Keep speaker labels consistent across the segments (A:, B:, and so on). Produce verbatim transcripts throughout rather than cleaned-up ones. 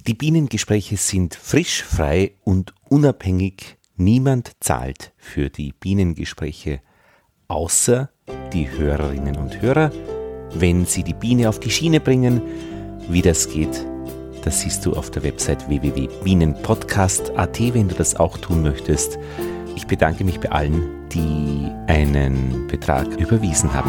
A: Die Bienengespräche sind frisch, frei und unabhängig. Niemand zahlt für die Bienengespräche, außer die Hörerinnen und Hörer, wenn sie die Biene auf die Schiene bringen. Wie das geht, das siehst du auf der Website w w w punkt bienenpodcast punkt a t, wenn du das auch tun möchtest. Ich bedanke mich bei allen, die einen Betrag überwiesen haben.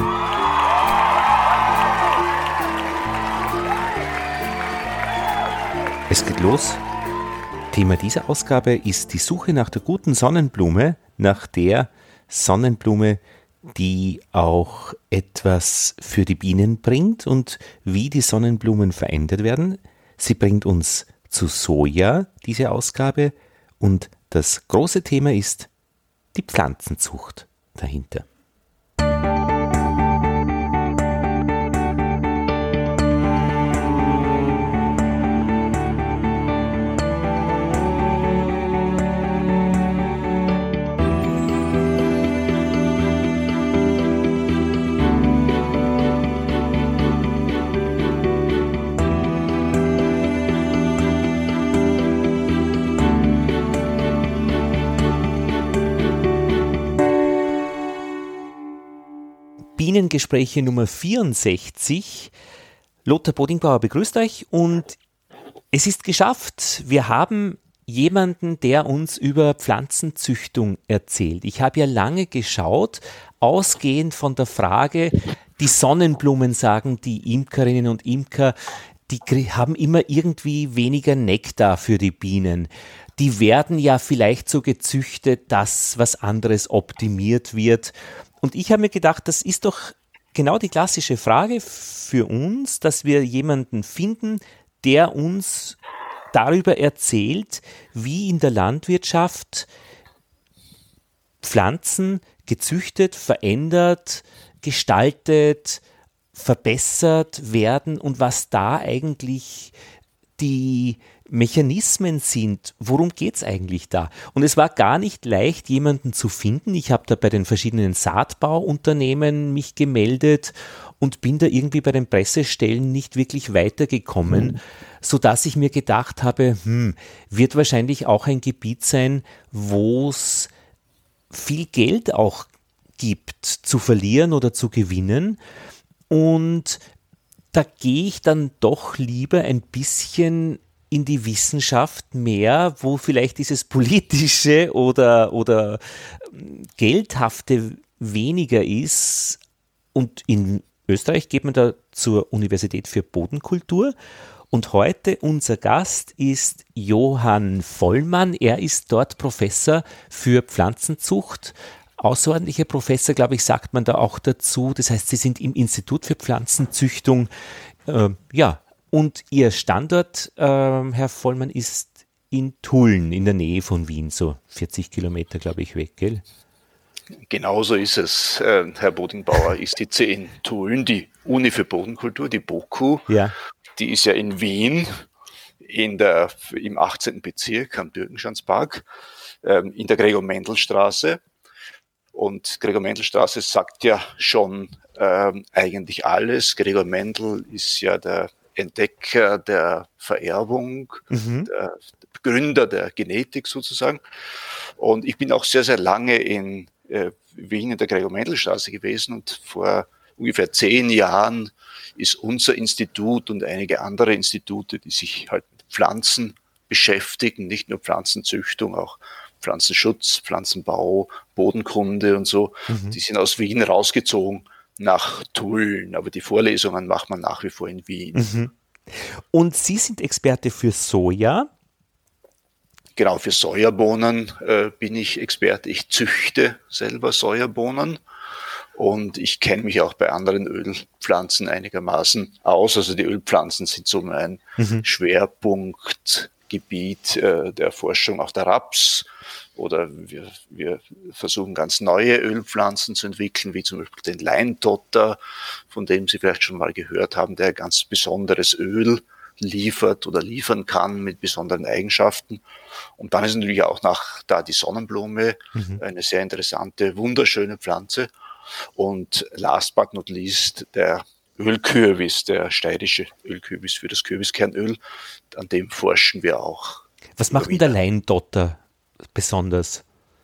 A: Es geht los. Thema dieser Ausgabe ist die Suche nach der guten Sonnenblume, nach der Sonnenblume, die auch etwas für die Bienen bringt und wie die Sonnenblumen verändert werden. Sie bringt uns zu Soja, diese Ausgabe, und das große Thema ist die Pflanzenzucht dahinter. Bienengespräche Nummer vierundsechzig. Lothar Bodingbauer begrüßt euch und es ist geschafft. Wir haben jemanden, der uns über Pflanzenzüchtung erzählt. Ich habe ja lange geschaut, ausgehend von der Frage, die Sonnenblumen, sagen die Imkerinnen und Imker, die haben immer irgendwie weniger Nektar für die Bienen. Die werden ja vielleicht so gezüchtet, dass was anderes optimiert wird. Und ich habe mir gedacht, das ist doch genau die klassische Frage für uns, dass wir jemanden finden, der uns darüber erzählt, wie in der Landwirtschaft Pflanzen gezüchtet, verändert, gestaltet, verbessert werden und was da eigentlich die Mechanismen sind. Worum geht es eigentlich da? Und es war gar nicht leicht, jemanden zu finden. Ich habe da bei den verschiedenen Saatbauunternehmen mich gemeldet und bin da irgendwie bei den Pressestellen nicht wirklich weitergekommen, mhm. sodass ich mir gedacht habe, hm, wird wahrscheinlich auch ein Gebiet sein, wo es viel Geld auch gibt, zu verlieren oder zu gewinnen. Und da gehe ich dann doch lieber ein bisschen in die Wissenschaft mehr, wo vielleicht dieses Politische oder, oder Geldhafte weniger ist. Und in Österreich geht man da zur Universität für Bodenkultur. Und heute unser Gast ist Johann Vollmann. Er ist dort Professor für Pflanzenzucht. Außerordentlicher Professor, glaube ich, sagt man da auch dazu. Das heißt, Sie sind im Institut für Pflanzenzüchtung. Äh, ja, und Ihr Standort, äh, Herr Vollmann, ist in Tulln, in der Nähe von Wien, so vierzig Kilometer, glaube ich, weg, gell?
B: Genauso ist es, äh, Herr Bodingbauer. Ich sitze in Tulln, die Uni für Bodenkultur, die BOKU. Ja. Die ist ja in Wien, in der, im achtzehnten Bezirk am Türkenschanzpark, äh, in der Gregor-Mendel-Straße. Und Gregor-Mendel-Straße sagt ja schon ähm, eigentlich alles. Gregor Mendel ist ja der Entdecker der Vererbung, mhm. der Gründer der Genetik sozusagen. Und ich bin auch sehr, sehr lange in äh, Wien in der Gregor-Mendel-Straße gewesen und vor ungefähr zehn Jahren ist unser Institut und einige andere Institute, die sich halt mit Pflanzen beschäftigen, nicht nur Pflanzenzüchtung, auch Pflanzenschutz, Pflanzenbau, Bodenkunde und so, mhm. die sind aus Wien rausgezogen nach Tulln, aber die Vorlesungen macht man nach wie vor in Wien.
A: Mhm. Und Sie sind Experte für Soja?
B: Genau, für Sojabohnen äh, bin ich Experte. Ich züchte selber Sojabohnen und ich kenne mich auch bei anderen Ölpflanzen einigermaßen aus. Also die Ölpflanzen sind so mein mhm. Schwerpunktgebiet äh, der Forschung, auch der Raps. Oder wir, wir versuchen ganz neue Ölpflanzen zu entwickeln, wie zum Beispiel den Leindotter, von dem Sie vielleicht schon mal gehört haben, der ganz besonderes Öl liefert oder liefern kann mit besonderen Eigenschaften. Und dann ist natürlich auch nach da die Sonnenblume mhm. eine sehr interessante, wunderschöne Pflanze. Und last but not least der Ölkürbis, der steirische Ölkürbis für das Kürbiskernöl, an dem forschen wir auch.
A: Was macht denn der Leindotter besonders?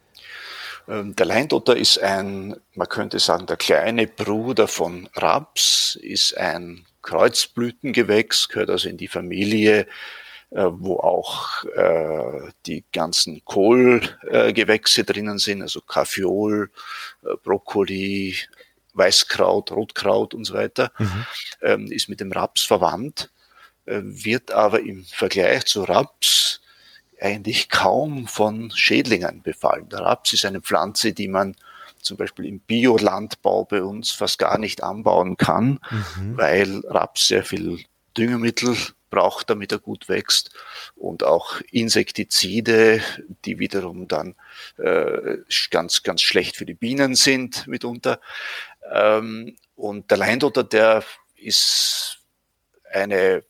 B: Der Leindotter ist ein, man könnte sagen, der kleine Bruder von Raps, ist ein Kreuzblütengewächs, gehört also in die Familie, wo auch äh, die ganzen Kohlgewächse drinnen sind, also Kaffeeol, äh, Brokkoli, Weißkraut, Rotkraut und so weiter, mhm. ähm, ist mit dem Raps verwandt, äh, wird aber im Vergleich zu Raps eigentlich kaum von Schädlingen befallen. Der Raps ist eine Pflanze, die man zum Beispiel im Biolandbau bei uns fast gar nicht anbauen kann, mhm. weil Raps sehr viel Düngemittel braucht, damit er gut wächst, und auch Insektizide, die wiederum dann äh, ganz, ganz schlecht für die Bienen sind mitunter. Ähm, und der Leindotter, der ist eine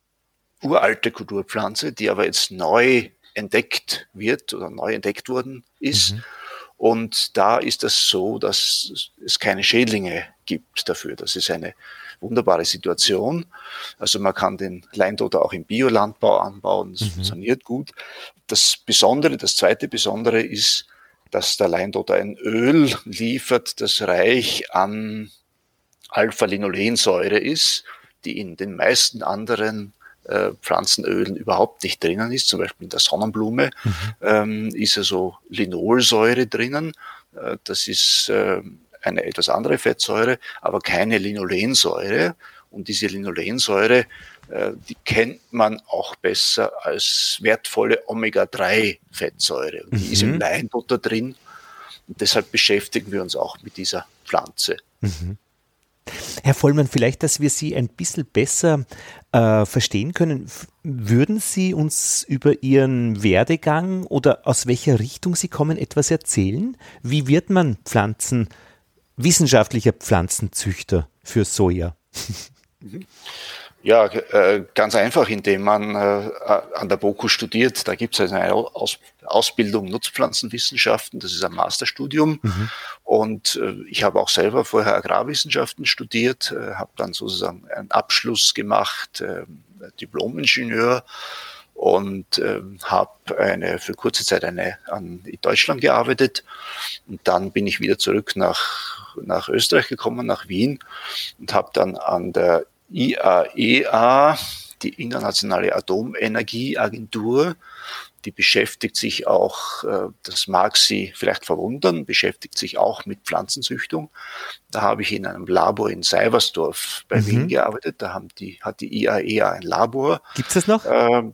B: uralte Kulturpflanze, die aber jetzt neu entdeckt wird oder neu entdeckt worden ist. Mhm. Und da ist es so, dass es keine Schädlinge gibt dafür. Das ist eine wunderbare Situation. Also man kann den Leindotter auch im Biolandbau anbauen, das mhm. funktioniert gut. Das Besondere, das zweite Besondere ist, dass der Leindotter ein Öl liefert, das reich an Alpha-Linolensäure ist, die in den meisten anderen äh, Pflanzenölen überhaupt nicht drinnen ist. Zum Beispiel in der Sonnenblume mhm. ähm, ist also Linolsäure drinnen. Äh, das ist äh, eine etwas andere Fettsäure, aber keine Linolensäure. Und diese Linolensäure, äh, die kennt man auch besser als wertvolle Omega drei Fettsäure. Und die mhm. ist im Leindotter drin. Und deshalb beschäftigen wir uns auch mit dieser Pflanze.
A: Mhm. Herr Vollmann, vielleicht, dass wir Sie ein bisschen besser äh, verstehen können. Würden Sie uns über Ihren Werdegang oder aus welcher Richtung Sie kommen etwas erzählen? Wie wird man Pflanzen, wissenschaftlicher Pflanzenzüchter für Soja?
B: Ja, äh, ganz einfach, indem man äh, an der BOKU studiert. Da gibt es eine Aus- Ausbildung Nutzpflanzenwissenschaften, das ist ein Masterstudium. Mhm. Und äh, ich habe auch selber vorher Agrarwissenschaften studiert, äh, habe dann sozusagen einen Abschluss gemacht, äh, Diplom-Ingenieur, und äh, habe eine für kurze Zeit eine an in Deutschland gearbeitet. Und dann bin ich wieder zurück nach, nach Österreich gekommen, nach Wien, und habe dann an der I A E A, die Internationale Atomenergieagentur, die beschäftigt sich auch, das mag Sie vielleicht verwundern, beschäftigt sich auch mit Pflanzenzüchtung. Da habe ich in einem Labor in Seibersdorf bei mhm. Wien gearbeitet. Da haben die, hat die I A E A ein Labor.
A: Gibt es das noch? Ähm,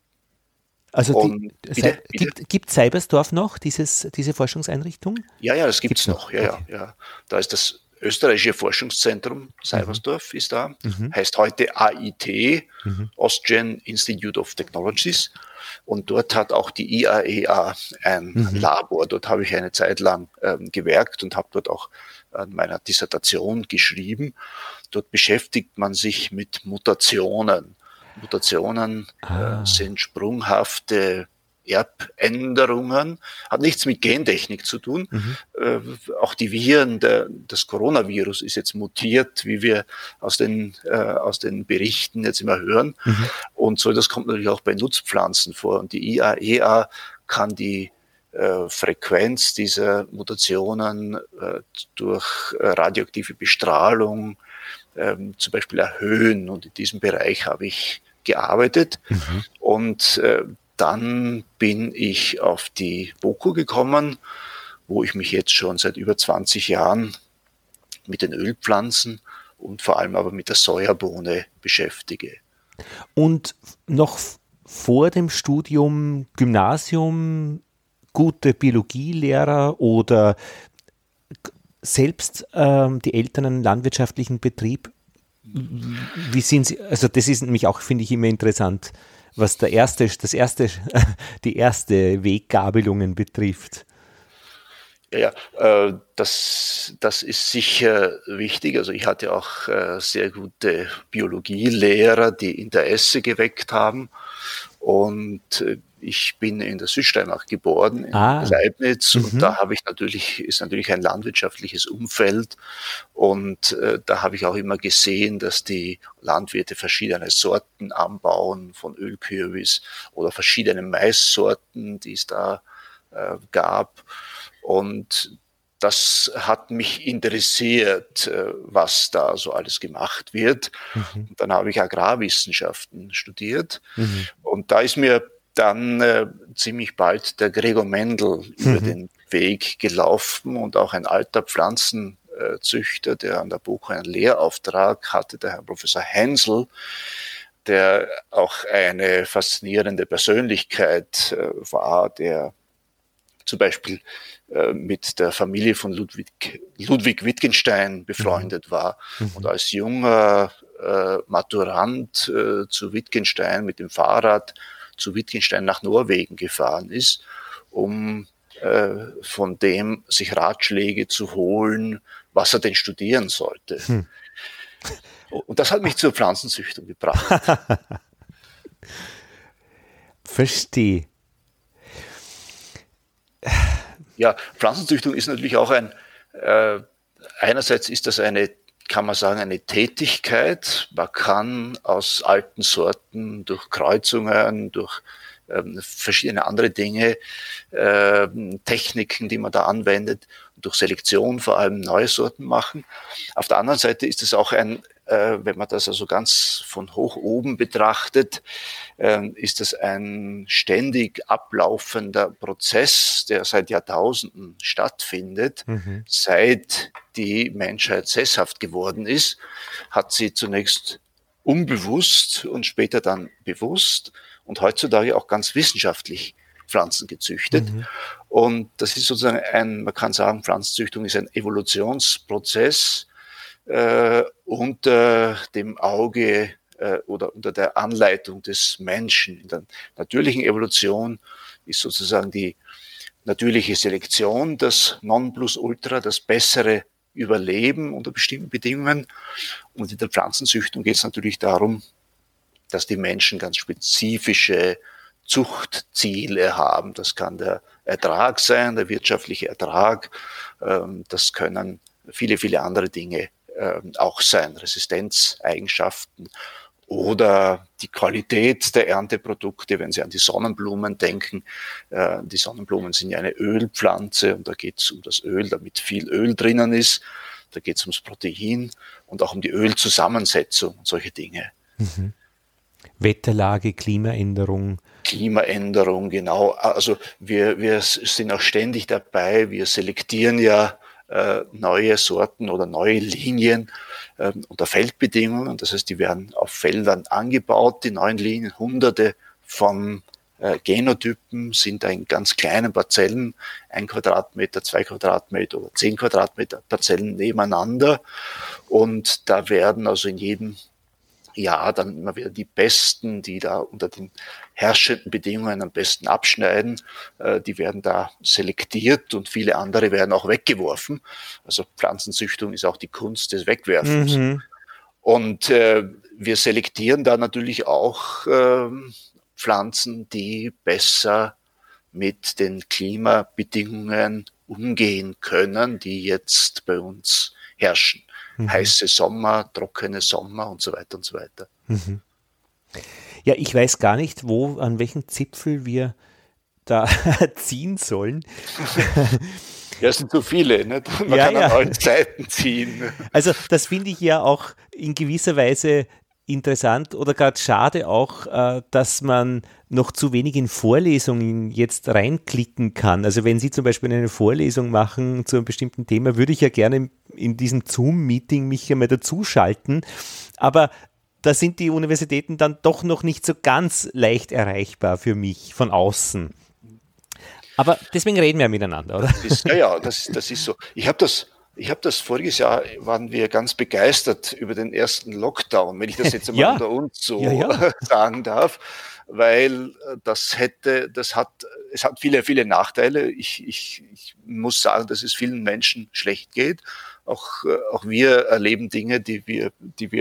A: also die, bitte, bitte? Gibt, gibt Seibersdorf noch dieses, diese Forschungseinrichtung?
B: Ja, ja, das gibt es noch. noch. Ja, okay. ja, ja. Da ist das Österreichische Forschungszentrum Seibersdorf mhm. ist da, mhm. heißt heute A I T, mhm. Austrian Institute of Technologies, und dort hat auch die I A E A ein mhm. Labor. Dort habe ich eine Zeit lang ähm, gewerkt und habe dort auch an meiner Dissertation geschrieben. Dort beschäftigt man sich mit Mutationen. Mutationen ah. äh, sind sprunghafte Erbänderungen, hat nichts mit Gentechnik zu tun. Mhm. Äh, auch die Viren, der, das Coronavirus ist jetzt mutiert, wie wir aus den, äh, aus den Berichten jetzt immer hören. Mhm. Und so, das kommt natürlich auch bei Nutzpflanzen vor. Und die I A E A kann die äh, Frequenz dieser Mutationen äh, durch äh, radioaktive Bestrahlung äh, zum Beispiel erhöhen. Und in diesem Bereich habe ich gearbeitet. Mhm. Und äh, dann bin ich auf die BOKU gekommen, wo ich mich jetzt schon seit über zwanzig Jahren mit den Ölpflanzen und vor allem aber mit der Sojabohne beschäftige.
A: Und noch vor dem Studium Gymnasium, gute Biologielehrer oder selbst ähm, die Eltern einen landwirtschaftlichen Betrieb? Wie sind Sie, also das ist nämlich auch, finde ich, immer interessant, was der erste, das erste, die erste Weggabelungen betrifft.
B: Ja, ja äh, das, das ist sicher wichtig. Also ich hatte auch äh, sehr gute Biologielehrer, die Interesse geweckt haben. Und äh, ich bin in der Südsteiermark geboren, in
A: ah.
B: Leibniz,
A: Mhm.
B: und da habe ich natürlich, ist natürlich ein landwirtschaftliches Umfeld, und äh, da habe ich auch immer gesehen, dass die Landwirte verschiedene Sorten anbauen, von Ölkürbis oder verschiedene Maissorten, die es da äh, gab. Und das hat mich interessiert, äh, was da so alles gemacht wird.
A: Mhm.
B: Und dann habe ich Agrarwissenschaften studiert.
A: Mhm.
B: Und da ist mir dann äh, ziemlich bald der Gregor Mendel über
A: Mhm.
B: den Weg gelaufen, und auch ein alter Pflanzenzüchter, der an der BOKU einen Lehrauftrag hatte, der Herr Professor Hensel, der auch eine faszinierende Persönlichkeit äh, war, der zum Beispiel äh, mit der Familie von Ludwig, Ludwig Wittgenstein befreundet mhm. war mhm. und als junger äh, Maturant äh, zu Wittgenstein mit dem Fahrrad zu Wittgenstein nach Norwegen gefahren ist, um äh, von dem sich Ratschläge zu holen, was er denn studieren sollte. Hm. Und das hat mich zur Pflanzenzüchtung gebracht.
A: Verstehe.
B: Ja, Pflanzenzüchtung ist natürlich auch ein, äh, einerseits ist das eine, kann man sagen, eine Tätigkeit. Man kann aus alten Sorten durch Kreuzungen, durch ähm, verschiedene andere Dinge, äh, Techniken, die man da anwendet, durch Selektion vor allem neue Sorten machen. Auf der anderen Seite ist es auch ein, äh, wenn man das also ganz von hoch oben betrachtet, äh, ist es ein ständig ablaufender Prozess, der seit Jahrtausenden stattfindet. Mhm. Seit die Menschheit sesshaft geworden ist, hat sie zunächst unbewusst und später dann bewusst und heutzutage auch ganz wissenschaftlich Pflanzen gezüchtet. Mhm. Und das ist sozusagen ein, man kann sagen, Pflanzenzüchtung ist ein Evolutionsprozess äh, unter dem Auge äh, oder unter der Anleitung des Menschen. In der natürlichen Evolution ist sozusagen die natürliche Selektion das Nonplusultra, das bessere Überleben unter bestimmten Bedingungen. Und in der Pflanzenzüchtung geht es natürlich darum, dass die Menschen ganz spezifische Zuchtziele haben. Das kann der Ertrag sein, der wirtschaftliche Ertrag. Das können viele, viele andere Dinge auch sein, Resistenzeigenschaften oder die Qualität der Ernteprodukte, wenn Sie an die Sonnenblumen denken. Die Sonnenblumen sind ja eine Ölpflanze und da geht es um das Öl, damit viel Öl drinnen ist. Da geht es ums Protein und auch um die Ölzusammensetzung und solche Dinge.
A: Mhm. Wetterlage, Klimaänderung.
B: Klimaänderung, genau. Also wir, wir sind auch ständig dabei. Wir selektieren ja äh, neue Sorten oder neue Linien äh, unter Feldbedingungen. Das heißt, die werden auf Feldern angebaut, die neuen Linien. Hunderte von äh, Genotypen sind da in ganz kleinen Parzellen, ein Quadratmeter, zwei Quadratmeter oder zehn Quadratmeter Parzellen nebeneinander. Und da werden also in jedem ja, dann immer wieder die Besten, die da unter den herrschenden Bedingungen am besten abschneiden, äh, die werden da selektiert und viele andere werden auch weggeworfen. Also Pflanzenzüchtung ist auch die Kunst des Wegwerfens. Mhm. Und äh, wir selektieren da natürlich auch äh, Pflanzen, die besser mit den Klimabedingungen umgehen können, die jetzt bei uns herrschen. Mhm. Heiße Sommer, trockene Sommer und so weiter und so weiter.
A: Mhm. Ja, ich weiß gar nicht, wo, an welchen Zipfel wir da ziehen sollen.
B: Ja, es sind so viele, nicht? Man
A: ja,
B: kann
A: ja.
B: an allen Seiten ziehen.
A: Also das finde ich ja auch in gewisser Weise interessant oder gerade schade auch, dass man noch zu wenig in Vorlesungen jetzt reinklicken kann. Also wenn Sie zum Beispiel eine Vorlesung machen zu einem bestimmten Thema, würde ich ja gerne in diesem Zoom-Meeting mich einmal dazuschalten. Aber da sind die Universitäten dann doch noch nicht so ganz leicht erreichbar für mich von außen. Aber deswegen reden wir ja miteinander, oder?
B: Das ist, ja, ja, das, das ist so. Ich habe das Ich habe das voriges Jahr, waren wir ganz begeistert über den ersten Lockdown, wenn ich das jetzt einmal
A: ja.
B: unter uns so
A: ja, ja.
B: sagen darf, weil das hätte, das hat, es hat viele, viele Nachteile. Ich, ich, ich muss sagen, dass es vielen Menschen schlecht geht. Auch, auch wir erleben Dinge, die wir, die wir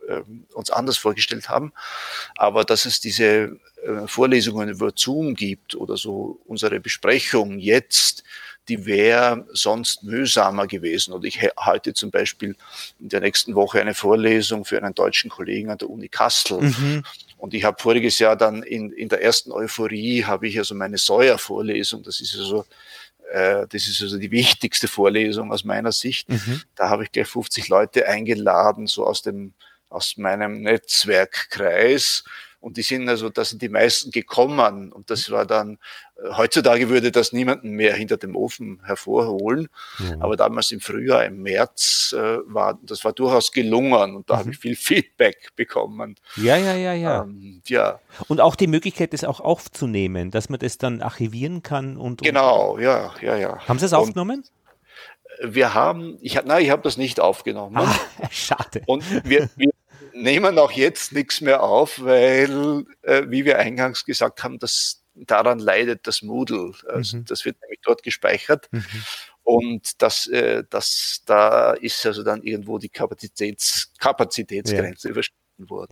B: äh, uns anders vorgestellt haben. Aber dass es diese äh, Vorlesungen über Zoom gibt oder so unsere Besprechung jetzt, die wäre sonst mühsamer gewesen. Und ich halte zum Beispiel in der nächsten Woche eine Vorlesung für einen deutschen Kollegen an der Uni Kassel. Mhm. Und ich habe voriges Jahr dann in, in der ersten Euphorie habe ich also meine Sawyer-Vorlesung, das ist also äh, das ist also die wichtigste Vorlesung aus meiner Sicht. Mhm. Da habe ich gleich fünfzig Leute eingeladen, so aus dem aus meinem Netzwerkkreis. Und die sind also, da sind die meisten gekommen. Und das war dann, heutzutage würde das niemanden mehr hinter dem Ofen hervorholen. Ja. Aber damals im Frühjahr, im März, äh, war, das war durchaus gelungen. Und da mhm. habe ich viel Feedback bekommen.
A: Ja, ja, ja, ja.
B: Ähm, ja.
A: Und auch die Möglichkeit, das auch aufzunehmen, dass man das dann archivieren kann. und, und
B: Genau, ja, ja, ja.
A: Haben Sie es aufgenommen?
B: Wir haben, ich, nein, ich habe das nicht aufgenommen.
A: Ah, schade.
B: Und wir, wir nehmen auch jetzt nichts mehr auf, weil, äh, wie wir eingangs gesagt haben, dass daran leidet das Moodle. Also mhm. das wird nämlich dort gespeichert. Mhm. Und das, äh, das, da ist also dann irgendwo die Kapazitäts, Kapazitätsgrenze ja. überschritten worden.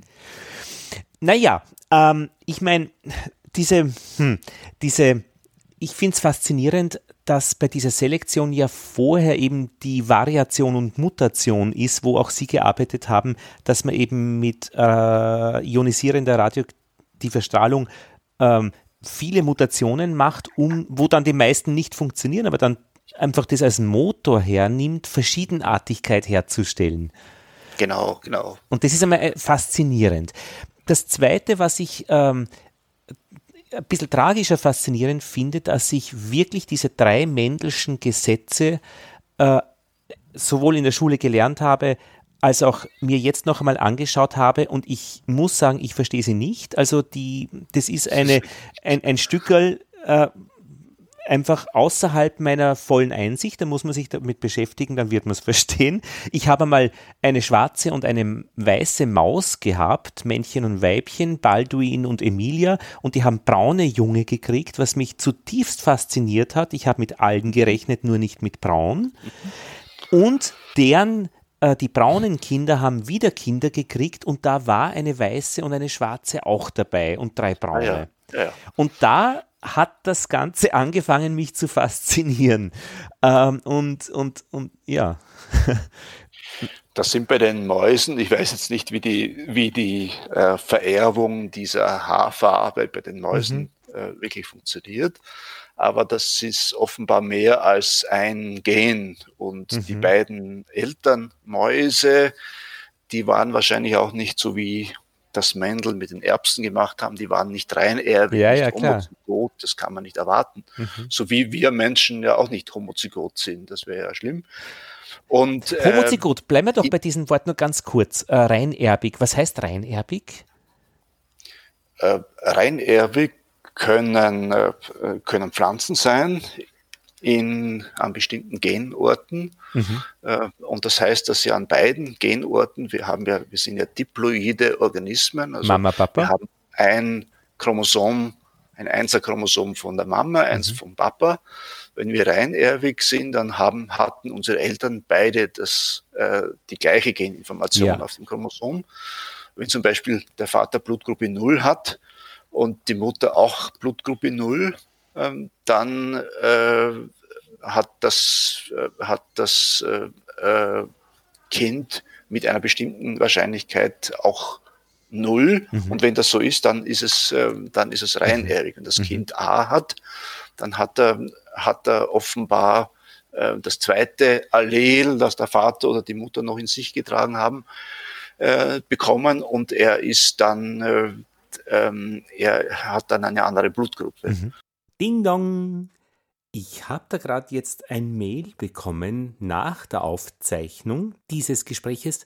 A: Naja, ähm, ich meine, diese, hm, diese, ich finde es faszinierend, dass bei dieser Selektion ja vorher eben die Variation und Mutation ist, wo auch Sie gearbeitet haben, dass man eben mit äh, ionisierender radioaktiver Strahlung ähm, viele Mutationen macht, um, wo dann die meisten nicht funktionieren, aber dann einfach das als Motor hernimmt, Verschiedenartigkeit herzustellen.
B: Genau, genau.
A: Und das ist einmal faszinierend. Das Zweite, was ich ähm, ein bisschen tragischer faszinierend finde, dass ich wirklich diese drei Mendelschen Gesetze äh, sowohl in der Schule gelernt habe, als auch mir jetzt noch einmal angeschaut habe, und ich muss sagen, ich verstehe sie nicht. Also die, das ist eine, ein, ein Stückerl äh, einfach außerhalb meiner vollen Einsicht, da muss man sich damit beschäftigen, dann wird man es verstehen. Ich habe mal eine schwarze und eine weiße Maus gehabt, Männchen und Weibchen, Balduin und Emilia, und die haben braune Junge gekriegt, was mich zutiefst fasziniert hat. Ich habe mit Algen gerechnet, nur nicht mit braun. Und deren, äh, die braunen Kinder haben wieder Kinder gekriegt, und da war eine weiße und eine schwarze auch dabei und drei braune.
B: Ah, ja. Ja.
A: Und da hat das Ganze angefangen, mich zu faszinieren. Ähm, und, und, und ja.
B: Das sind bei den Mäusen, ich weiß jetzt nicht, wie die, wie die äh, Vererbung dieser Haarfarbe bei den Mäusen mhm. äh, wirklich funktioniert, aber das ist offenbar mehr als ein Gen. Und mhm. die beiden Elternmäuse, die waren wahrscheinlich auch nicht so wie das Mendel mit den Erbsen gemacht haben, die waren nicht reinerbig,
A: ja,
B: nicht
A: ja,
B: homozygot, das kann man nicht erwarten. Mhm. So wie wir Menschen ja auch nicht homozygot sind, das wäre ja schlimm. Und, äh,
A: homozygot, bleiben wir doch bei diesem Wort nur ganz kurz. Äh, reinerbig, was heißt reinerbig?
B: Äh, reinerbig können, äh, können Pflanzen sein, in, an bestimmten Genorten. Mhm. Äh, und das heißt, dass sie an beiden Genorten, wir haben ja, wir sind ja diploide Organismen, also
A: Mama, Papa.
B: Wir haben ein Chromosom, ein Einser-Chromosom von der Mama, eins mhm. vom Papa. Wenn wir reinerbig sind, dann haben, hatten unsere Eltern beide das, äh, die gleiche Geninformation ja. auf dem Chromosom. Wenn zum Beispiel der Vater Blutgruppe null hat und die Mutter auch Blutgruppe null, dann äh, hat das, äh, hat das äh, Kind mit einer bestimmten Wahrscheinlichkeit auch null. Mhm. Und wenn das so ist, dann ist es, äh, dann ist es reinerbig. Wenn das mhm. Kind A hat, dann hat er, hat er offenbar äh, das zweite Allel, das der Vater oder die Mutter noch in sich getragen haben, äh, bekommen, und er ist dann, äh, äh, er hat dann eine andere Blutgruppe.
A: Mhm. Ding Dong! Ich habe da gerade jetzt ein Mail bekommen nach der Aufzeichnung dieses Gespräches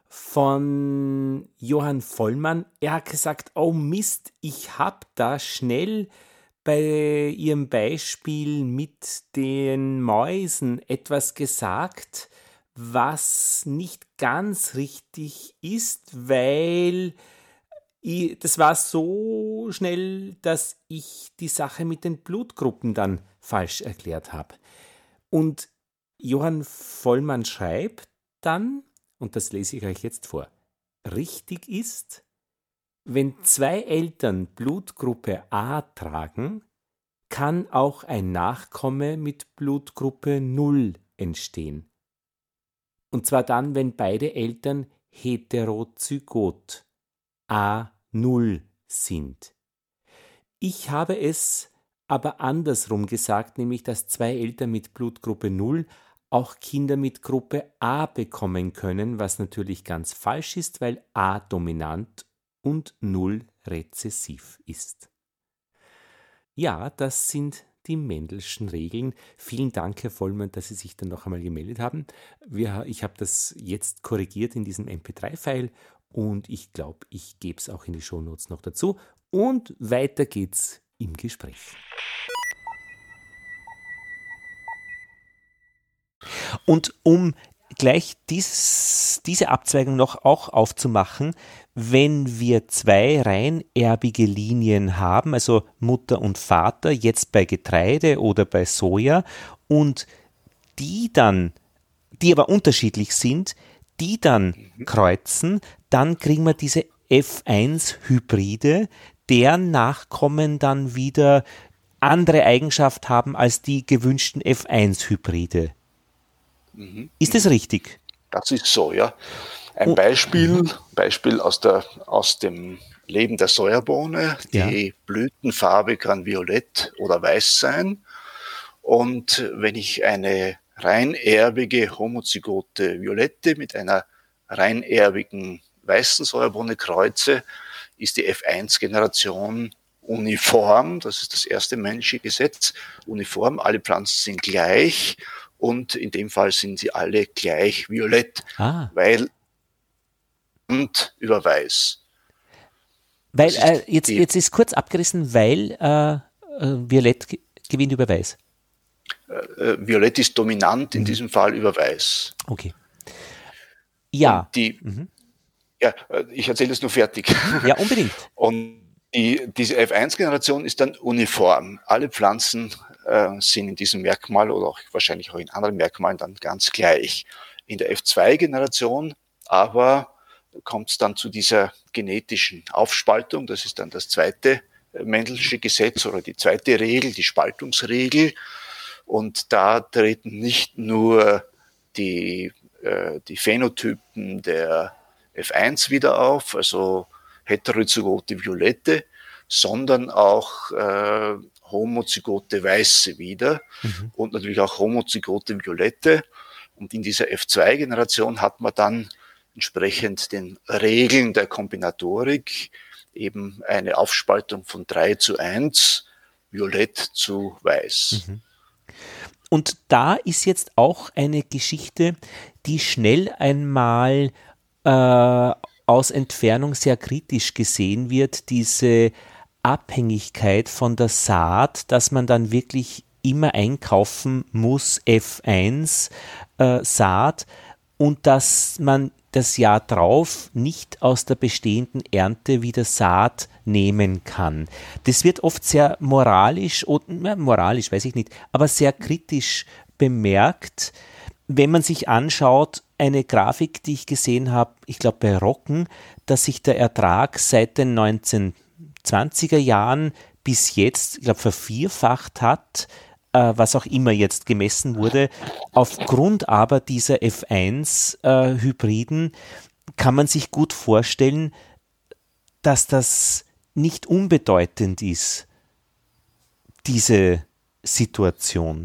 A: von Johann Vollmann. Er hat gesagt, oh Mist, ich habe da schnell bei Ihrem Beispiel mit den Mäusen etwas gesagt, was nicht ganz richtig ist, weil Ich, das war so schnell, dass ich die Sache mit den Blutgruppen dann falsch erklärt habe. Und Johann Vollmann schreibt dann, und das lese ich euch jetzt vor: richtig ist, wenn zwei Eltern Blutgruppe A tragen, kann auch ein Nachkomme mit Blutgruppe null entstehen. Und zwar dann, wenn beide Eltern heterozygot A null sind. Ich habe es aber andersrum gesagt, nämlich dass zwei Eltern mit Blutgruppe null auch Kinder mit Gruppe A bekommen können, was natürlich ganz falsch ist, weil A dominant und null rezessiv ist. Ja, das sind die Mendelschen Regeln. Vielen Dank, Herr Vollmann, dass Sie sich dann noch einmal gemeldet haben. Wir, ich habe das jetzt korrigiert in diesem M P drei File und ich glaube, ich gebe es auch in die Shownotes noch dazu. Und weiter geht's im Gespräch. Und um gleich dies, diese Abzweigung noch auch aufzumachen, wenn wir zwei reinerbige Linien haben, also Mutter und Vater, jetzt bei Getreide oder bei Soja, und die dann, die aber unterschiedlich sind, die dann kreuzen, dann kriegen wir diese F eins Hybride, deren Nachkommen dann wieder andere Eigenschaft haben als die gewünschten F eins Hybride. Mhm. Ist das richtig?
B: Das ist so, ja. Ein oh. Beispiel, Beispiel aus, der, aus dem Leben der Sojabohne. Die ja. Blütenfarbe kann violett oder weiß sein. Und wenn ich eine reinerbige homozygote Violette mit einer reinerbigen weißen Sojabohne kreuze, ist die F eins Generation uniform. Das ist das erste Menschliche Gesetz. Uniform, alle Pflanzen sind gleich. Und in dem Fall sind sie alle gleich violett, ah. weil und über weiß.
A: Weil, äh, jetzt, jetzt ist kurz abgerissen, weil äh, äh, Violett g- gewinnt über weiß.
B: Äh, Violett ist dominant, in mhm. diesem Fall über weiß.
A: Okay. Ja.
B: Und die, mhm. ja, ich erzähle es nur fertig.
A: Ja, unbedingt.
B: Und die, diese F eins Generation ist dann uniform. Alle Pflanzen äh, sind in diesem Merkmal oder auch wahrscheinlich auch in anderen Merkmalen dann ganz gleich. In der F zwei Generation aber kommt es dann zu dieser genetischen Aufspaltung. Das ist dann das zweite Mendelsche Gesetz oder die zweite Regel, die Spaltungsregel. Und da treten nicht nur die, äh, die Phänotypen der F eins wieder auf, also heterozygote Violette, sondern auch äh, homozygote Weiße wieder mhm. und natürlich auch homozygote Violette. Und in dieser F zwei Generation hat man dann entsprechend den Regeln der Kombinatorik eben eine Aufspaltung von drei zu eins, Violett zu Weiß.
A: Mhm. Und da ist jetzt auch eine Geschichte, die schnell einmal äh, aus Entfernung sehr kritisch gesehen wird, diese Abhängigkeit von der Saat, dass man dann wirklich immer einkaufen muss, F eins äh, Saat, und dass man das Jahr drauf nicht aus der bestehenden Ernte wieder Saat nehmen kann. Das wird oft sehr moralisch, oder, moralisch weiß ich nicht, aber sehr kritisch bemerkt, wenn man sich anschaut, eine Grafik, die ich gesehen habe, ich glaube bei Rocken, dass sich der Ertrag seit den neunzehnhundertzwanziger Jahren bis jetzt, ich glaube, vervierfacht hat, äh, was auch immer jetzt gemessen wurde. Aufgrund aber dieser F eins Hybriden kann man sich gut vorstellen, dass das nicht unbedeutend ist, diese Situation.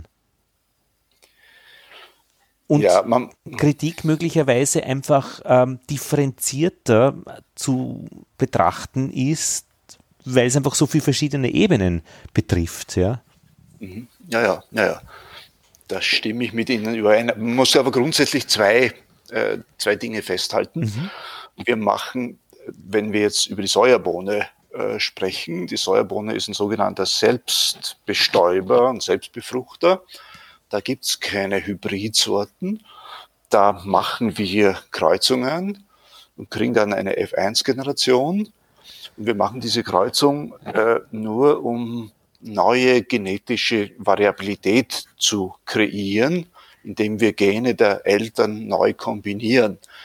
A: Und ja, man, Kritik möglicherweise einfach ähm, differenzierter zu betrachten ist, weil es einfach so viele verschiedene Ebenen betrifft. Ja,
B: ja, ja, ja, ja. Da stimme ich mit Ihnen überein. Man muss aber grundsätzlich zwei, äh, zwei Dinge festhalten. Mhm. Wir machen, wenn wir jetzt über die Sojabohne äh, sprechen, die Sojabohne ist ein sogenannter Selbstbestäuber und Selbstbefruchter. Da gibt es keine Hybridsorten. Da machen wir Kreuzungen und kriegen dann eine F eins Generation. Und wir machen diese Kreuzung äh, nur, um neue genetische Variabilität zu kreieren, indem wir Gene der Eltern neu kombinieren.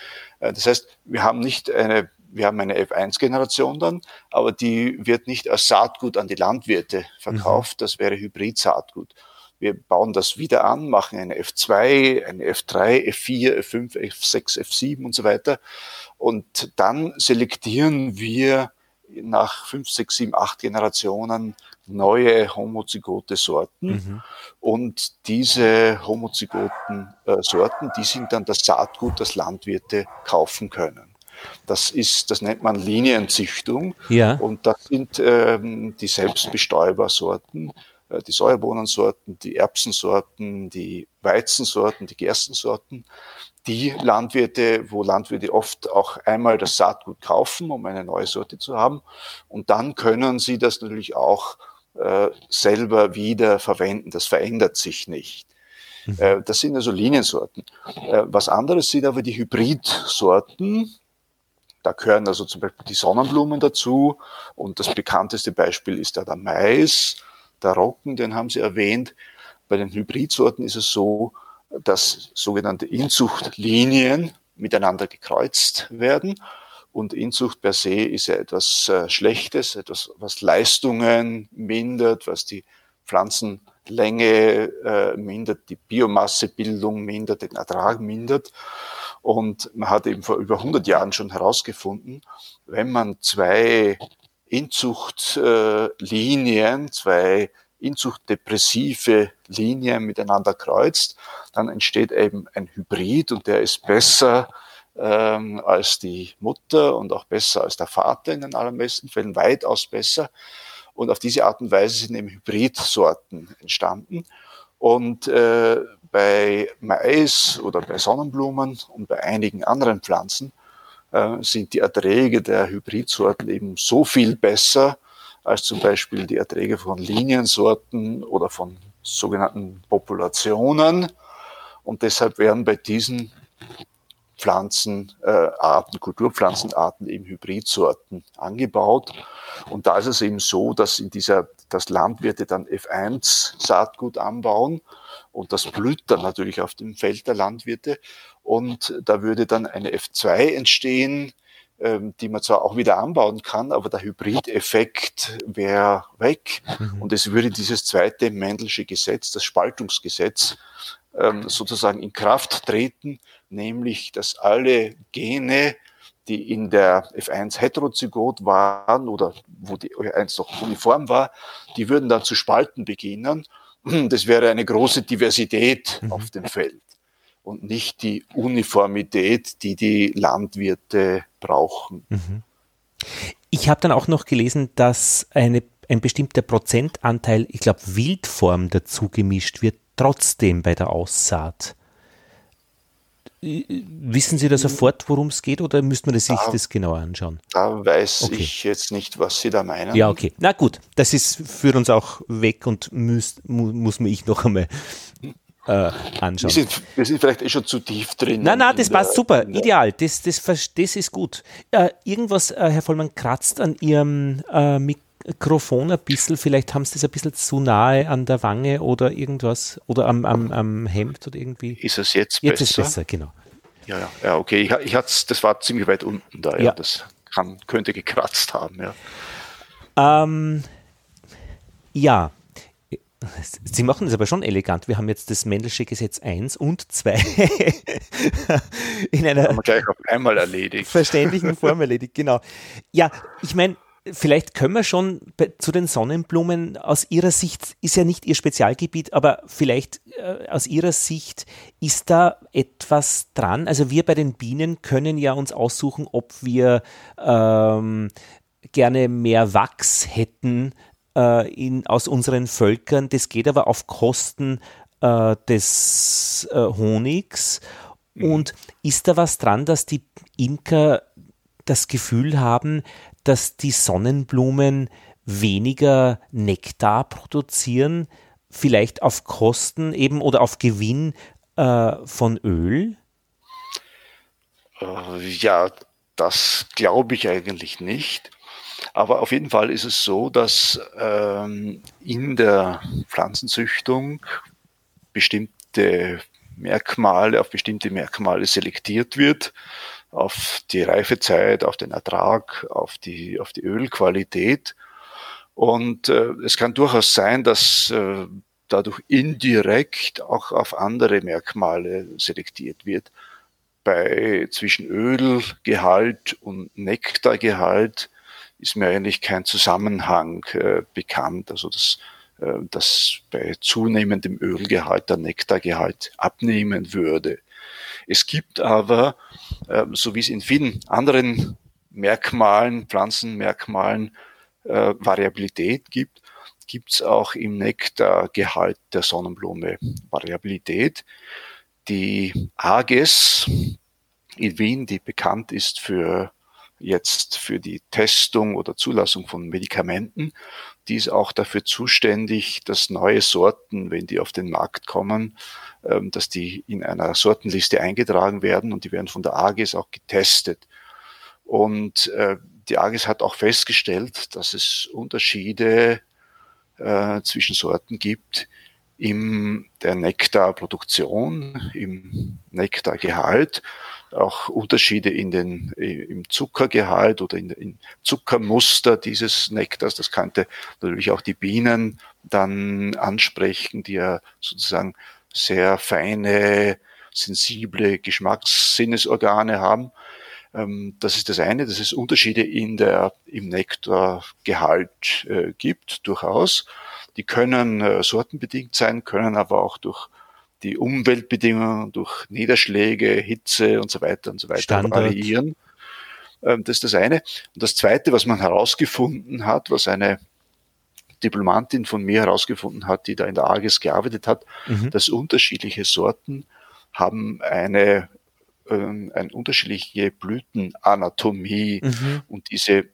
B: Das heißt, wir haben nicht eine, wir haben eine F eins Generation dann, aber die wird nicht als Saatgut an die Landwirte verkauft. Mhm. Das wäre Hybrid-Saatgut. Wir bauen das wieder an, machen eine F zwei, eine F drei, F vier, F fünf, F sechs, F sieben und so weiter. Und dann selektieren wir nach fünf, sechs, sieben, acht Generationen neue homozygote Sorten. Mhm. Und diese homozygoten äh, Sorten, die sind dann das Saatgut, das Landwirte kaufen können. Das ist, das nennt man Linienzüchtung.
A: Ja.
B: Und das sind ähm, die Selbstbestäubersorten, äh, die Sojabohnensorten, die Erbsensorten, die Weizensorten, die Gerstensorten. Die Landwirte, wo Landwirte oft auch einmal das Saatgut kaufen, um eine neue Sorte zu haben. Und dann können sie das natürlich auch äh, selber wieder verwenden. Das verändert sich nicht. Mhm. Äh, das sind also Liniensorten. Äh, was anderes sind aber die Hybridsorten. Da gehören also zum Beispiel die Sonnenblumen dazu. Und das bekannteste Beispiel ist da der Mais, der Roggen, den haben Sie erwähnt. Bei den Hybridsorten ist es so, dass sogenannte Inzuchtlinien miteinander gekreuzt werden. Und Inzucht per se ist ja etwas äh, Schlechtes, etwas, was Leistungen mindert, was die Pflanzenlänge äh, mindert, die Biomassebildung mindert, den Ertrag mindert. Und man hat eben vor über hundert Jahren schon herausgefunden, wenn man zwei Inzuchtlinien, äh, zwei inzuchtdepressive Linien miteinander kreuzt, dann entsteht eben ein Hybrid und der ist besser ähm, als die Mutter und auch besser als der Vater in den allermeisten Fällen, weitaus besser. Und auf diese Art und Weise sind eben Hybridsorten entstanden. Und äh, bei Mais oder bei Sonnenblumen und bei einigen anderen Pflanzen äh, sind die Erträge der Hybridsorten eben so viel besser, als zum Beispiel die Erträge von Liniensorten oder von sogenannten Populationen. Und deshalb werden bei diesen Pflanzenarten, äh, Kulturpflanzenarten eben Hybridsorten angebaut. Und da ist es eben so, dass in dieser, dass Landwirte dann F eins Saatgut anbauen und das blüht dann natürlich auf dem Feld der Landwirte. Und da würde dann eine F zwei entstehen, die man zwar auch wieder anbauen kann, aber der Hybrideffekt wäre weg. Mhm. Und es würde dieses zweite Mendelsche Gesetz, das Spaltungsgesetz, sozusagen in Kraft treten, nämlich, dass alle Gene, die in der F eins heterozygot waren oder wo die F eins noch uniform war, die würden dann zu spalten beginnen. Das wäre eine große Diversität mhm. auf dem Feld und nicht die Uniformität, die die Landwirte brauchen.
A: Mhm. Ich habe dann auch noch gelesen, dass eine, ein bestimmter Prozentanteil, ich glaube Wildform dazu gemischt wird, trotzdem bei der Aussaat. Wissen Sie da sofort, worum es geht, oder müsste man sich da, das genauer anschauen?
B: Da weiß okay. ich jetzt nicht, was Sie da meinen.
A: Ja, okay. Na gut, das ist führt uns auch weg und muss, muss mir ich noch einmal äh, anschauen.
B: Wir sind, wir sind vielleicht eh schon zu tief drin.
A: Nein, nein, das passt der, super, ideal, das, das, das ist gut. Äh, irgendwas, äh, Herr Vollmann, kratzt an Ihrem äh, Mikrofon ein bisschen, vielleicht haben Sie das ein bisschen zu nahe an der Wange oder irgendwas, oder am, am, am Hemd oder irgendwie.
B: Ist es jetzt,
A: jetzt
B: besser?
A: Jetzt ist besser, genau.
B: Ja, ja, ja, okay, ich, ich hat's, das war ziemlich weit unten da, ja, ja. Das kann, könnte gekratzt haben, ja.
A: Ähm, ja, Sie machen das aber schon elegant. Wir haben jetzt das Mendelsche Gesetz eins und zwei in einer
B: haben wir gleich auf einmal erledigt.
A: Verständlichen Form erledigt, genau. Ja, ich meine, vielleicht können wir schon bei, zu den Sonnenblumen aus Ihrer Sicht, ist ja nicht Ihr Spezialgebiet, aber vielleicht äh, aus Ihrer Sicht ist da etwas dran. Also wir bei den Bienen können ja uns aussuchen, ob wir ähm, gerne mehr Wachs hätten äh, in, aus unseren Völkern. Das geht aber auf Kosten äh, des äh, Honigs. Mhm. Und ist da was dran, dass die Imker das Gefühl haben, dass die Sonnenblumen weniger Nektar produzieren, vielleicht auf Kosten eben oder auf Gewinn äh, von Öl?
B: Äh, ja, das glaube ich eigentlich nicht. Aber auf jeden Fall ist es so, dass ähm, in der Pflanzenzüchtung bestimmte Merkmale, auf bestimmte Merkmale selektiert wird. auf die Reifezeit, auf den Ertrag, auf die, auf die Ölqualität. Und äh, es kann durchaus sein, dass äh, dadurch indirekt auch auf andere Merkmale selektiert wird. Bei zwischen Ölgehalt und Nektargehalt ist mir eigentlich kein Zusammenhang äh, bekannt. Also dass, äh, dass bei zunehmendem Ölgehalt der Nektargehalt abnehmen würde. Es gibt aber, äh, so wie es in vielen anderen Merkmalen, Pflanzenmerkmalen, äh, Variabilität gibt, gibt es auch im Nektargehalt der Sonnenblume Variabilität. Die AGES in Wien, die bekannt ist für jetzt für die Testung oder Zulassung von Medikamenten, die ist auch dafür zuständig, dass neue Sorten, wenn die auf den Markt kommen, dass die in einer Sortenliste eingetragen werden und die werden von der AGES auch getestet. Und äh, die AGES hat auch festgestellt, dass es Unterschiede äh, zwischen Sorten gibt in der Nektarproduktion, im Nektargehalt, auch Unterschiede in den, im Zuckergehalt oder in, im Zuckermuster dieses Nektars. Das könnte natürlich auch die Bienen dann ansprechen, die ja sozusagen sehr feine, sensible Geschmackssinnesorgane haben. Das ist das eine, dass es Unterschiede in der, im Nektargehalt äh, gibt, durchaus. Die können äh, sortenbedingt sein, können aber auch durch die Umweltbedingungen, durch Niederschläge, Hitze und so weiter und so weiter
A: Standard.
B: variieren. Ähm, das ist das eine. Und das zweite, was man herausgefunden hat, was eine Diplomantin von mir herausgefunden hat, die da in der AGES gearbeitet hat, mhm. dass unterschiedliche Sorten haben eine eine unterschiedliche Blütenanatomie mhm. und diese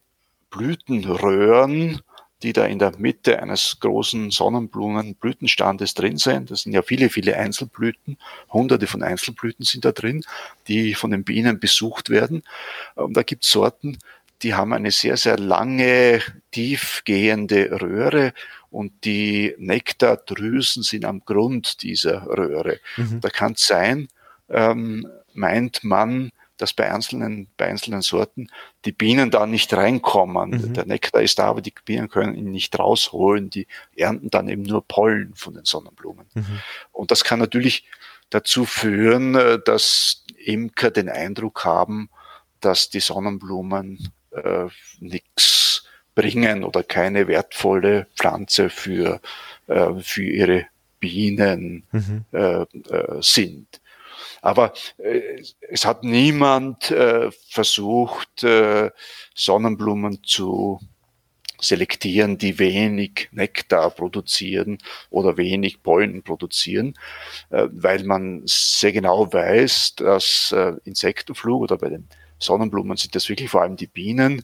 B: Blütenröhren, die da in der Mitte eines großen Sonnenblumenblütenstandes drin sind, das sind ja viele, viele Einzelblüten, hunderte von Einzelblüten sind da drin, die von den Bienen besucht werden. Und da gibt es Sorten, die haben eine sehr, sehr lange, tiefgehende Röhre und die Nektardrüsen sind am Grund dieser Röhre. Mhm. Da kann es sein, ähm, meint man, dass bei einzelnen, bei einzelnen Sorten die Bienen da nicht reinkommen. Mhm. Der Nektar ist da, aber die Bienen können ihn nicht rausholen. Die ernten dann eben nur Pollen von den Sonnenblumen. Mhm. Und das kann natürlich dazu führen, dass Imker den Eindruck haben, dass die Sonnenblumen äh, nichts bringen oder keine wertvolle Pflanze für, äh, für ihre Bienen mhm. äh, äh, sind. Aber äh, es hat niemand äh, versucht, äh, Sonnenblumen zu selektieren, die wenig Nektar produzieren oder wenig Pollen produzieren, äh, weil man sehr genau weiß, dass äh, Insektenflug oder bei den Sonnenblumen sind das wirklich vor allem die Bienen,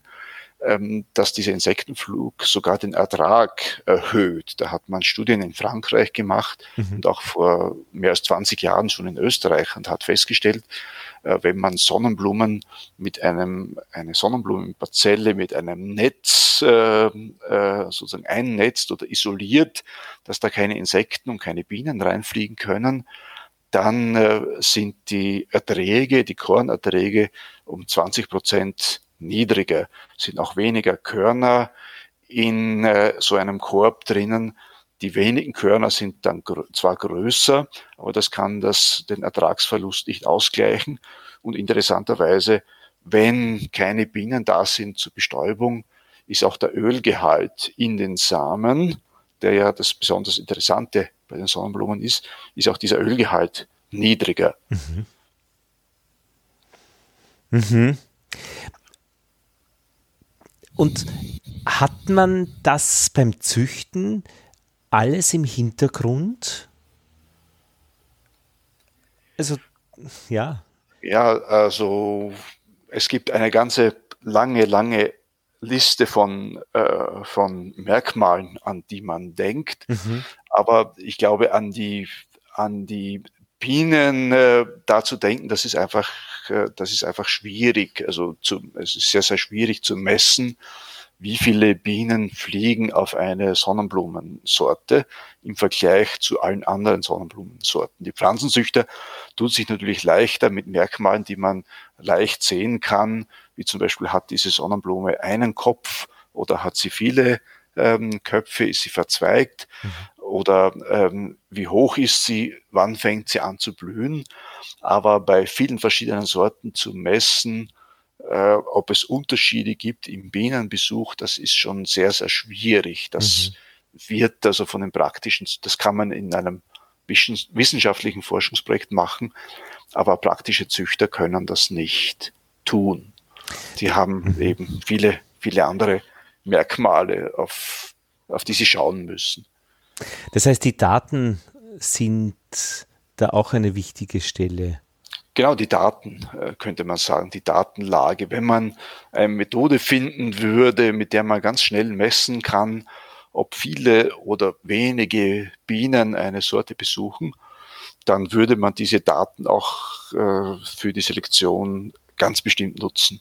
B: dass dieser Insektenflug sogar den Ertrag erhöht. Da hat man Studien in Frankreich gemacht mhm. und auch vor mehr als zwanzig Jahren schon in Österreich und hat festgestellt, wenn man Sonnenblumen mit einem, eine Sonnenblumenparzelle mit einem Netz äh, sozusagen einnetzt oder isoliert, dass da keine Insekten und keine Bienen reinfliegen können, dann äh, sind die Erträge, die Kornerträge um zwanzig Prozent niedriger, sind auch weniger Körner in äh, so einem Korb drinnen. Die wenigen Körner sind dann gr- zwar größer, aber das kann das, den Ertragsverlust nicht ausgleichen. Und interessanterweise, wenn keine Bienen da sind zur Bestäubung, ist auch der Ölgehalt in den Samen, der ja das besonders Interessante bei den Sonnenblumen ist, ist auch dieser Ölgehalt niedriger.
A: Mhm. Mhm. Und hat man das beim Züchten alles im Hintergrund? Also, ja.
B: Ja, also es gibt eine ganze lange, lange Liste von, äh, von Merkmalen, an die man denkt. Mhm. Aber ich glaube, an die, an die Bienen äh, da zu denken, das ist einfach, äh, das ist einfach schwierig. Also zu, es ist sehr, sehr schwierig zu messen, wie viele Bienen fliegen auf eine Sonnenblumensorte im Vergleich zu allen anderen Sonnenblumensorten. Die Pflanzenzüchter tun sich natürlich leichter mit Merkmalen, die man leicht sehen kann, wie zum Beispiel hat diese Sonnenblume einen Kopf oder hat sie viele ähm, Köpfe, ist sie verzweigt, mhm. oder ähm, wie hoch ist sie, wann fängt sie an zu blühen. Aber bei vielen verschiedenen Sorten zu messen, äh, ob es Unterschiede gibt im Bienenbesuch, das ist schon sehr, sehr schwierig. Das mhm. wird also von den praktischen, das kann man in einem wissenschaftlichen Forschungsprojekt machen, aber praktische Züchter können das nicht tun. Die haben mhm. eben viele, viele andere Merkmale, auf, auf die sie schauen müssen.
A: Das heißt, die Daten sind da auch eine wichtige Stelle.
B: Genau, die Daten, könnte man sagen, die Datenlage. Wenn man eine Methode finden würde, mit der man ganz schnell messen kann, ob viele oder wenige Bienen eine Sorte besuchen, dann würde man diese Daten auch äh, für die Selektion ganz bestimmt nutzen.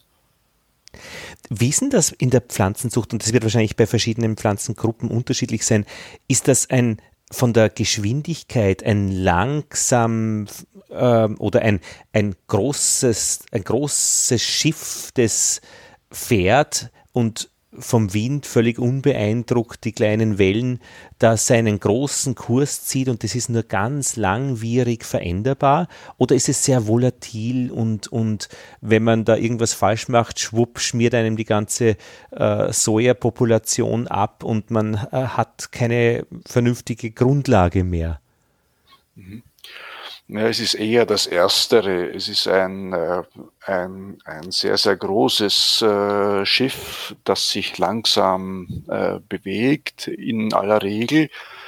A: Wie ist denn das in der Pflanzenzucht, und das wird wahrscheinlich bei verschiedenen Pflanzengruppen unterschiedlich sein, ist das ein von der Geschwindigkeit ein langsam äh, oder ein, ein, großes, ein großes Schiff, das fährt und vom Wind völlig unbeeindruckt die kleinen Wellen da seinen großen Kurs zieht und das ist nur ganz langwierig veränderbar? Oder ist es sehr volatil und, und wenn man da irgendwas falsch macht, schwupp, schmiert einem die ganze äh, Sojapopulation ab und man äh, hat keine vernünftige Grundlage mehr?
B: Mhm. Ja, es ist eher das Erstere. Es ist ein, äh, ein, ein sehr, sehr großes äh, Schiff, das sich langsam äh, bewegt, in aller Regel.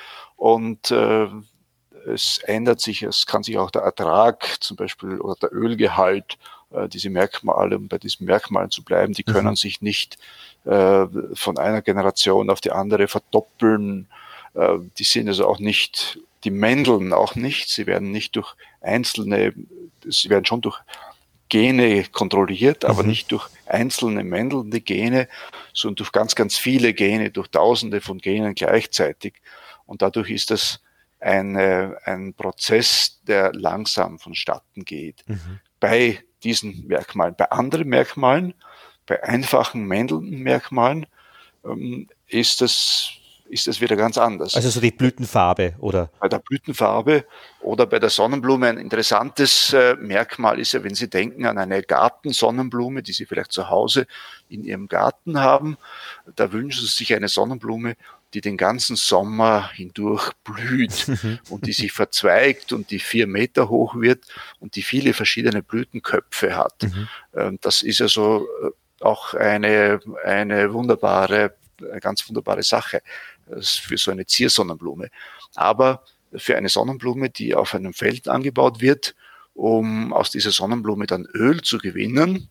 B: Und äh, es ändert sich, es kann sich auch der Ertrag zum Beispiel oder der Ölgehalt, äh, diese Merkmale, um bei diesen Merkmalen zu bleiben, die können mhm. sich nicht äh, von einer Generation auf die andere verdoppeln. Äh, die sind also auch nicht... Die Mändeln auch nicht, sie werden nicht durch einzelne, sie werden schon durch Gene kontrolliert, aber mhm. nicht durch einzelne mändelnde Gene, sondern durch ganz, ganz viele Gene, durch Tausende von Genen gleichzeitig. Und dadurch ist das ein, ein Prozess, der langsam vonstatten geht. Mhm. Bei diesen Merkmalen. Bei anderen Merkmalen, bei einfachen mändelnden Merkmalen, ähm, ist das ist das wieder ganz anders.
A: Also so die Blütenfarbe, oder?
B: Bei der Blütenfarbe oder bei der Sonnenblume ein interessantes äh, Merkmal ist ja, wenn Sie denken an eine Gartensonnenblume, die Sie vielleicht zu Hause in Ihrem Garten haben, da wünschen Sie sich eine Sonnenblume, die den ganzen Sommer hindurch blüht und die sich verzweigt und die vier Meter hoch wird und die viele verschiedene Blütenköpfe hat. Mhm. Ähm, das ist ja so auch eine, eine wunderbare, eine ganz wunderbare Sache für so eine Ziersonnenblume. Aber für eine Sonnenblume, die auf einem Feld angebaut wird, um aus dieser Sonnenblume dann Öl zu gewinnen,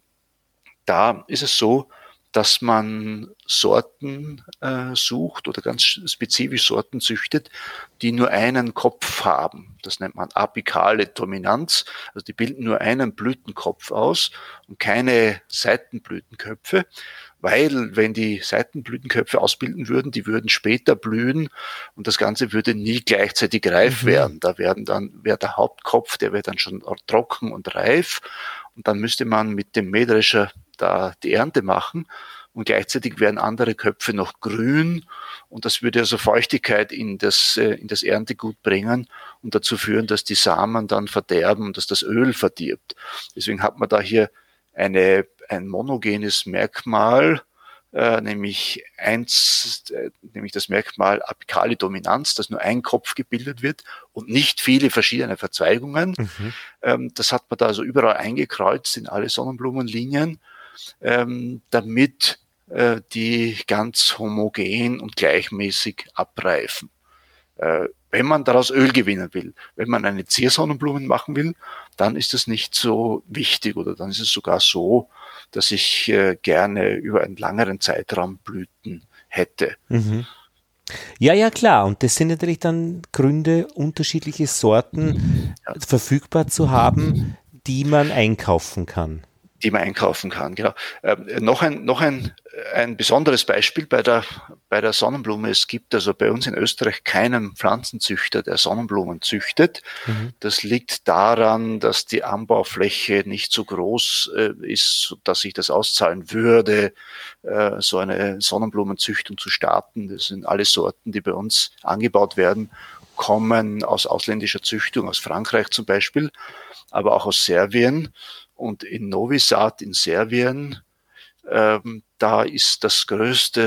B: da ist es so, dass man Sorten äh, sucht oder ganz spezifisch Sorten züchtet, die nur einen Kopf haben. Das nennt man apikale Dominanz. Also die bilden nur einen Blütenkopf aus und keine Seitenblütenköpfe. Weil wenn die Seitenblütenköpfe ausbilden würden, die würden später blühen und das Ganze würde nie gleichzeitig reif mhm. werden. Da werden dann, wäre der Hauptkopf, der wäre dann schon trocken und reif und dann müsste man mit dem Mähdrescher da die Ernte machen und gleichzeitig wären andere Köpfe noch grün und das würde also Feuchtigkeit in das, in das Erntegut bringen und dazu führen, dass die Samen dann verderben und dass das Öl verdirbt. Deswegen hat man da hier eine ein monogenes Merkmal, äh, nämlich eins, äh, nämlich das Merkmal apikale Dominanz, dass nur ein Kopf gebildet wird und nicht viele verschiedene Verzweigungen. Mhm. Ähm, das hat man da also überall eingekreuzt in alle Sonnenblumenlinien, ähm, damit äh, die ganz homogen und gleichmäßig abreifen. Äh, wenn man daraus Öl gewinnen will, wenn man eine Ziersonnenblume machen will, dann ist das nicht so wichtig oder dann ist es sogar so, dass ich äh, gerne über einen längeren Zeitraum Blüten hätte.
A: Mhm. Ja, ja, klar. Und das sind natürlich dann Gründe, unterschiedliche Sorten ja. verfügbar zu haben, die man einkaufen kann.
B: Die man einkaufen kann, genau. Ähm, noch ein, noch ein ein besonderes Beispiel bei der, bei der Sonnenblume. Es gibt also bei uns in Österreich keinen Pflanzenzüchter, der Sonnenblumen züchtet. Mhm. Das liegt daran, dass die Anbaufläche nicht so groß äh, ist, dass sich das auszahlen würde, äh, so eine Sonnenblumenzüchtung zu starten. Das sind alle Sorten, die bei uns angebaut werden, kommen aus ausländischer Züchtung, aus Frankreich zum Beispiel, aber auch aus Serbien. Und in Novi Sad in Serbien, ähm, da ist das größte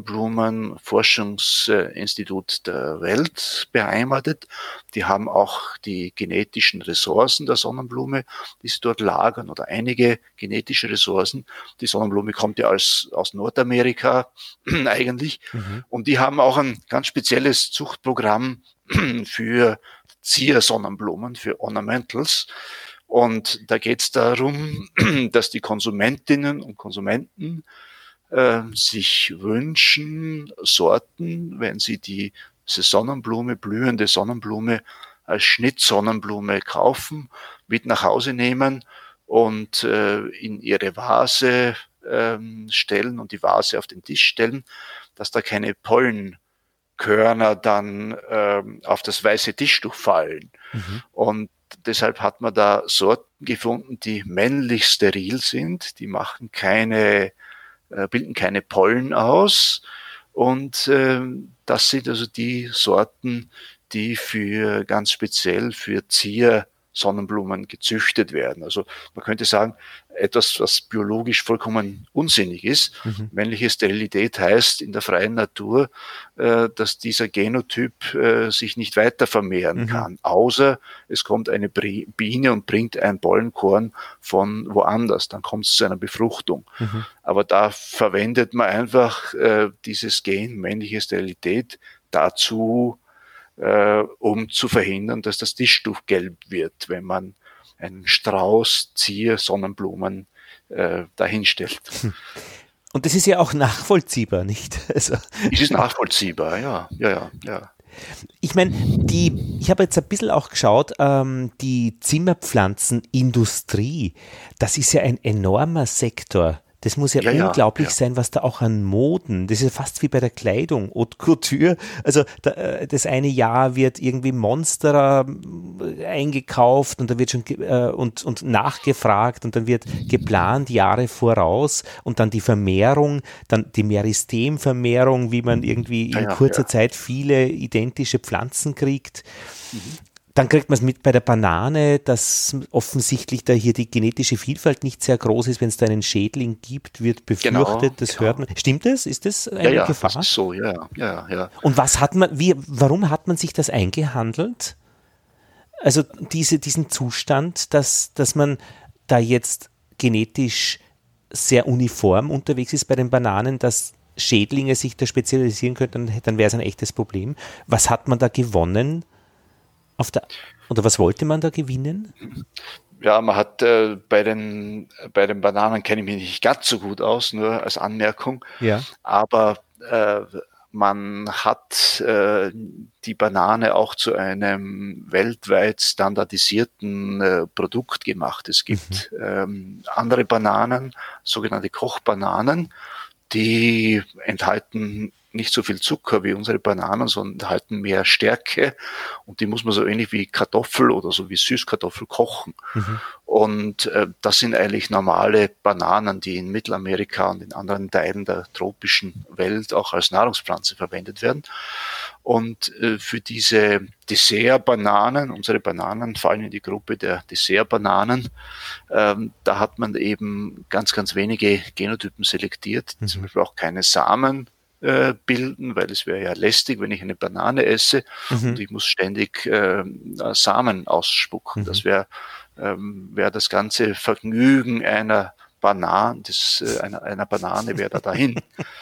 B: Sonnenblumenforschungsinstitut der Welt beheimatet. Die haben auch die genetischen Ressourcen der Sonnenblume, die sie dort lagern, oder einige genetische Ressourcen. Die Sonnenblume kommt ja als, aus Nordamerika eigentlich. Mhm. Und die haben auch ein ganz spezielles Zuchtprogramm für Ziersonnenblumen, für Ornamentals. Und da geht es darum, dass die Konsumentinnen und Konsumenten äh, sich wünschen, Sorten, wenn sie die Sonnenblume, blühende Sonnenblume als Schnittsonnenblume kaufen, mit nach Hause nehmen und äh, in ihre Vase äh, stellen und die Vase auf den Tisch stellen, dass da keine Pollenkörner dann äh, auf das weiße Tischtuch fallen. Mhm. Und deshalb hat man da Sorten gefunden, die männlich steril sind, die machen keine, äh, bilden keine Pollen aus. Und äh, das sind also die Sorten, die für ganz speziell für Ziersonnenblumen gezüchtet werden. Also man könnte sagen, etwas, was biologisch vollkommen unsinnig ist. Mhm. Männliche Sterilität heißt in der freien Natur, äh, dass dieser Genotyp äh, sich nicht weiter vermehren mhm. kann, außer es kommt eine Biene und bringt ein Pollenkorn von woanders, dann kommt es zu einer Befruchtung. Mhm. Aber da verwendet man einfach äh, dieses Gen männliche Sterilität dazu, äh, um zu verhindern, dass das Tischtuch gelb wird, wenn man einen Strauß Zier Sonnenblumen äh, dahinstellt.
A: Und das ist ja auch nachvollziehbar, nicht? Also.
B: Es ist nachvollziehbar, ja, ja, ja, ja.
A: Ich meine, die, ich habe jetzt ein bisschen auch geschaut, ähm, die Zimmerpflanzenindustrie, das ist ja ein enormer Sektor. Das muss ja, ja unglaublich ja, ja. sein, was da auch an Moden, das ist ja fast wie bei der Kleidung, Haute Couture, also da, das eine Jahr wird irgendwie Monsterer eingekauft und da wird schon äh, und, und nachgefragt und dann wird geplant Jahre voraus und dann die Vermehrung, dann die Meristemvermehrung, wie man irgendwie in ja, kurzer ja. Zeit viele identische Pflanzen kriegt. Mhm. Dann kriegt man es mit bei der Banane, dass offensichtlich da hier die genetische Vielfalt nicht sehr groß ist. Wenn es da einen Schädling gibt, wird befürchtet, genau, das genau. hört man. Stimmt das? Ist das eine
B: ja, ja,
A: Gefahr?
B: Das ist so, ja, ja, ja.
A: Und was hat man, wie, warum hat man sich das eingehandelt? Also diese, diesen Zustand, dass, dass man da jetzt genetisch sehr uniform unterwegs ist bei den Bananen, dass Schädlinge sich da spezialisieren könnten, dann, dann wäre es ein echtes Problem. Was hat man da gewonnen? Auf der, oder was wollte man da gewinnen?
B: Ja, man hat äh, bei den bei den Bananen kenne ich mich nicht ganz so gut aus, nur als Anmerkung.
A: Ja.
B: Aber äh, man hat äh, die Banane auch zu einem weltweit standardisierten äh, Produkt gemacht. Es gibt mhm. ähm, andere Bananen, sogenannte Kochbananen, die enthalten nicht so viel Zucker wie unsere Bananen, sondern enthalten mehr Stärke und die muss man so ähnlich wie Kartoffel oder so wie Süßkartoffel kochen. Mhm. Und äh, das sind eigentlich normale Bananen, die in Mittelamerika und in anderen Teilen der tropischen Welt auch als Nahrungspflanze verwendet werden. Und äh, für diese Dessertbananen, unsere Bananen fallen in die Gruppe der Dessertbananen, ähm, da hat man eben ganz, ganz wenige Genotypen selektiert, mhm. zum Beispiel auch keine Samen bilden, weil es wäre ja lästig, wenn ich eine Banane esse mhm. und ich muss ständig äh, Samen ausspucken. Mhm. Das wäre ähm, wär das ganze Vergnügen einer Banane, das, äh, einer, einer Banane wäre da dahin.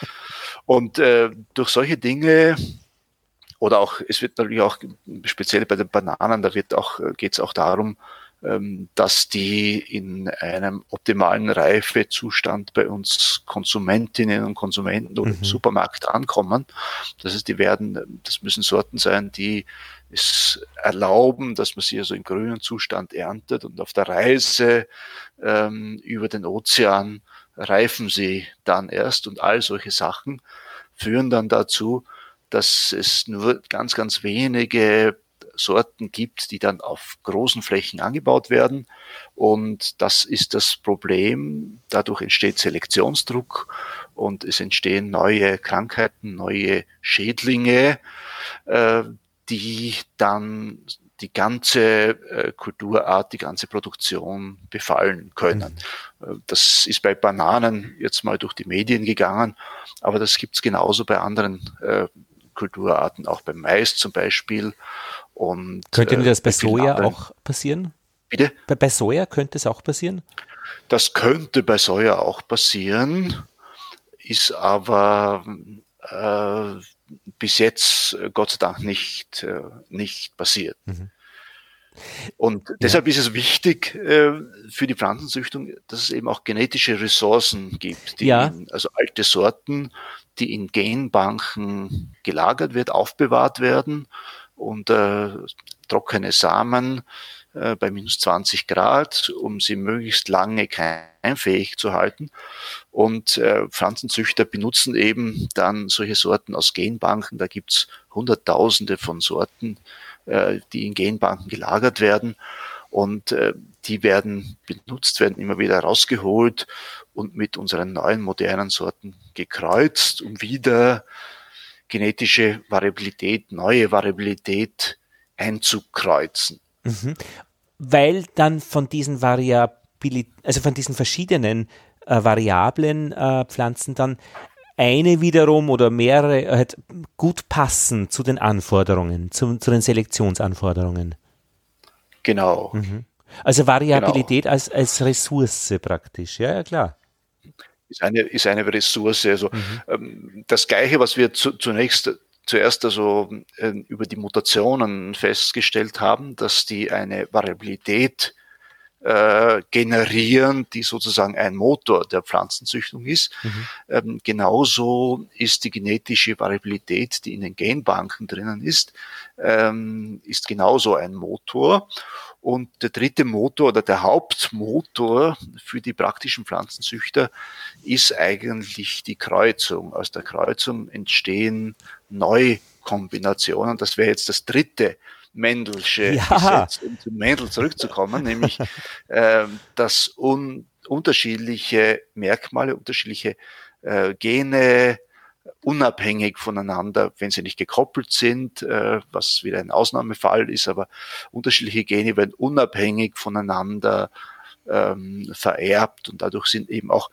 B: Und äh, durch solche Dinge oder auch, es wird natürlich auch speziell bei den Bananen, da wird auch, geht es auch darum, dass die in einem optimalen Reifezustand bei uns Konsumentinnen und Konsumenten oder mhm. im Supermarkt ankommen. Das heißt, die werden, das müssen Sorten sein, die es erlauben, dass man sie also im grünen Zustand erntet und auf der Reise ähm, über den Ozean reifen sie dann erst und all solche Sachen führen dann dazu, dass es nur ganz, ganz wenige Sorten gibt, die dann auf großen Flächen angebaut werden. Und das ist das Problem. Dadurch entsteht Selektionsdruck und es entstehen neue Krankheiten, neue Schädlinge, äh, die dann die ganze äh, Kulturart, die ganze Produktion befallen können. Mhm. Das ist bei Bananen jetzt mal durch die Medien gegangen, aber das gibt es genauso bei anderen äh, Kulturarten, auch beim Mais zum Beispiel. Und,
A: könnte das bei
B: äh,
A: Soja
B: anderen,
A: auch passieren?
B: Bitte?
A: Bei, bei Soja könnte es auch passieren?
B: Das könnte bei Soja auch passieren, ist aber äh, bis jetzt äh, Gott sei Dank nicht, äh, nicht passiert. Mhm. Und deshalb ja. ist es wichtig äh, für die Pflanzenzüchtung, dass es eben auch genetische Ressourcen gibt, die
A: ja.
B: in, also alte Sorten, die in Genbanken gelagert wird, aufbewahrt werden und äh, trockene Samen äh, bei minus zwanzig Grad, um sie möglichst lange keimfähig zu halten. Und äh, Pflanzenzüchter benutzen eben dann solche Sorten aus Genbanken. Da gibt's Hunderttausende von Sorten, äh, die in Genbanken gelagert werden. Und äh, die werden benutzt, werden immer wieder rausgeholt und mit unseren neuen, modernen Sorten gekreuzt, um wieder genetische Variabilität, neue Variabilität einzukreuzen.
A: Mhm. Weil dann von diesen Variabilität, also von diesen verschiedenen äh, variablen äh, Pflanzen dann eine wiederum oder mehrere halt gut passen zu den Anforderungen, zu, zu den Selektionsanforderungen.
B: Genau.
A: Mhm. Also Variabilität genau. als, als Ressource praktisch, ja, ja klar.
B: Ist eine, ist eine Ressource. Also mhm. ähm, das Gleiche, was wir zu, zunächst zuerst also äh, über die Mutationen festgestellt haben, dass die eine Variabilität äh, generieren, die sozusagen ein Motor der Pflanzenzüchtung ist. Mhm. Ähm, genauso ist die genetische Variabilität, die in den Genbanken drinnen ist, ähm, ist genauso ein Motor. Und der dritte Motor oder der Hauptmotor für die praktischen Pflanzenzüchter ist eigentlich die Kreuzung. Aus der Kreuzung entstehen Neukombinationen. Das wäre jetzt das dritte Mendelsche ja. Gesetz, um zu Mendel zurückzukommen, nämlich äh, dass un unterschiedliche Merkmale, unterschiedliche äh, Gene unabhängig voneinander, wenn sie nicht gekoppelt sind, äh, was wieder ein Ausnahmefall ist, aber unterschiedliche Gene werden unabhängig voneinander ähm, vererbt und dadurch sind eben auch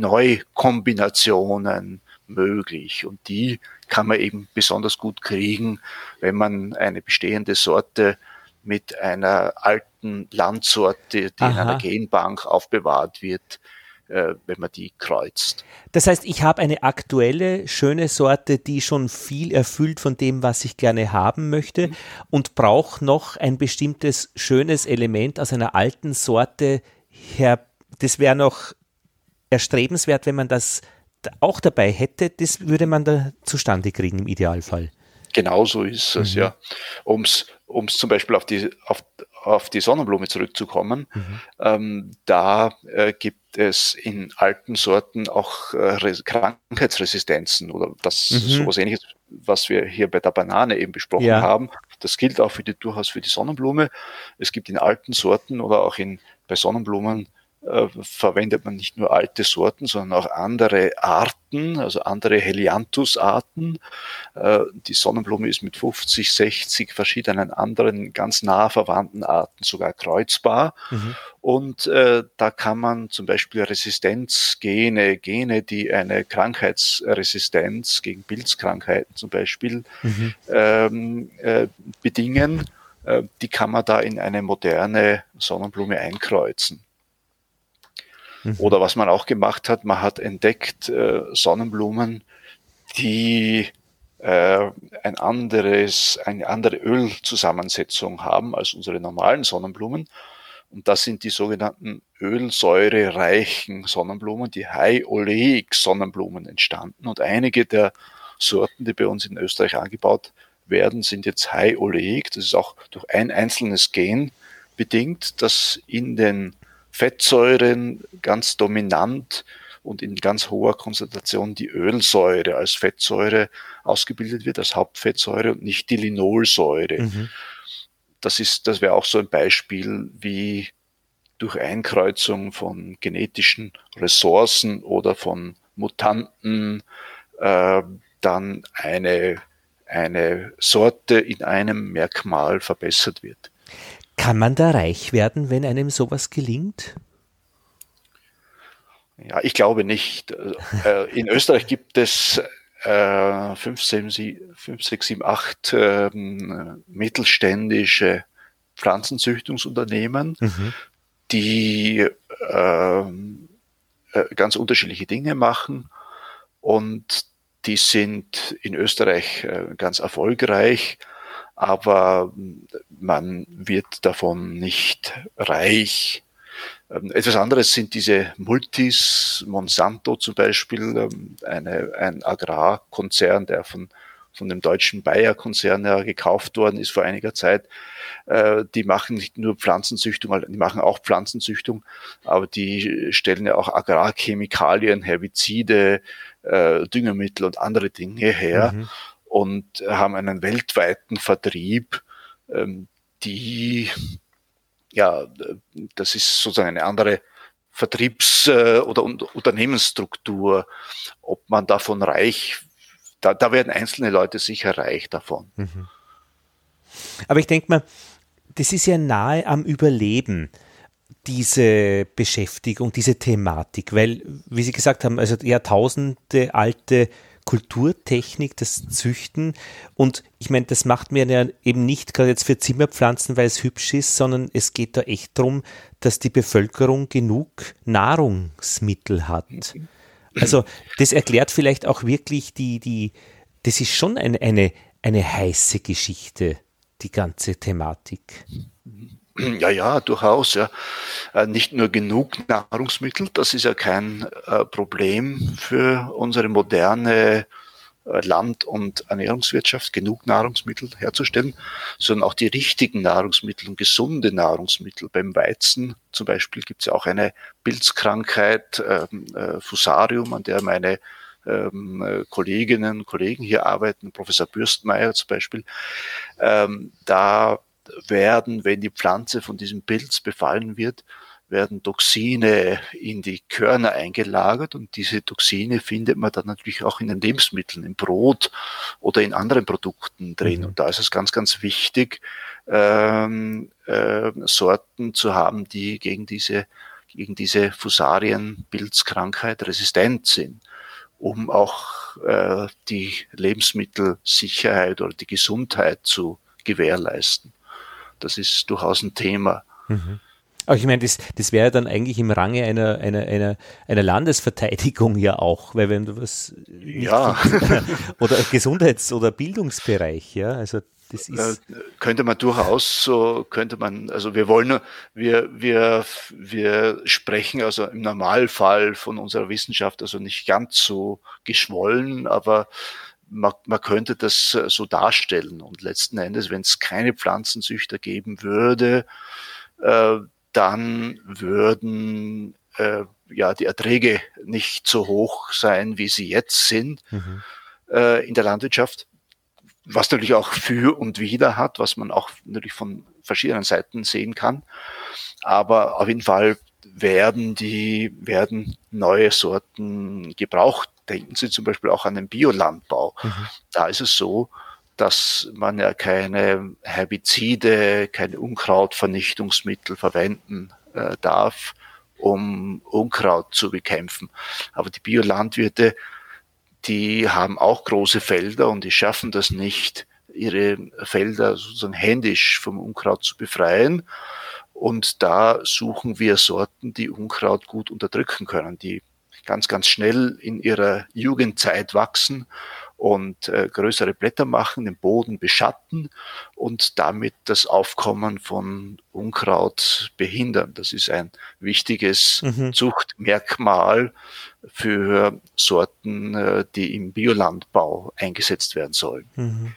B: Neukombinationen möglich und die kann man eben besonders gut kriegen, wenn man eine bestehende Sorte mit einer alten Landsorte, die Aha. in einer Genbank aufbewahrt wird, äh, wenn man die kreuzt.
A: Das heißt, ich habe eine aktuelle, schöne Sorte, die schon viel erfüllt von dem, was ich gerne haben möchte mhm. und brauche noch ein bestimmtes schönes Element aus einer alten Sorte her. Das wäre noch erstrebenswert, wenn man das auch dabei hätte, das würde man da zustande kriegen im Idealfall.
B: Genauso ist es, mhm. ja. Um es zum Beispiel auf die, auf, auf die Sonnenblume zurückzukommen, mhm. ähm, da äh, gibt es in alten Sorten auch äh, Krankheitsresistenzen oder das mhm. sowas Ähnliches, was wir hier bei der Banane eben besprochen ja. haben. Das gilt auch für die, durchaus für die Sonnenblume. Es gibt in alten Sorten oder auch in, bei Sonnenblumen Äh, verwendet man nicht nur alte Sorten, sondern auch andere Arten, also andere Helianthus-Arten. Äh, die Sonnenblume ist mit fünfzig, sechzig verschiedenen anderen ganz nah verwandten Arten sogar kreuzbar. Mhm. Und äh, da kann man zum Beispiel Resistenzgene, Gene, die eine Krankheitsresistenz gegen Pilzkrankheiten zum Beispiel mhm. ähm, äh, bedingen, äh, die kann man da in eine moderne Sonnenblume einkreuzen. Oder was man auch gemacht hat, man hat entdeckt äh, Sonnenblumen, die äh, ein anderes, eine andere Ölzusammensetzung haben als unsere normalen Sonnenblumen. Und das sind die sogenannten ölsäurereichen Sonnenblumen, die High-Oleic-Sonnenblumen entstanden. Und einige der Sorten, die bei uns in Österreich angebaut werden, sind jetzt High-Oleic. Das ist auch durch ein einzelnes Gen bedingt, das in den Fettsäuren ganz dominant und in ganz hoher Konzentration die Ölsäure als Fettsäure ausgebildet wird, als Hauptfettsäure und nicht die Linolsäure. Mhm. Das ist, das wäre auch so ein Beispiel, wie durch Einkreuzung von genetischen Ressourcen oder von Mutanten äh, dann eine, eine Sorte in einem Merkmal verbessert wird.
A: Kann man da reich werden, wenn einem sowas gelingt?
B: Ja, ich glaube nicht. In Österreich gibt es äh, fünf, sechs, sieben, acht äh, mittelständische Pflanzenzüchtungsunternehmen, mhm. die äh, ganz unterschiedliche Dinge machen, und die sind in Österreich äh, ganz erfolgreich, aber man wird davon nicht reich. Ähm, etwas anderes sind diese Multis, Monsanto zum Beispiel, ähm, eine, ein Agrarkonzern, der von, von dem deutschen Bayer-Konzern ja gekauft worden ist vor einiger Zeit. Äh, die machen nicht nur Pflanzenzüchtung, die machen auch Pflanzenzüchtung, aber die stellen ja auch Agrarchemikalien, Herbizide, äh, Düngemittel und andere Dinge her, mhm. und haben einen weltweiten Vertrieb, ähm, die ja, das ist sozusagen eine andere Vertriebs- oder Unternehmensstruktur. Ob man davon reich, da, da werden einzelne Leute sicher reich davon. Mhm.
A: Aber ich denke mal, das ist ja nahe am Überleben, diese Beschäftigung, diese Thematik, weil, wie Sie gesagt haben, also Jahrtausende alte Kulturtechnik, das Züchten, und ich meine, das macht man ja eben nicht gerade jetzt für Zimmerpflanzen, weil es hübsch ist, sondern es geht da echt darum, dass die Bevölkerung genug Nahrungsmittel hat. Also das erklärt vielleicht auch wirklich die, die, das ist schon eine, eine, eine heiße Geschichte, die ganze Thematik.
B: Ja, ja, durchaus, ja. Nicht nur genug Nahrungsmittel, das ist ja kein äh, Problem für unsere moderne äh, Land- und Ernährungswirtschaft, genug Nahrungsmittel herzustellen, sondern auch die richtigen Nahrungsmittel und gesunde Nahrungsmittel. Beim Weizen zum Beispiel gibt es ja auch eine Pilzkrankheit, ähm, äh, Fusarium, an der meine ähm, Kolleginnen und Kollegen hier arbeiten, Professor Bürstmeier zum Beispiel. Ähm, da werden, wenn die Pflanze von diesem Pilz befallen wird, werden Toxine in die Körner eingelagert, und diese Toxine findet man dann natürlich auch in den Lebensmitteln, im Brot oder in anderen Produkten drin. Mhm. Und da ist es ganz, ganz wichtig, ähm, äh, Sorten zu haben, die gegen diese, gegen diese Fusarien-Pilzkrankheit resistent sind, um auch äh, die Lebensmittelsicherheit oder die Gesundheit zu gewährleisten. Das ist durchaus ein Thema.
A: Mhm. Aber ich meine, das, das wäre dann eigentlich im Range einer, einer, einer, einer Landesverteidigung ja auch, weil wenn du was
B: ja.
A: oder Gesundheits- oder Bildungsbereich, ja, also das ist
B: äh, könnte man durchaus so, könnte man, also wir wollen, wir, wir, wir sprechen also im Normalfall von unserer Wissenschaft also nicht ganz so geschwollen, aber Man, man könnte das so darstellen, und letzten Endes, wenn es keine Pflanzenzüchter geben würde, äh, dann würden äh, ja die Erträge nicht so hoch sein, wie sie jetzt sind, mhm. äh, in der Landwirtschaft, was natürlich auch für und wider hat, was man auch natürlich von verschiedenen Seiten sehen kann. Aber auf jeden Fall werden die werden neue Sorten gebraucht. Denken Sie zum Beispiel auch an den Biolandbau. Mhm. Da ist es so, dass man ja keine Herbizide, keine Unkrautvernichtungsmittel verwenden äh, darf, um Unkraut zu bekämpfen. Aber die Biolandwirte, die haben auch große Felder, und die schaffen das nicht, ihre Felder sozusagen händisch vom Unkraut zu befreien. Und da suchen wir Sorten, die Unkraut gut unterdrücken können, die ganz, ganz schnell in ihrer Jugendzeit wachsen und äh, größere Blätter machen, den Boden beschatten und damit das Aufkommen von Unkraut behindern. Das ist ein wichtiges mhm. Zuchtmerkmal für Sorten, äh, die im Biolandbau eingesetzt werden sollen. Mhm.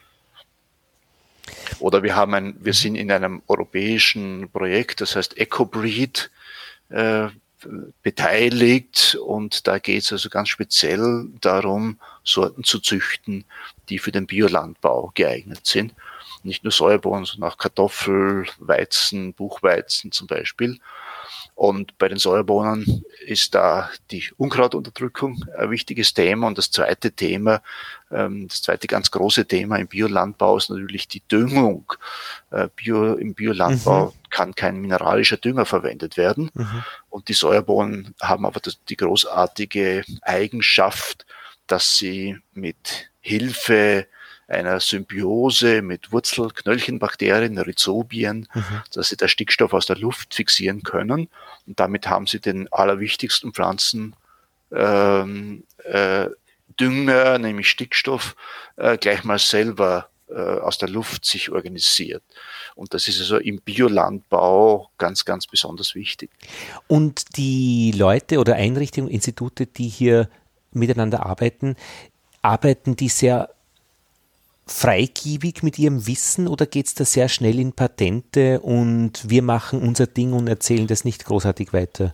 B: Oder wir haben ein, wir sind in einem europäischen Projekt, das heißt EcoBreed, äh, beteiligt, und da geht es also ganz speziell darum, Sorten zu züchten, die für den Biolandbau geeignet sind. Nicht nur Sojabohnen, sondern auch Kartoffel, Weizen, Buchweizen zum Beispiel. Und bei den Sojabohnen ist da die Unkrautunterdrückung ein wichtiges Thema. Und das zweite Thema, das zweite ganz große Thema im Biolandbau ist natürlich die Düngung. Bio, im Biolandbau mhm. kann kein mineralischer Dünger verwendet werden. Mhm. Und die Sojabohnen haben aber die großartige Eigenschaft, dass sie mit Hilfe einer Symbiose mit Wurzel-Knöllchenbakterien, Rhizobien, mhm. dass sie den Stickstoff aus der Luft fixieren können. Und damit haben sie den allerwichtigsten Pflanzen ähm, äh, Dünger, nämlich Stickstoff, äh, gleich mal selber äh, aus der Luft sich organisiert. Und das ist also im Biolandbau ganz, ganz besonders wichtig.
A: Und die Leute oder Einrichtungen, Institute, die hier miteinander arbeiten, arbeiten die sehr freigiebig mit ihrem Wissen, oder geht es da sehr schnell in Patente und wir machen unser Ding und erzählen das nicht großartig weiter?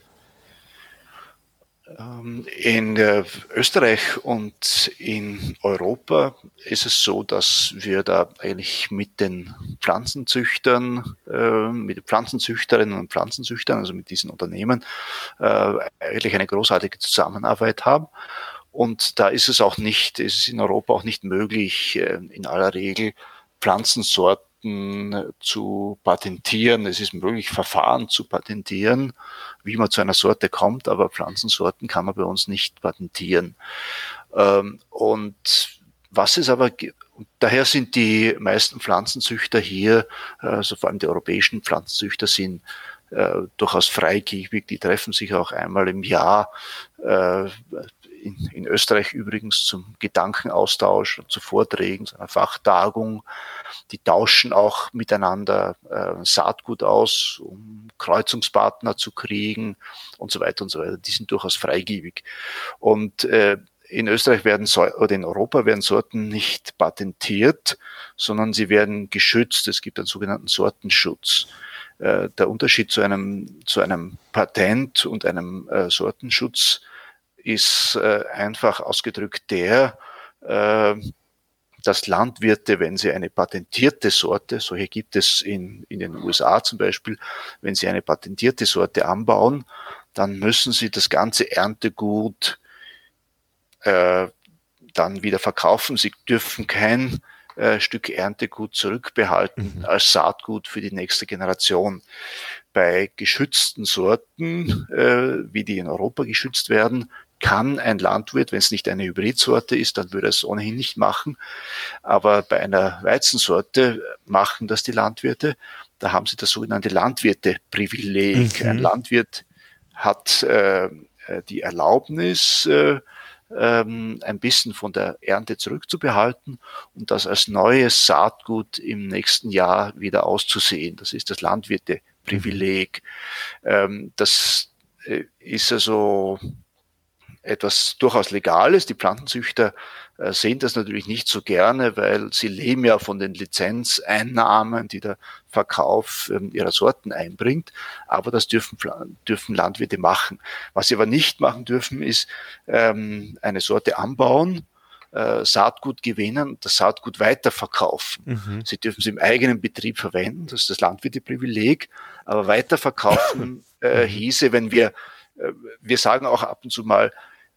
B: In Österreich und in Europa ist es so, dass wir da eigentlich mit den Pflanzenzüchtern, mit den Pflanzenzüchterinnen und Pflanzenzüchtern, also mit diesen Unternehmen, eigentlich eine großartige Zusammenarbeit haben. Und da ist es auch nicht, ist es in Europa auch nicht möglich, in aller Regel Pflanzensorten zu patentieren. Es ist möglich, Verfahren zu patentieren, wie man zu einer Sorte kommt, aber Pflanzensorten kann man bei uns nicht patentieren. Und was es aber, daher sind die meisten Pflanzenzüchter hier, also vor allem die europäischen Pflanzenzüchter, sind äh, durchaus freigebig. Die treffen sich auch einmal im Jahr, äh, In, in Österreich übrigens zum Gedankenaustausch, zu Vorträgen, zu einer Fachtagung. Die tauschen auch miteinander äh, Saatgut aus, um Kreuzungspartner zu kriegen und so weiter und so weiter. Die sind durchaus freigebig. Und äh, in Österreich werden oder in Europa werden Sorten nicht patentiert, sondern sie werden geschützt. Es gibt einen sogenannten Sortenschutz. Äh, der Unterschied zu einem zu einem Patent und einem äh, Sortenschutz ist äh, einfach ausgedrückt der, äh, dass Landwirte, wenn sie eine patentierte Sorte, solche gibt es in, in den U S A zum Beispiel, wenn sie eine patentierte Sorte anbauen, dann müssen sie das ganze Erntegut äh, dann wieder verkaufen. Sie dürfen kein äh, Stück Erntegut zurückbehalten mhm. als Saatgut für die nächste Generation. Bei geschützten Sorten, äh, wie die in Europa geschützt werden, kann ein Landwirt, wenn es nicht eine Hybridsorte ist, dann würde er es ohnehin nicht machen. Aber bei einer Weizensorte machen das die Landwirte. Da haben sie das sogenannte Landwirteprivileg. Mhm. Ein Landwirt hat äh, die Erlaubnis, äh, ähm, ein bisschen von der Ernte zurückzubehalten und das als neues Saatgut im nächsten Jahr wieder auszusehen. Das ist das Landwirteprivileg. Mhm. Ähm, das äh, ist also etwas durchaus Legales. Die Pflanzenzüchter äh, sehen das natürlich nicht so gerne, weil sie leben ja von den Lizenzeinnahmen, die der Verkauf ähm, ihrer Sorten einbringt. Aber das dürfen, dürfen Landwirte machen. Was sie aber nicht machen dürfen, ist ähm, eine Sorte anbauen, äh, Saatgut gewinnen und das Saatgut weiterverkaufen. Mhm. Sie dürfen es im eigenen Betrieb verwenden, das ist das Landwirteprivileg. Aber weiterverkaufen äh, hieße, wenn wir, äh, wir sagen auch ab und zu mal,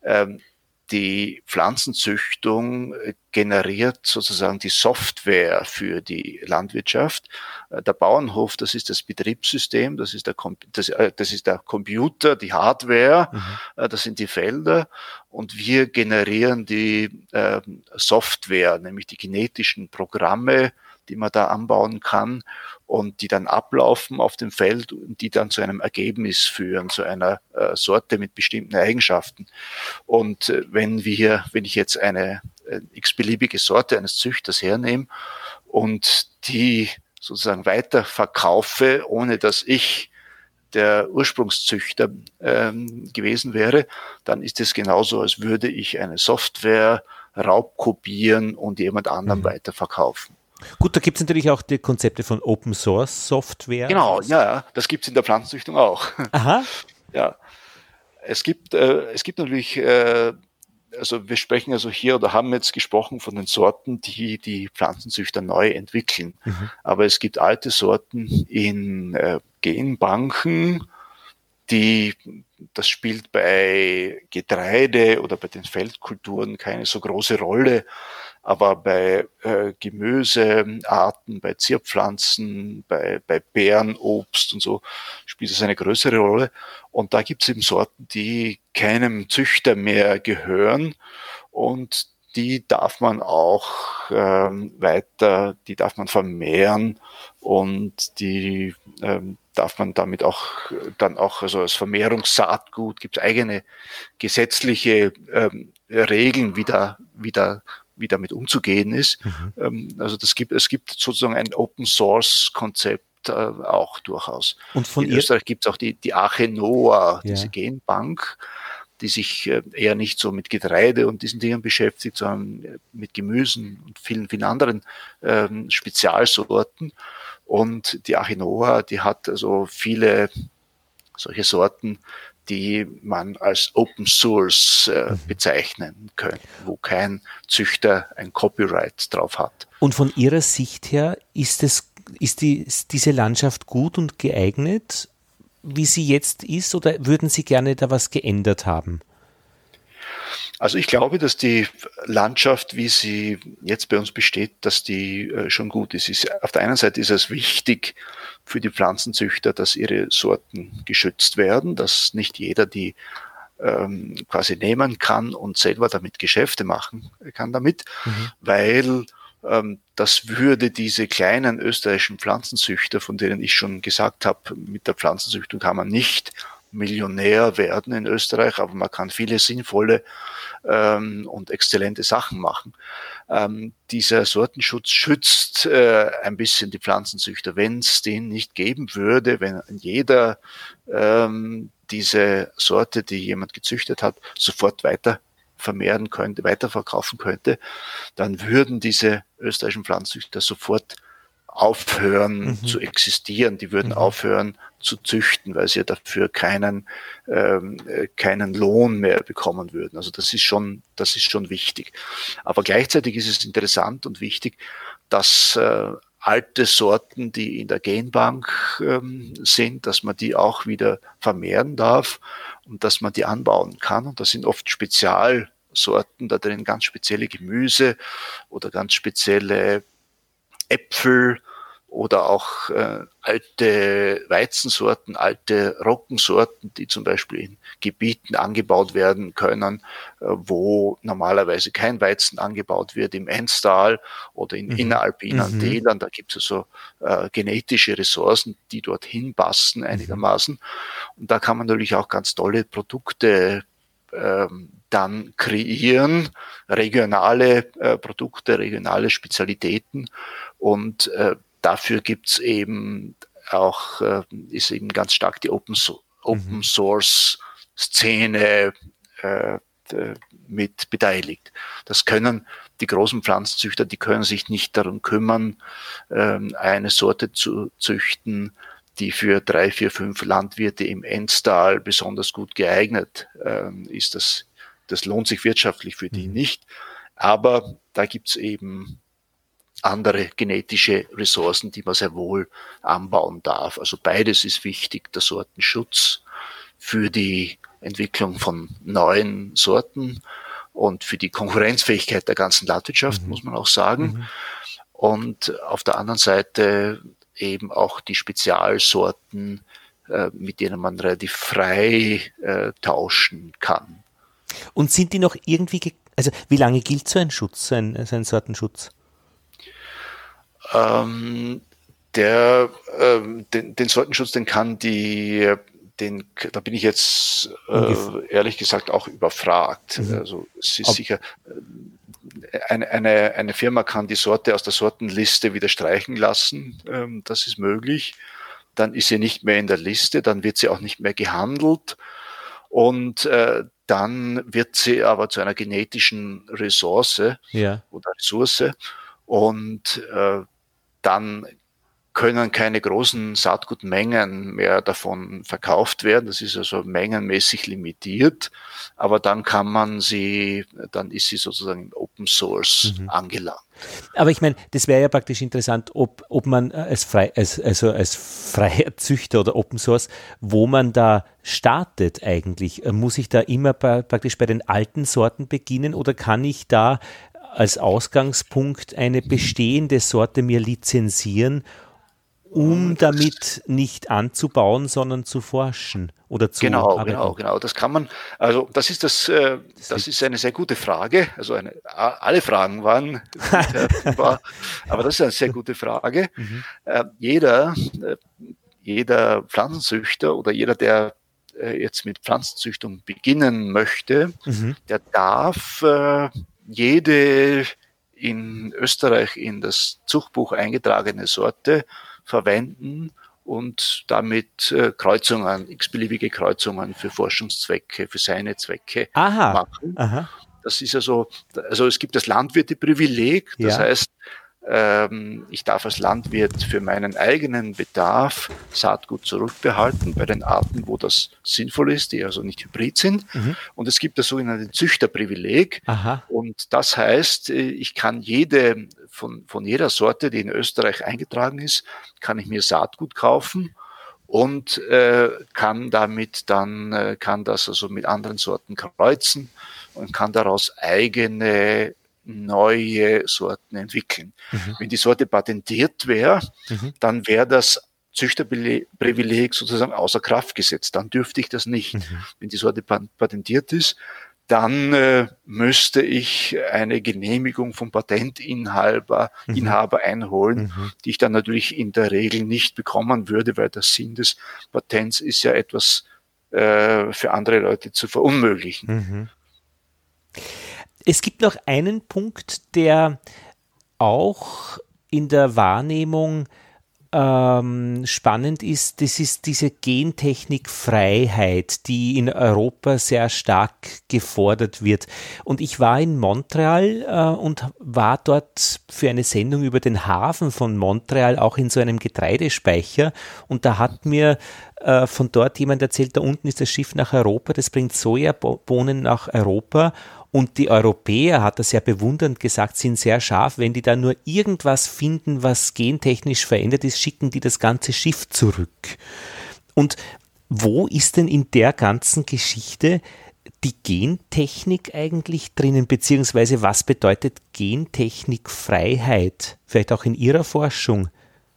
B: die Pflanzenzüchtung generiert sozusagen die Software für die Landwirtschaft. Der Bauernhof, das ist das Betriebssystem, das ist der, das, das ist der Computer, die Hardware, mhm. das sind die Felder, und wir generieren die äh, Software, nämlich die genetischen Programme, die man da anbauen kann und die dann ablaufen auf dem Feld und die dann zu einem Ergebnis führen, zu einer äh, Sorte mit bestimmten Eigenschaften. Und äh, wenn wir, wenn ich jetzt eine äh, x-beliebige Sorte eines Züchters hernehme und die sozusagen weiter verkaufe, ohne dass ich der Ursprungszüchter ähm, gewesen wäre, dann ist es genauso, als würde ich eine Software raubkopieren und jemand anderem mhm. weiterverkaufen.
A: Gut, da gibt es natürlich auch die Konzepte von Open Source Software.
B: Genau, ja, das gibt es in der Pflanzenzüchtung auch.
A: Aha.
B: Ja, es gibt, äh, es gibt natürlich, äh, also wir sprechen also hier oder haben jetzt gesprochen von den Sorten, die die Pflanzenzüchter neu entwickeln. Mhm. Aber es gibt alte Sorten in äh, Genbanken, die, das spielt bei Getreide oder bei den Feldkulturen keine so große Rolle, aber bei äh, Gemüsearten, bei Zierpflanzen, bei, bei Beerenobst und so spielt es eine größere Rolle. Und da gibt es eben Sorten, die keinem Züchter mehr gehören und die darf man auch ähm, weiter, die darf man vermehren und die ähm, darf man damit auch dann auch, also als Vermehrungssaatgut gibt es eigene gesetzliche ähm, Regeln, wie da, wie da wie damit umzugehen ist. Mhm. Ähm, also das gibt, es gibt sozusagen ein Open-Source-Konzept äh, auch durchaus.
A: Und von
B: In Österreich gibt es auch die, die Arche Noah,
A: ja.
B: diese Genbank, die sich äh, eher nicht so mit Getreide und diesen Dingen beschäftigt, sondern mit Gemüsen und vielen, vielen anderen ähm, Spezialsorten. Und die Arche Noah, die hat also viele solche Sorten, die man als Open Source äh, bezeichnen könnte, wo kein Züchter ein Copyright drauf hat.
A: Und von Ihrer Sicht her, ist, es, ist, die, ist diese Landschaft gut und geeignet, wie sie jetzt ist, oder würden Sie gerne da was geändert haben?
B: Also ich glaube, dass die Landschaft, wie sie jetzt bei uns besteht, dass die äh, schon gut ist. ist. Auf der einen Seite ist es wichtig für die Pflanzenzüchter, dass ihre Sorten geschützt werden, dass nicht jeder die ähm, quasi nehmen kann und selber damit Geschäfte machen kann damit, mhm. weil ähm, das würde diese kleinen österreichischen Pflanzenzüchter, von denen ich schon gesagt habe, mit der Pflanzenzüchtung kann man nicht Millionär werden in Österreich, aber man kann viele sinnvolle ähm, und exzellente Sachen machen. Ähm, dieser Sortenschutz schützt äh, ein bisschen die Pflanzenzüchter. Wenn es den nicht geben würde, wenn jeder ähm, diese Sorte, die jemand gezüchtet hat, sofort weiter vermehren könnte, weiterverkaufen könnte, dann würden diese österreichischen Pflanzenzüchter sofort aufhören mhm. zu existieren, die würden mhm. aufhören zu züchten, weil sie dafür keinen ähm, keinen Lohn mehr bekommen würden. Also das ist schon das ist schon wichtig. Aber gleichzeitig ist es interessant und wichtig, dass äh, alte Sorten, die in der Genbank ähm, sind, dass man die auch wieder vermehren darf und dass man die anbauen kann. Und das sind oft Spezialsorten, da drin ganz spezielle Gemüse oder ganz spezielle Äpfel oder auch äh, alte Weizensorten, alte Roggensorten, die zum Beispiel in Gebieten angebaut werden können, äh, wo normalerweise kein Weizen angebaut wird, im Enstal oder in mhm. inneralpinen mhm. Tälern. Da gibt es also äh, genetische Ressourcen, die dorthin passen einigermaßen. Mhm. Und da kann man natürlich auch ganz tolle Produkte ähm, dann kreieren, regionale äh, Produkte, regionale Spezialitäten. Und äh, dafür gibt's eben auch, äh, ist eben ganz stark die Open, so- Open Source Szene äh, mit beteiligt. Das können die großen Pflanzenzüchter, die können sich nicht darum kümmern, äh, eine Sorte zu züchten, die für drei, vier, fünf Landwirte im Enstal besonders gut geeignet äh, ist. Das, das lohnt sich wirtschaftlich für die mhm. nicht. Aber da gibt's eben andere genetische Ressourcen, die man sehr wohl anbauen darf. Also beides ist wichtig, der Sortenschutz für die Entwicklung von neuen Sorten und für die Konkurrenzfähigkeit der ganzen Landwirtschaft, mhm. muss man auch sagen. Mhm. Und auf der anderen Seite eben auch die Spezialsorten, äh, mit denen man relativ frei äh, tauschen kann.
A: Und sind die noch irgendwie, ge- also wie lange gilt so ein Schutz, so ein, so ein Sortenschutz?
B: Ähm, der, ähm, den, den Sortenschutz, den kann die, den, da bin ich jetzt äh, ehrlich gesagt auch überfragt. Mhm. Also es ist Ob sicher, eine, eine, eine Firma kann die Sorte aus der Sortenliste wieder streichen lassen, ähm, das ist möglich. Dann ist sie nicht mehr in der Liste, dann wird sie auch nicht mehr gehandelt und äh, dann wird sie aber zu einer genetischen Ressource
A: ja.
B: oder Ressource und äh, dann können keine großen Saatgutmengen mehr davon verkauft werden. Das ist also mengenmäßig limitiert. Aber dann kann man sie, dann ist sie sozusagen im Open Source mhm. angelangt.
A: Aber ich meine, das wäre ja praktisch interessant, ob, ob man als, frei, als, also als freier Züchter oder Open Source, wo man da startet eigentlich. Muss ich da immer bei, praktisch bei den alten Sorten beginnen oder kann ich da als Ausgangspunkt eine bestehende Sorte mir lizenzieren, um damit nicht anzubauen, sondern zu forschen oder zu
B: Genau,
A: arbeiten?
B: genau, genau. Das kann man, also das ist das, äh, das ist eine sehr gute Frage. Also eine, alle Fragen waren, war, aber das ist eine sehr gute Frage. Mhm. Äh, jeder, äh, jeder Pflanzenzüchter oder jeder, der äh, jetzt mit Pflanzenzüchtung beginnen möchte, mhm. der darf äh, jede in Österreich in das Zuchtbuch eingetragene Sorte verwenden und damit äh, Kreuzungen, x-beliebige Kreuzungen für Forschungszwecke, für seine Zwecke
A: aha,
B: machen.
A: Aha.
B: Das ist also, also es gibt das Landwirteprivileg, das
A: ja.
B: heißt, ähm, ich darf als Landwirt für meinen eigenen Bedarf Saatgut zurückbehalten bei den Arten, wo das sinnvoll ist, die also nicht hybrid sind. Mhm. Und es gibt das sogenannte Züchterprivileg.
A: Aha.
B: Und das heißt, ich kann jede, von, von jeder Sorte, die in Österreich eingetragen ist, kann ich mir Saatgut kaufen und äh, kann damit dann, äh, kann das also mit anderen Sorten kreuzen und kann daraus eigene neue Sorten entwickeln. Mhm. Wenn die Sorte patentiert wäre, mhm. dann wäre das Züchterprivileg sozusagen außer Kraft gesetzt. Dann dürfte ich das nicht. Mhm. Wenn die Sorte patentiert ist, dann äh, müsste ich eine Genehmigung vom Patentinhaber mhm. Inhaber einholen, mhm. die ich dann natürlich in der Regel nicht bekommen würde, weil der Sinn des Patents ist ja etwas äh, für andere Leute zu verunmöglichen.
A: Mhm. Es gibt noch einen Punkt, der auch in der Wahrnehmung ähm, spannend ist, das ist diese Gentechnikfreiheit, die in Europa sehr stark gefordert wird. Und ich war in Montreal äh, und war dort für eine Sendung über den Hafen von Montreal auch in so einem Getreidespeicher und da hat mir äh, von dort jemand erzählt, da unten ist das Schiff nach Europa, das bringt Sojabohnen nach Europa. Und die Europäer, hat er sehr bewundernd gesagt, sind sehr scharf. Wenn die da nur irgendwas finden, was gentechnisch verändert ist, schicken die das ganze Schiff zurück. Und wo ist denn in der ganzen Geschichte die Gentechnik eigentlich drinnen? Beziehungsweise was bedeutet Gentechnikfreiheit? Vielleicht auch in Ihrer Forschung?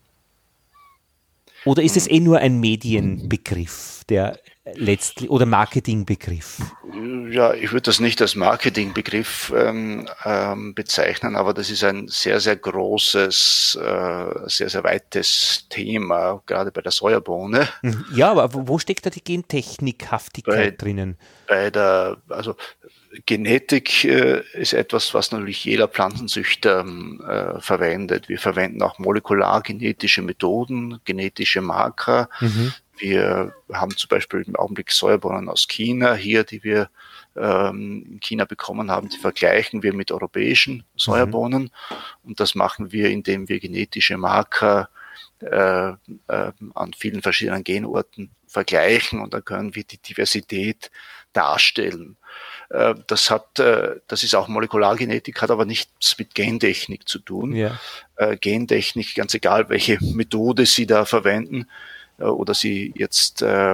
A: Oder ist es eh nur ein Medienbegriff, der letztlich oder Marketingbegriff?
B: Ja, ich würde das nicht als Marketingbegriff ähm, ähm, bezeichnen, aber das ist ein sehr, sehr großes, äh, sehr, sehr weites Thema, gerade bei der Sojabohne.
A: Ja, aber wo steckt da die Gentechnikhaftigkeit bei, drinnen?
B: Bei der, also Genetik äh, ist etwas, was natürlich jeder Pflanzenzüchter äh, verwendet. Wir verwenden auch molekulargenetische Methoden, genetische Marker. Mhm. Wir haben zum Beispiel im Augenblick Sojabohnen aus China hier, die wir ähm, in China bekommen haben. Die vergleichen wir mit europäischen Sojabohnen. Mhm. Und das machen wir, indem wir genetische Marker äh, äh, an vielen verschiedenen Genorten vergleichen. Und dann können wir die Diversität darstellen. Äh, das hat, äh, das ist auch Molekulargenetik, hat aber nichts mit Gentechnik zu tun. Ja. Äh, Gentechnik, ganz egal, welche Methode Sie da verwenden, oder Sie jetzt äh,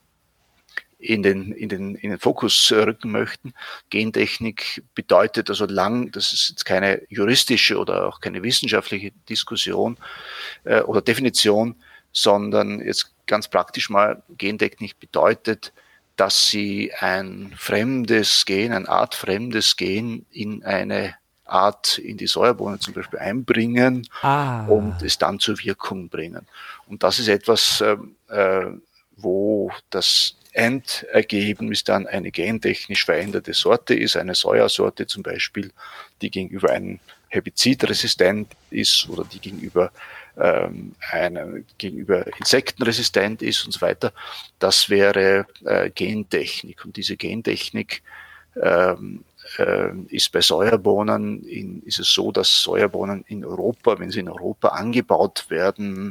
B: in den in den in den Fokus rücken möchten. Gentechnik bedeutet also lang, das ist jetzt keine juristische oder auch keine wissenschaftliche Diskussion äh, oder Definition, sondern jetzt ganz praktisch mal, Gentechnik bedeutet, dass Sie ein fremdes Gen, ein artfremdes Gen in eine Art in die Sojabohne zum Beispiel einbringen ah. und es dann zur Wirkung bringen. Und das ist etwas, äh, wo das Endergebnis dann eine gentechnisch veränderte Sorte ist, eine Sojasorte zum Beispiel, die gegenüber einem Herbizid resistent ist oder die gegenüber ähm, einer, gegenüber Insekten resistent ist und so weiter. Das wäre äh, Gentechnik. Und diese Gentechnik ähm, ist bei Sojabohnen in, ist es so, dass Sojabohnen in Europa, wenn sie in Europa angebaut werden,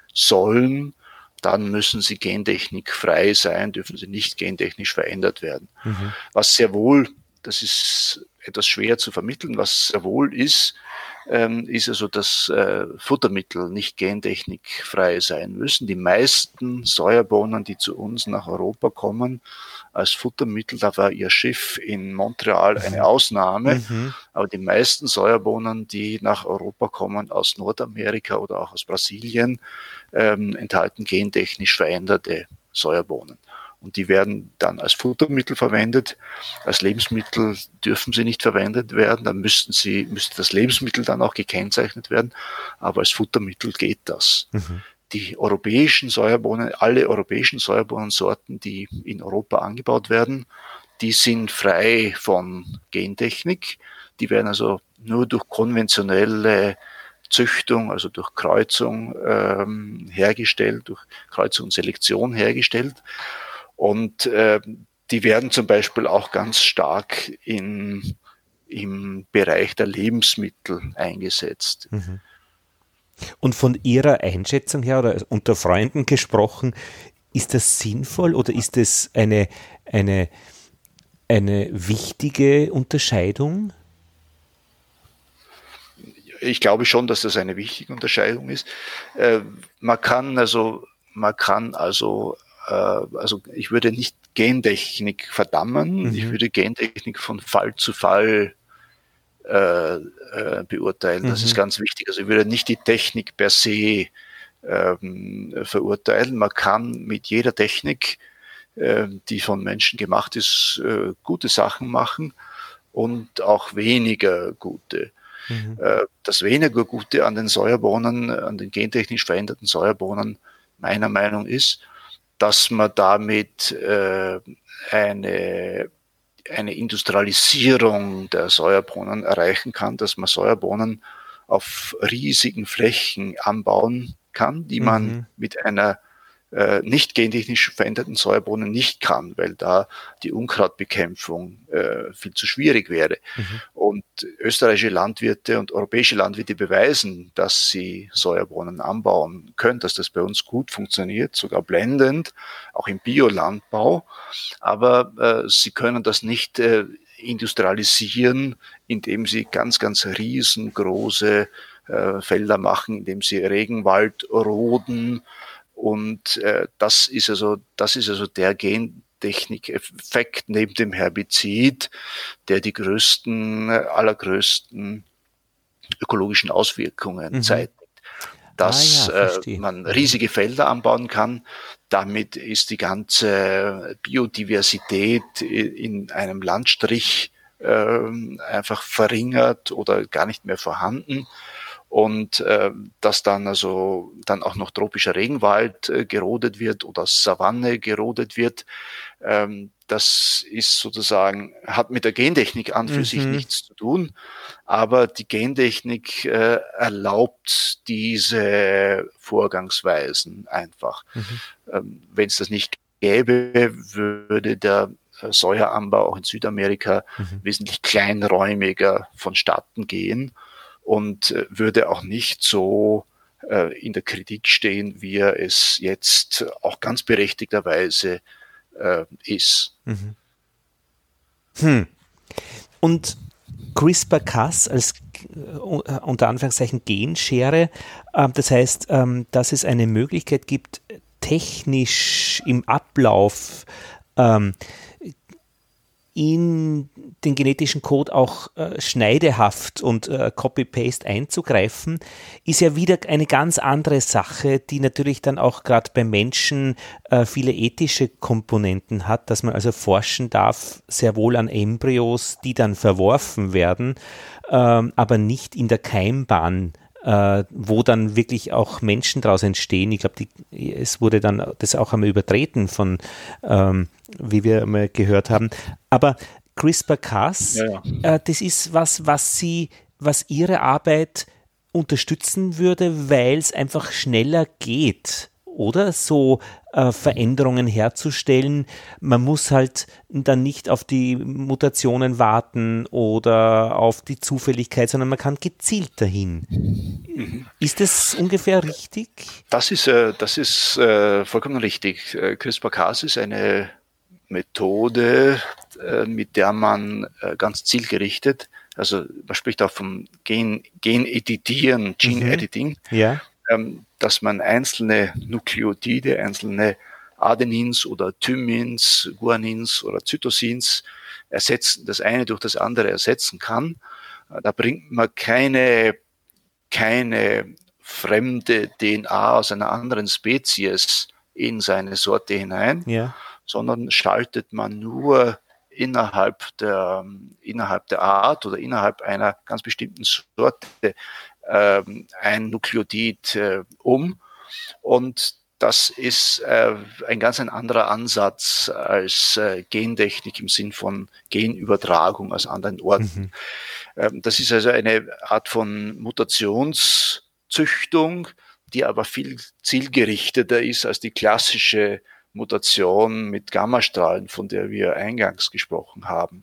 B: sollen, dann müssen sie gentechnikfrei sein, dürfen sie nicht gentechnisch verändert werden. Mhm. Was sehr wohl, das ist etwas schwer zu vermitteln, was sehr wohl ist, ähm, ist also, dass äh, Futtermittel nicht gentechnikfrei sein müssen. Die meisten Sojabohnen, die zu uns nach Europa kommen, als Futtermittel, da war ihr Schiff in Montreal eine Ausnahme, mhm. aber die meisten Sojabohnen, die nach Europa kommen, aus Nordamerika oder auch aus Brasilien, ähm, enthalten gentechnisch veränderte Sojabohnen. Und die werden dann als Futtermittel verwendet. Als Lebensmittel dürfen sie nicht verwendet werden. Dann müssten sie, müsste das Lebensmittel dann auch gekennzeichnet werden. Aber als Futtermittel geht das. Mhm. Die europäischen Sojabohnen, alle europäischen Sojabohnensorten, die in Europa angebaut werden, die sind frei von Gentechnik. Die werden also nur durch konventionelle Züchtung, also durch Kreuzung ähm, hergestellt, durch Kreuzung und Selektion hergestellt. Und äh, die werden zum Beispiel auch ganz stark in, im Bereich der Lebensmittel eingesetzt.
A: Mhm. Und von Ihrer Einschätzung her oder unter Freunden gesprochen, ist das sinnvoll oder ist das eine, eine, eine wichtige Unterscheidung?
B: Ich glaube schon, dass das eine wichtige Unterscheidung ist. Äh, man kann also, man kann also Also ich würde nicht Gentechnik verdammen, mhm. ich würde Gentechnik von Fall zu Fall äh, äh, beurteilen. Das mhm. ist ganz wichtig. Also ich würde nicht die Technik per se ähm, verurteilen. Man kann mit jeder Technik, äh, die von Menschen gemacht ist, äh, gute Sachen machen und auch weniger gute. Mhm. Äh, das weniger Gute an den Sojabohnen, an den gentechnisch veränderten Sojabohnen, meiner Meinung nach ist, dass man damit äh, eine, eine Industrialisierung der Sojabohnen erreichen kann, dass man Sojabohnen auf riesigen Flächen anbauen kann, die man mhm. mit einer äh, nicht gentechnisch veränderten Sojabohnen nicht kann, weil da die Unkrautbekämpfung äh, viel zu schwierig wäre. Mhm. Und österreichische Landwirte und europäische Landwirte beweisen, dass sie Sojabohnen anbauen können, dass das bei uns gut funktioniert, sogar blendend, auch im Biolandbau. Aber äh, sie können das nicht äh, industrialisieren, indem sie ganz, ganz riesengroße äh, Felder machen, indem sie Regenwald roden. Und äh, das ist also, das ist also der Gentechnik-Effekt neben dem Herbizid, der die größten, allergrößten ökologischen Auswirkungen mhm. zeitigt. Dass ah, ja, äh, man riesige Felder anbauen kann. Damit ist die ganze Biodiversität in einem Landstrich äh, einfach verringert oder gar nicht mehr vorhanden. Und äh, dass dann also dann auch noch tropischer Regenwald äh, gerodet wird oder Savanne gerodet wird, ähm, das ist sozusagen, hat mit der Gentechnik an für mhm. sich nichts zu tun, aber die Gentechnik äh, erlaubt diese Vorgangsweisen einfach. Mhm. Ähm, wenn es das nicht gäbe, würde der Sojaanbau auch in Südamerika mhm. wesentlich kleinräumiger vonstatten gehen. Und würde auch nicht so äh, in der Kritik stehen, wie er es jetzt auch ganz berechtigterweise äh, ist.
A: Mhm. Hm. Und CRISPR-Cas als äh, unter Anführungszeichen Genschere, äh, das heißt, ähm, dass es eine Möglichkeit gibt, technisch im Ablauf ähm, in den genetischen Code auch äh, schneidehaft und äh, Copy-Paste einzugreifen, ist ja wieder eine ganz andere Sache, die natürlich dann auch gerade bei Menschen äh, viele ethische Komponenten hat, dass man also forschen darf, sehr wohl an Embryos, die dann verworfen werden, ähm, aber nicht in der Keimbahn, äh, wo dann wirklich auch Menschen daraus entstehen. Ich glaube, es wurde dann das auch einmal übertreten von, ähm, wie wir einmal gehört haben. Aber CRISPR-Cas, ja, ja. Äh, das ist was, was sie, was ihre Arbeit unterstützen würde, weil es einfach schneller geht. oder so äh, Veränderungen herzustellen. Man muss halt dann nicht auf die Mutationen warten oder auf die Zufälligkeit, sondern man kann gezielt dahin. Mhm. Ist das ungefähr richtig?
B: Das ist, äh, das ist äh, vollkommen richtig. CRISPR-Cas ist eine Methode, äh, mit der man äh, ganz zielgerichtet, also man spricht auch vom Gen, Gen-Editieren, Gene-Editing,
A: mhm. ja.
B: ähm, dass man einzelne Nukleotide, einzelne Adenins oder Thymins, Guanins oder Cytosins ersetzen, das eine durch das andere ersetzen kann. Da bringt man keine, keine fremde D N A aus einer anderen Spezies in seine Sorte hinein,
A: ja. sondern
B: schaltet man nur innerhalb der, innerhalb der Art oder innerhalb einer ganz bestimmten Sorte äh, ein Nukleotid äh, um. Und das ist äh, ein ganz ein anderer Ansatz als äh, Gentechnik im Sinn von Genübertragung aus anderen Orten. Mhm. Ähm, das ist also eine Art von Mutationszüchtung, die aber viel zielgerichteter ist als die klassische Mutation mit Gammastrahlen, von der wir eingangs gesprochen haben.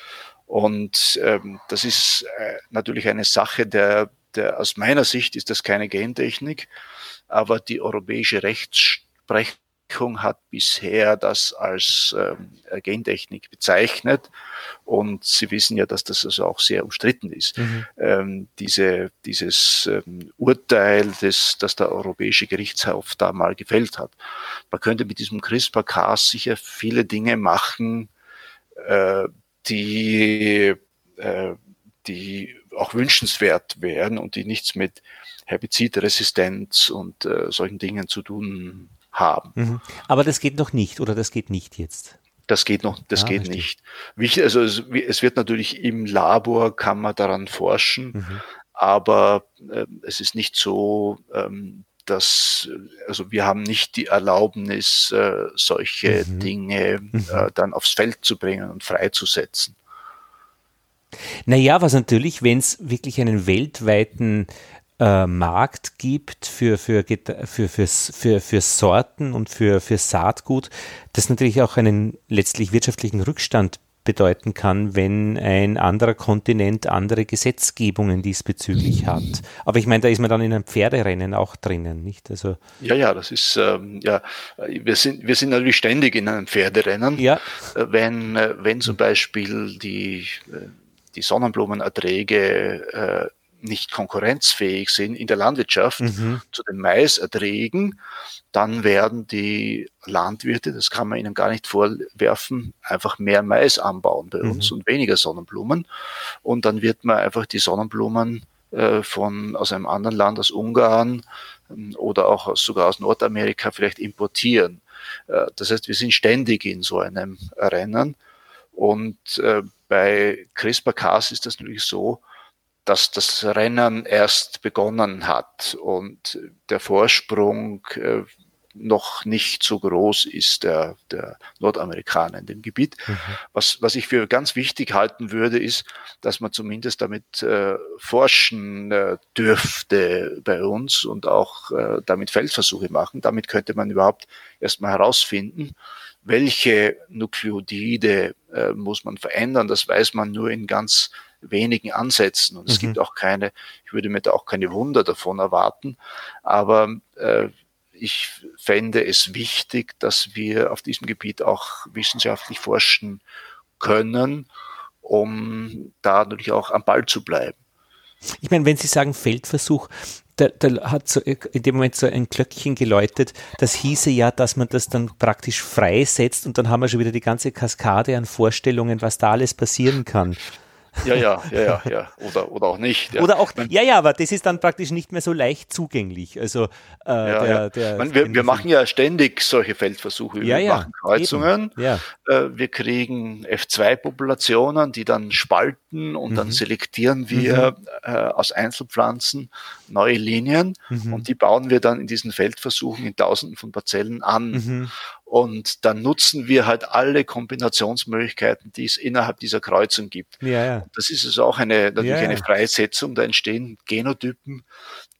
B: Und ähm, das ist äh, natürlich eine Sache, der, der aus meiner Sicht ist das keine Gentechnik, aber die europäische Rechtsprechung hat bisher das als ähm, Gentechnik bezeichnet. Und Sie wissen ja, dass das also auch sehr umstritten ist. Mhm. Ähm, diese, dieses ähm, Urteil, das, das der Europäische Gerichtshof da mal gefällt hat. Man könnte mit diesem CRISPR-Cas sicher viele Dinge machen, äh, die, äh, die auch wünschenswert wären und die nichts mit Herbizidresistenz und äh, solchen Dingen zu tun haben.
A: Mhm. Aber das geht noch nicht, oder das geht nicht jetzt?
B: Das geht noch, das ah, geht verstehe. nicht. Wichtig, also es, es wird natürlich im Labor, kann man daran forschen, mhm. aber äh, es ist nicht so, ähm, dass, also wir haben nicht die Erlaubnis, äh, solche mhm. Dinge mhm. Äh, dann aufs Feld zu bringen und freizusetzen.
A: Naja, was natürlich, wenn es wirklich einen weltweiten äh, Markt gibt für, für, für, für, für, für Sorten und für, für Saatgut, das natürlich auch einen letztlich wirtschaftlichen Rückstand bedeuten kann, wenn ein anderer Kontinent andere Gesetzgebungen diesbezüglich hat. Aber ich meine, da ist man dann in einem Pferderennen auch drinnen, nicht? Also
B: ja, ja, das ist, ähm, ja, wir sind, wir sind natürlich ständig in einem Pferderennen.
A: Ja.
B: Wenn, wenn zum Beispiel die, die Sonnenblumenerträge äh, nicht konkurrenzfähig sind in der Landwirtschaft mhm. zu den Maiserträgen, dann werden die Landwirte, das kann man ihnen gar nicht vorwerfen, einfach mehr Mais anbauen bei uns mhm. und weniger Sonnenblumen. Und dann wird man einfach die Sonnenblumen äh, von aus einem anderen Land, aus Ungarn äh, oder auch aus, sogar aus Nordamerika vielleicht importieren. Äh, das heißt, wir sind ständig in so einem Rennen. Und äh, bei CRISPR-Cas ist das natürlich so, dass das Rennen erst begonnen hat und der Vorsprung äh, noch nicht so groß ist, der, der Nordamerikaner in dem Gebiet. Mhm. Was, was ich für ganz wichtig halten würde, ist, dass man zumindest damit äh, forschen äh, dürfte bei uns und auch äh, damit Feldversuche machen. Damit könnte man überhaupt erstmal herausfinden, welche Nukleotide äh, muss man verändern. Das weiß man nur in ganz wenigen Ansätzen. Und es mhm. gibt auch keine, ich würde mir da auch keine Wunder davon erwarten. Aber äh, ich fände es wichtig, dass wir auf diesem Gebiet auch wissenschaftlich forschen können, um da natürlich auch am Ball zu bleiben.
A: Ich meine, wenn Sie sagen Feldversuch, da, da hat so in dem Moment so ein Glöckchen geläutet, das hieße ja, dass man das dann praktisch freisetzt und dann haben wir schon wieder die ganze Kaskade an Vorstellungen, was da alles passieren kann.
B: Ja, ja, ja, ja, ja. Oder, oder auch nicht. Ja.
A: Oder auch, ja, ja, aber das ist dann praktisch nicht mehr so leicht zugänglich. Also, äh,
B: ja,
A: der,
B: ja.
A: Der,
B: meine, wir, wir machen ja ständig solche Feldversuche.
A: Ja,
B: wir
A: ja,
B: machen Kreuzungen.
A: Ja.
B: Wir kriegen F zwei Populationen, die dann spalten und mhm. dann selektieren wir mhm. äh, aus Einzelpflanzen neue Linien mhm. und die bauen wir dann in diesen Feldversuchen in Tausenden von Parzellen an. Mhm. Und dann nutzen wir halt alle Kombinationsmöglichkeiten, die es innerhalb dieser Kreuzung gibt.
A: Ja, ja.
B: Das ist also auch eine, natürlich ja, ja. eine Freisetzung. Da entstehen Genotypen,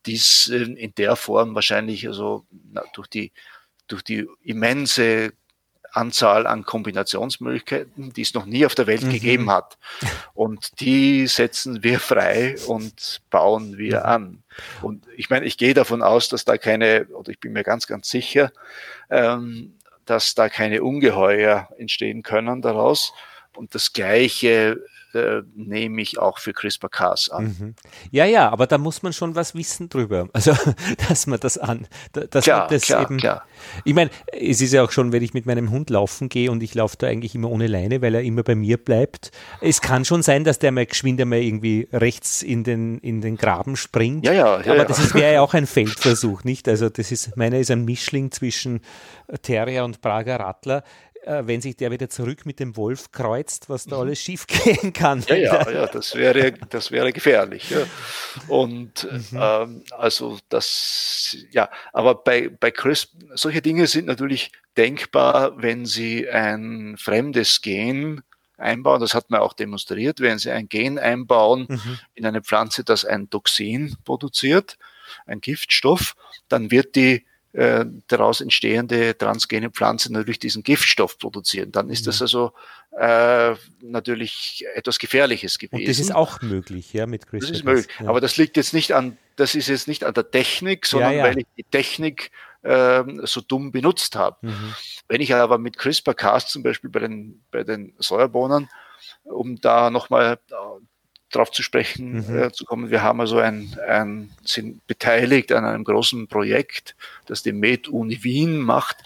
B: dies in der Form wahrscheinlich also na, durch die durch die immense Anzahl an Kombinationsmöglichkeiten, die es noch nie auf der Welt mhm. gegeben hat. Und die setzen wir frei und bauen wir mhm. an. Und ich meine, ich gehe davon aus, dass da keine, oder ich bin mir ganz, ganz sicher, ähm, dass da keine Ungeheuer entstehen können daraus. Und das Gleiche äh, nehme ich auch für CRISPR-Cas an.
A: Mhm. Ja, ja, aber da muss man schon was wissen drüber. Also, dass man das an, dass
B: klar,
A: man das
B: klar,
A: eben.
B: Klar.
A: Ich meine, es ist ja auch schon, wenn ich mit meinem Hund laufen gehe und ich laufe da eigentlich immer ohne Leine, weil er immer bei mir bleibt. Es kann schon sein, dass der mal geschwind einmal irgendwie rechts in den, in den Graben springt.
B: Ja, ja, ja,
A: aber
B: ja.
A: das wäre ja auch ein Feldversuch, nicht? Also, das ist, meiner ist ein Mischling zwischen Terrier und Prager Rattler. Wenn sich der wieder zurück mit dem Wolf kreuzt, was da alles schief gehen kann.
B: Ja, ja, ja, das wäre, das wäre gefährlich. Ja. Und mhm. ähm, also das, ja, aber bei, bei CRISPR, solche Dinge sind natürlich denkbar, wenn Sie ein fremdes Gen einbauen, das hat man auch demonstriert, wenn Sie ein Gen einbauen mhm. in eine Pflanze, das ein Toxin produziert, ein Giftstoff, dann wird die daraus entstehende transgene Pflanze natürlich diesen Giftstoff produzieren. Dann ist mhm. das also äh, natürlich etwas Gefährliches gewesen.
A: Und das ist auch möglich, ja, mit CRISPR.
B: Das ist möglich. Ja. Aber das liegt jetzt nicht an, das ist jetzt nicht an der Technik, sondern ja, ja. weil ich die Technik äh, so dumm benutzt habe. Mhm. Wenn ich aber mit CRISPR-Cas zum Beispiel bei den, bei den Sojabohnen, um da nochmal drauf zu sprechen mhm. äh, zu kommen. Wir haben also ein, ein, sind beteiligt an einem großen Projekt, das die Med-Uni Wien macht,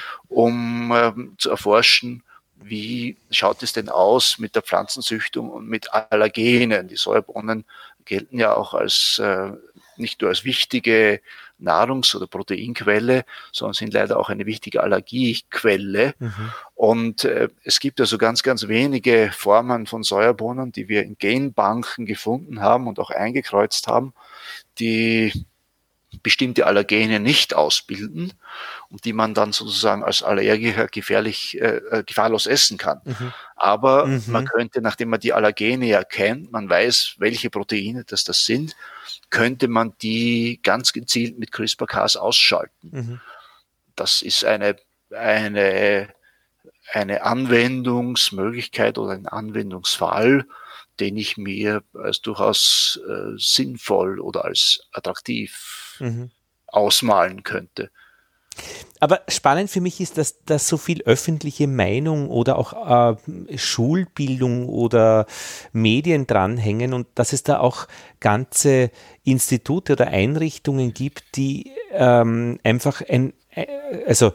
B: um ähm, zu erforschen, wie schaut es denn aus mit der Pflanzenzüchtung und mit Allergenen. Die Sojabohnen gelten ja auch als äh, nicht nur als wichtige Nahrungs- oder Proteinquelle, sondern sind leider auch eine wichtige Allergiequelle. Mhm. Und äh, es gibt also ganz, ganz wenige Formen von Sojabohnen, die wir in Genbanken gefunden haben und auch eingekreuzt haben, die bestimmte Allergene nicht ausbilden und die man dann sozusagen als Allergiker gefährlich, äh, gefahrlos essen kann. Mhm. Aber mhm. man könnte, nachdem man die Allergene ja kennt, man weiß, welche Proteine das das sind, könnte man die ganz gezielt mit CRISPR-Cas ausschalten. Mhm. Das ist eine, eine, eine Anwendungsmöglichkeit oder ein Anwendungsfall, den ich mir als durchaus äh, sinnvoll oder als attraktiv mhm. ausmalen könnte.
A: Aber spannend für mich ist, dass da so viel öffentliche Meinung oder auch äh, Schulbildung oder Medien dranhängen und dass es da auch ganze Institute oder Einrichtungen gibt, die ähm, einfach ein, äh, also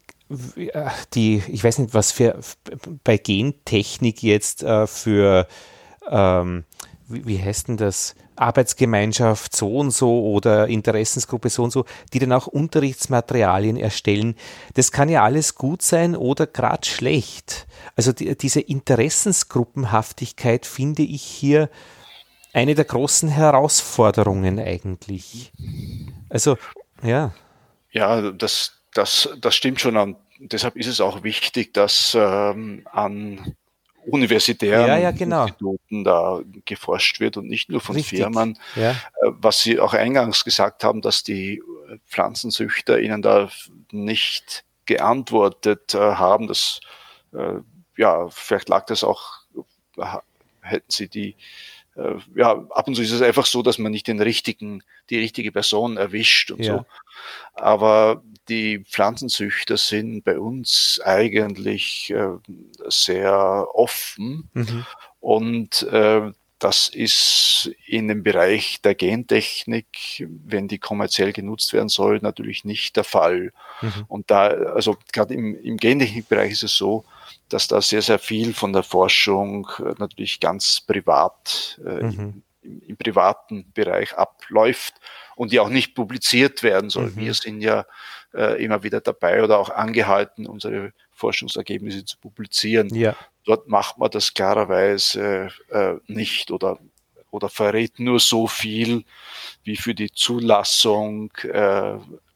A: die, ich weiß nicht, was für bei Gentechnik jetzt äh, für ähm, wie, wie heißt denn das? Arbeitsgemeinschaft so und so oder Interessensgruppe so und so, die dann auch Unterrichtsmaterialien erstellen. Das kann ja alles gut sein oder gerade schlecht. Also die, diese Interessensgruppenhaftigkeit finde ich hier eine der großen Herausforderungen eigentlich. Also, ja.
B: Ja, das, das, das stimmt schon. Und deshalb ist es auch wichtig, dass ähm, an universitären
A: ja, ja, genau.
B: Instituten da geforscht wird und nicht nur von
A: Richtig.
B: Firmen.
A: Ja.
B: Was Sie auch eingangs gesagt haben, dass die Pflanzenzüchter Ihnen da nicht geantwortet haben, das, äh, ja, vielleicht lag das auch, hätten Sie die, äh, ja, ab und zu ist es einfach so, dass man nicht den richtigen, die richtige Person erwischt und ja. so. Aber die Pflanzenzüchter sind bei uns eigentlich äh, sehr offen mhm. und äh, das ist in dem Bereich der Gentechnik, wenn die kommerziell genutzt werden soll, natürlich nicht der Fall. Mhm. Und da, also gerade im, im Gentechnikbereich ist es so, dass da sehr, sehr viel von der Forschung äh, natürlich ganz privat, äh, mhm. im, im privaten Bereich abläuft und die auch nicht publiziert werden soll. Mhm. Wir sind ja äh, immer wieder dabei oder auch angehalten, unsere Forschungsergebnisse zu publizieren.
A: Ja.
B: Dort macht man das klarerweise äh, nicht oder, oder verrät nur so viel, wie für die Zulassung äh,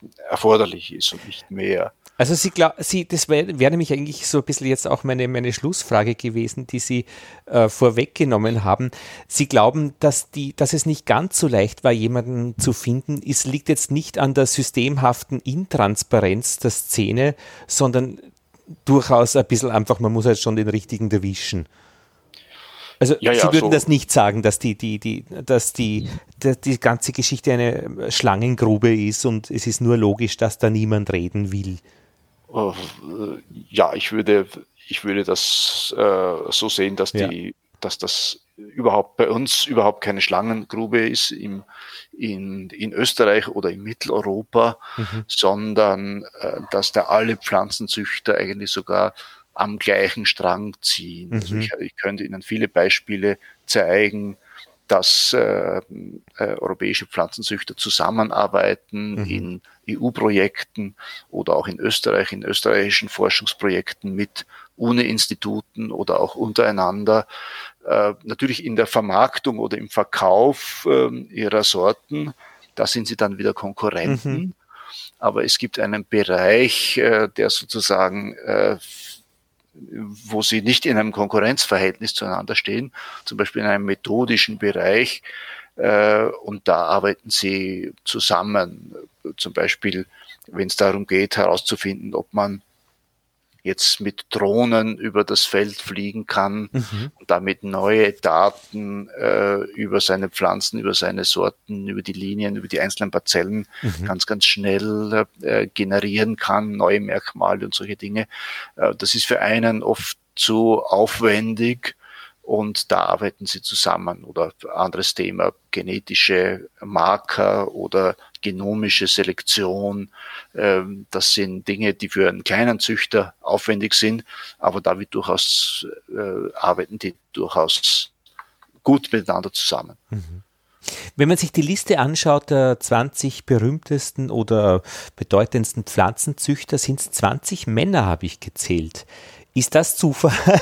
B: erforderlich ist und nicht mehr.
A: Also Sie glauben, Sie, das wäre wär nämlich eigentlich so ein bisschen jetzt auch meine, meine Schlussfrage gewesen, die Sie äh, vorweggenommen haben. Sie glauben, dass, die, dass es nicht ganz so leicht war, jemanden zu finden. Es liegt jetzt nicht an der systemhaften Intransparenz der Szene, sondern durchaus ein bisschen einfach, man muss halt schon den richtigen erwischen. Also
B: ja, ja,
A: Sie würden
B: so.
A: das nicht sagen, dass die, die, die, dass die, die, die ganze Geschichte eine Schlangengrube ist und es ist nur logisch, dass da niemand reden will.
B: Ja, ich würde, ich würde das äh, so sehen, dass, die, ja. dass das überhaupt bei uns überhaupt keine Schlangengrube ist im, in, in Österreich oder in Mitteleuropa, mhm. sondern äh, dass da alle Pflanzenzüchter eigentlich sogar am gleichen Strang ziehen. Mhm. Also ich, ich könnte Ihnen viele Beispiele zeigen, dass äh, äh, europäische Pflanzenzüchter zusammenarbeiten mhm. in E U-Projekten oder auch in Österreich, in österreichischen Forschungsprojekten mit Uni-Instituten oder auch untereinander. Äh, natürlich in der Vermarktung oder im Verkauf äh, ihrer Sorten, da sind sie dann wieder Konkurrenten. Mhm. Aber es gibt einen Bereich, äh, der sozusagen äh, wo sie nicht in einem Konkurrenzverhältnis zueinander stehen, zum Beispiel in einem methodischen Bereich, äh, und da arbeiten sie zusammen. Zum Beispiel, wenn es darum geht, herauszufinden, ob man jetzt mit Drohnen über das Feld fliegen kann mhm. und damit neue Daten äh, über seine Pflanzen, über seine Sorten, über die Linien, über die einzelnen Parzellen mhm. ganz, ganz schnell äh, generieren kann, neue Merkmale und solche Dinge. Äh, das ist für einen oft zu aufwendig und da arbeiten sie zusammen. Oder anderes Thema, genetische Marker oder genomische Selektion. Das sind Dinge, die für einen kleinen Züchter aufwendig sind, aber da wird durchaus, äh, arbeiten die durchaus gut miteinander zusammen.
A: Wenn man sich die Liste anschaut, der zwanzig berühmtesten oder bedeutendsten Pflanzenzüchter, sind es zwanzig Männer, habe ich gezählt. Ist das Zufall?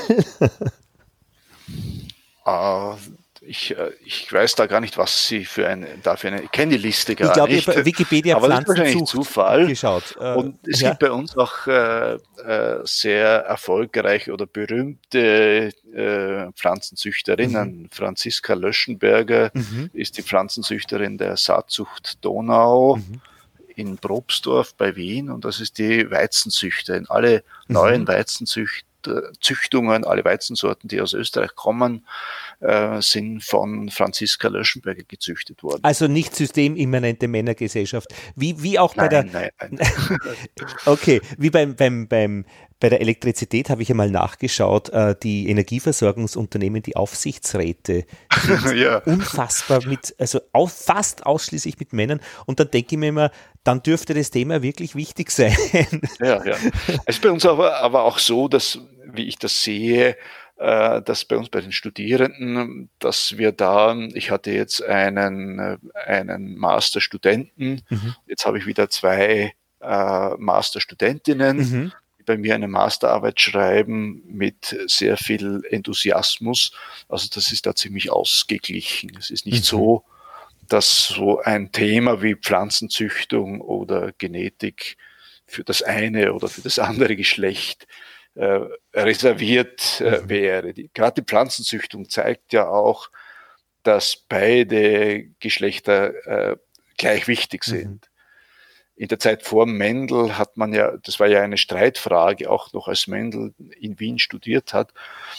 B: Uh, ich, ich weiß da gar nicht, was Sie für eine, dafür eine, ich kenne die Liste gar
A: ich glaub,
B: nicht.
A: Ich glaube, Wikipedia
B: aber das ist wahrscheinlich
A: Pflanzenzucht
B: Zufall.
A: Geschaut.
B: Und es
A: ja.
B: gibt bei uns auch äh, äh, sehr erfolgreiche oder berühmte äh, Pflanzenzüchterinnen. Mhm. Franziska Löschenberger mhm. ist die Pflanzenzüchterin der Saatzucht Donau. Mhm. in Probstdorf bei Wien, und das ist die Weizenzüchterin. Alle mhm. neuen Weizenzüchter Züchtungen, alle Weizensorten, die aus Österreich kommen, äh, sind von Franziska Löschenberger gezüchtet worden.
A: Also nicht systemimmanente Männergesellschaft. Wie, wie auch bei
B: nein,
A: der.
B: Nein, nein.
A: Okay, wie beim, beim, beim, bei der Elektrizität habe ich einmal nachgeschaut, äh, die Energieversorgungsunternehmen, die Aufsichtsräte sind ja. unfassbar mit, also au, fast ausschließlich mit Männern. Und dann denke ich mir immer, dann dürfte das Thema wirklich wichtig sein.
B: Ja, ja. Es ist bei uns aber, aber auch so, dass, wie ich das sehe, äh, dass bei uns bei den Studierenden, dass wir da, ich hatte jetzt einen, einen Masterstudenten, mhm. jetzt habe ich wieder zwei äh, Masterstudentinnen, mhm. die bei mir eine Masterarbeit schreiben mit sehr viel Enthusiasmus. Also das ist da ziemlich ausgeglichen. Es ist nicht mhm. so, dass so ein Thema wie Pflanzenzüchtung oder Genetik für das eine oder für das andere Geschlecht äh, reserviert äh, wäre. Die, gerade die Pflanzenzüchtung zeigt ja auch, dass beide Geschlechter äh, gleich wichtig sind. Mhm. In der Zeit vor Mendel hat man ja, das war ja eine Streitfrage, auch noch als Mendel in Wien studiert hat,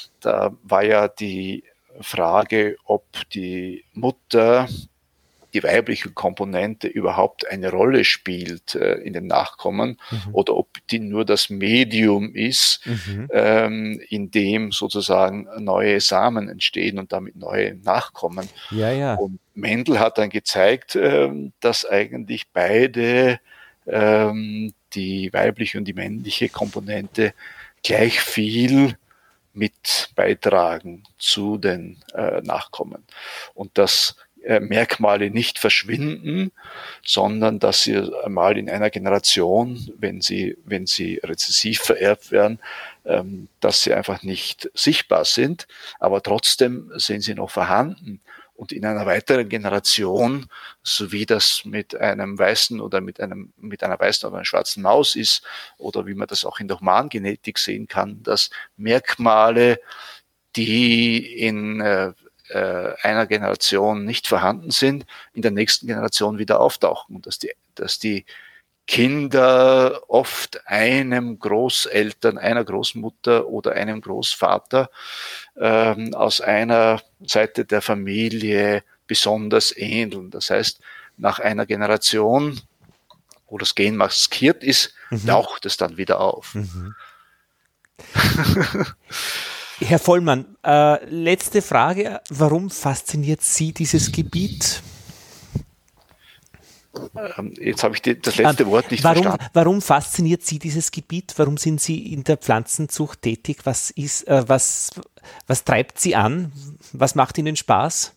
B: da war ja die Frage, ob die Mutter, die weibliche Komponente überhaupt eine Rolle spielt äh, in den Nachkommen mhm. oder ob die nur das Medium ist, mhm. ähm, in dem sozusagen neue Samen entstehen und damit neue Nachkommen.
A: Ja, ja.
B: Und Mendel hat dann gezeigt, ähm, dass eigentlich beide, ähm, die weibliche und die männliche Komponente, gleich viel mit beitragen zu den äh, Nachkommen. Und das Merkmale nicht verschwinden, sondern dass sie einmal in einer Generation, wenn sie, wenn sie rezessiv vererbt werden, ähm, dass sie einfach nicht sichtbar sind, aber trotzdem sind sie noch vorhanden. Und in einer weiteren Generation, so wie das mit einem weißen oder mit einem mit einer weißen oder einer schwarzen Maus ist, oder wie man das auch in der Humangenetik sehen kann, dass Merkmale, die in äh, einer Generation nicht vorhanden sind, in der nächsten Generation wieder auftauchen. Und dass die, dass die Kinder oft einem Großeltern, einer Großmutter oder einem Großvater ähm, aus einer Seite der Familie besonders ähneln. Das heißt, nach einer Generation, wo das Gen maskiert ist, mhm. taucht es dann wieder auf.
A: Mhm. Herr Vollmann, äh, letzte Frage. Warum fasziniert Sie dieses Gebiet?
B: Jetzt habe ich die, das letzte Wort nicht
A: warum,
B: verstanden.
A: Warum fasziniert Sie dieses Gebiet? Warum sind Sie in der Pflanzenzucht tätig? Was ist, äh, was, was treibt Sie an? Was macht Ihnen Spaß?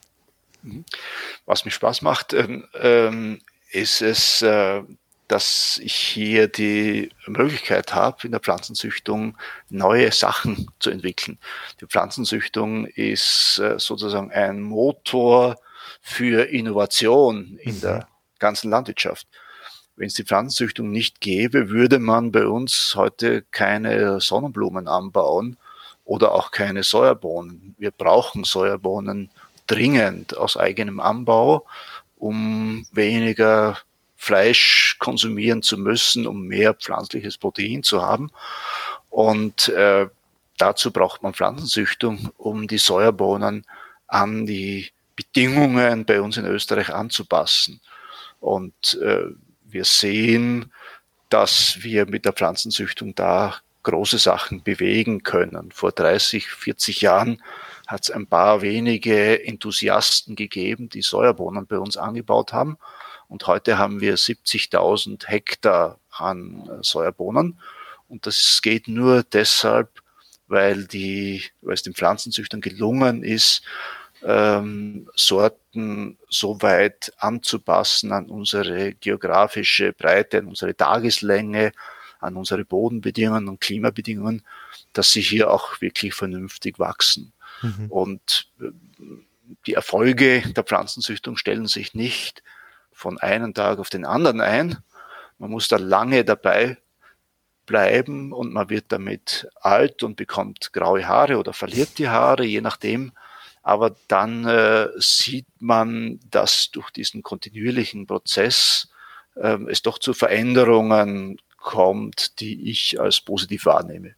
B: Was mir Spaß macht, ähm, ist es, äh, dass ich hier die Möglichkeit habe, in der Pflanzenzüchtung neue Sachen zu entwickeln. Die Pflanzenzüchtung ist äh, sozusagen ein Motor für Innovation in mhm. der ganzen Landwirtschaft. Wenn es die Pflanzenzüchtung nicht gäbe, würde man bei uns heute keine Sonnenblumen anbauen oder auch keine Sojabohnen. Wir brauchen Sojabohnen dringend aus eigenem Anbau, um weniger Fleisch konsumieren zu müssen, um mehr pflanzliches Protein zu haben. Und äh, dazu braucht man Pflanzenzüchtung, um die Sojabohnen an die Bedingungen bei uns in Österreich anzupassen. Und äh, wir sehen, dass wir mit der Pflanzenzüchtung da große Sachen bewegen können. Vor dreißig, vierzig Jahren hat es ein paar wenige Enthusiasten gegeben, die Sojabohnen bei uns angebaut haben. Und heute haben wir siebzigtausend Hektar an Sojabohnen. Und das geht nur deshalb, weil, die, weil es den Pflanzenzüchtern gelungen ist, ähm, Sorten so weit anzupassen an unsere geografische Breite, an unsere Tageslänge, an unsere Bodenbedingungen und Klimabedingungen, dass sie hier auch wirklich vernünftig wachsen. Mhm. Und die Erfolge der Pflanzenzüchtung stellen sich nicht von einem Tag auf den anderen ein. Man muss da lange dabei bleiben und man wird damit alt und bekommt graue Haare oder verliert die Haare, je nachdem. Aber dann äh, sieht man, dass durch diesen kontinuierlichen Prozess äh, es doch zu Veränderungen kommt, die ich als positiv wahrnehme.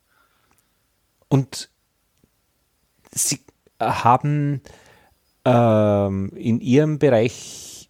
A: Und Sie haben ähm, in Ihrem Bereich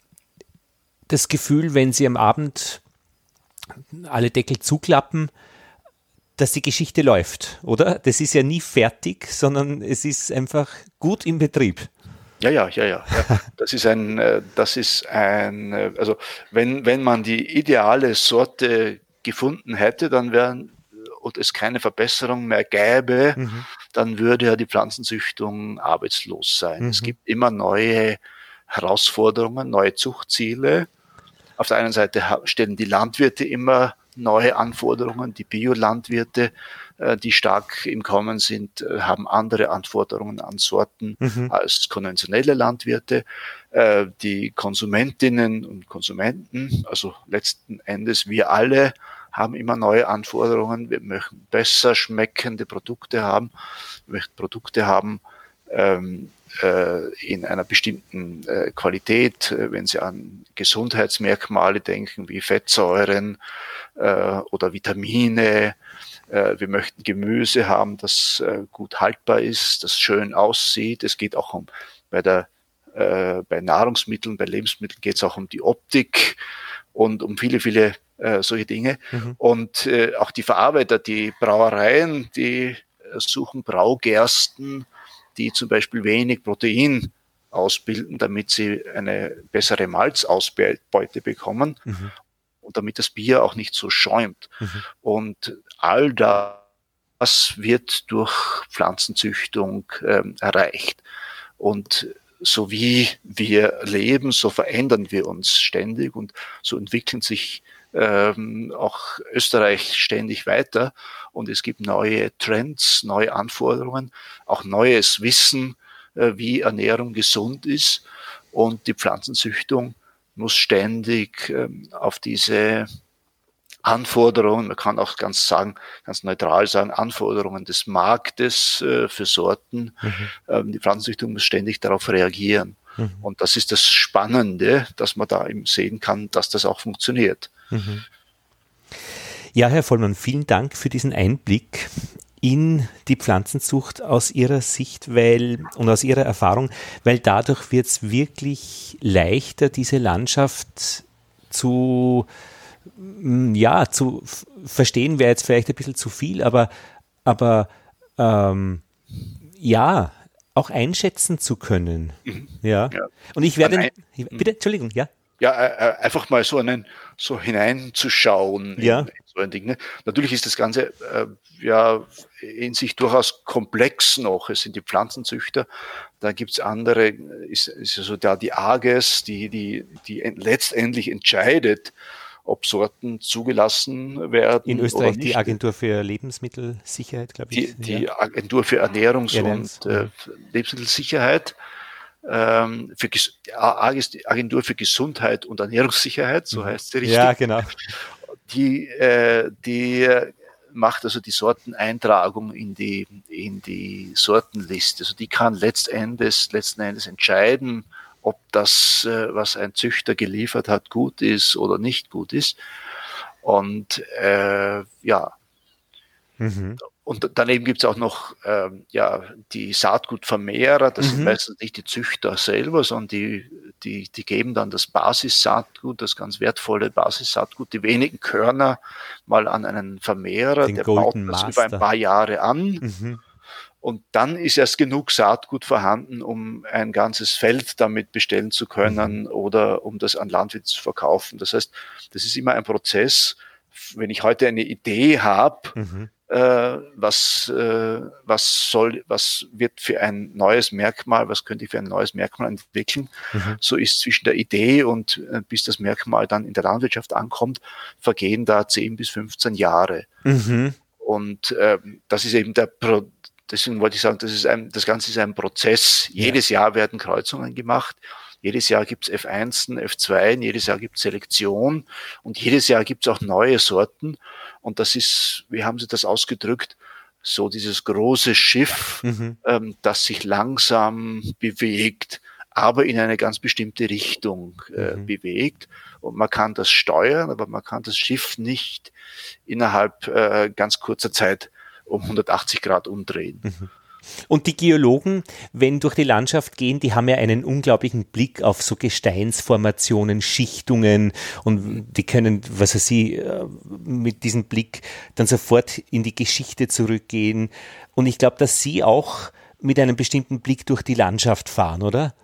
A: das Gefühl, wenn Sie am Abend alle Deckel zuklappen, dass die Geschichte läuft, oder? Das ist ja nie fertig, sondern es ist einfach gut im Betrieb.
B: Ja, ja, ja, ja. ja. Das ist ein, das ist ein, also wenn, wenn man die ideale Sorte gefunden hätte, dann wären und es keine Verbesserung mehr gäbe, mhm. dann würde ja die Pflanzenzüchtung arbeitslos sein. Mhm. Es gibt immer neue Herausforderungen, neue Zuchtziele. Auf der einen Seite stellen die Landwirte immer neue Anforderungen. Die Biolandwirte, die stark im Kommen sind, haben andere Anforderungen an Sorten mhm. als konventionelle Landwirte. Die Konsumentinnen und Konsumenten, also letzten Endes wir alle, haben immer neue Anforderungen. Wir möchten besser schmeckende Produkte haben. Wir möchten Produkte haben ähm, äh, in einer bestimmten äh, Qualität, äh, wenn Sie an Gesundheitsmerkmale denken, wie Fettsäuren äh, oder Vitamine. Äh, wir möchten Gemüse haben, das äh, gut haltbar ist, das schön aussieht. Es geht auch um bei der äh, bei Nahrungsmitteln, bei Lebensmitteln geht es auch um die Optik und um viele, viele äh, solche Dinge. Mhm. Und äh, auch die Verarbeiter, die Brauereien, die äh, suchen Braugersten, die zum Beispiel wenig Protein ausbilden, damit sie eine bessere Malzausbeute bekommen mhm. und damit das Bier auch nicht so schäumt. Mhm. Und all das wird durch Pflanzenzüchtung äh, erreicht. Und so wie wir leben, so verändern wir uns ständig und so entwickeln sich ähm, auch Österreich ständig weiter und es gibt neue Trends, neue Anforderungen, auch neues Wissen, wie Ernährung gesund ist. Und die Pflanzenzüchtung muss ständig auf diese Anforderungen, man kann auch ganz sagen, ganz neutral sagen, Anforderungen des Marktes äh, für Sorten. Mhm. Ähm, die Pflanzenzüchtung muss ständig darauf reagieren. Mhm. Und das ist das Spannende, dass man da eben sehen kann, dass das auch funktioniert.
A: Mhm. Ja, Herr Vollmann, vielen Dank für diesen Einblick in die Pflanzenzucht aus Ihrer Sicht weil, und aus Ihrer Erfahrung, weil dadurch wird es wirklich leichter, diese Landschaft zu ja, zu f- verstehen wäre jetzt vielleicht ein bisschen zu viel, aber, aber ähm, ja, auch einschätzen zu können. Mhm. Ja. ja. Und ich werde, ein, bitte, Entschuldigung, ja.
B: Ja, äh, einfach mal so einen, so hineinzuschauen
A: ja.
B: in, in so ein Ding. Ne? Natürlich ist das Ganze äh, ja in sich durchaus komplex noch. Es sind die Pflanzenzüchter, da gibt's andere, ist, ist also da die A G E S, die, die, die letztendlich entscheidet, ob Sorten zugelassen werden.
A: In Österreich oder nicht. Die Agentur für Lebensmittelsicherheit, glaube ich.
B: Die, die ja. Agentur für Ernährungs- Ernährungs- und äh, Lebensmittelsicherheit. Ähm, für die A G E S, die Agentur für Gesundheit und Ernährungssicherheit, so heißt sie richtig.
A: Ja, genau.
B: Die, äh, die macht also die Sorteneintragung in die, in die Sortenliste. Also die kann letztendlich, letzten Endes entscheiden, ob das, was ein Züchter geliefert hat, gut ist oder nicht gut ist. Und äh, ja, mhm. Und daneben gibt es auch noch äh, ja, die Saatgutvermehrer, das mhm. sind meistens nicht die Züchter selber, sondern die, die, die geben dann das Basissaatgut, das ganz wertvolle Basissaatgut, die wenigen Körner mal an einen Vermehrer,
A: Den
B: der
A: Golden
B: baut das
A: Master.
B: über ein paar Jahre an.
A: Mhm.
B: Und dann ist erst genug Saatgut vorhanden, um ein ganzes Feld damit bestellen zu können mhm. oder um das an Landwirte zu verkaufen. Das heißt, das ist immer ein Prozess. Wenn ich heute eine Idee habe, mhm. äh, was, äh, was soll, was wird für ein neues Merkmal, was könnte ich für ein neues Merkmal entwickeln, mhm. so ist zwischen der Idee und äh, bis das Merkmal dann in der Landwirtschaft ankommt, vergehen da zehn bis fünfzehn Jahre. Mhm. Und äh, das ist eben der Pro Deswegen wollte ich sagen, das ist ein, das Ganze ist ein Prozess. Ja. Jedes Jahr werden Kreuzungen gemacht. Jedes Jahr gibt es F eins, F zwei, jedes Jahr gibt es Selektion und jedes Jahr gibt es auch neue Sorten. Und das ist, wie haben Sie das ausgedrückt, so dieses große Schiff, mhm. ähm, das sich langsam bewegt, aber in eine ganz bestimmte Richtung äh, mhm. bewegt. Und man kann das steuern, aber man kann das Schiff nicht innerhalb äh, ganz kurzer Zeit um hundertachtzig Grad umdrehen.
A: Und die Geologen, wenn durch die Landschaft gehen, die haben ja einen unglaublichen Blick auf so Gesteinsformationen, Schichtungen und die können, was weiß ich, mit diesem Blick dann sofort in die Geschichte zurückgehen. Und ich glaube, dass Sie auch mit einem bestimmten Blick durch die Landschaft fahren, oder?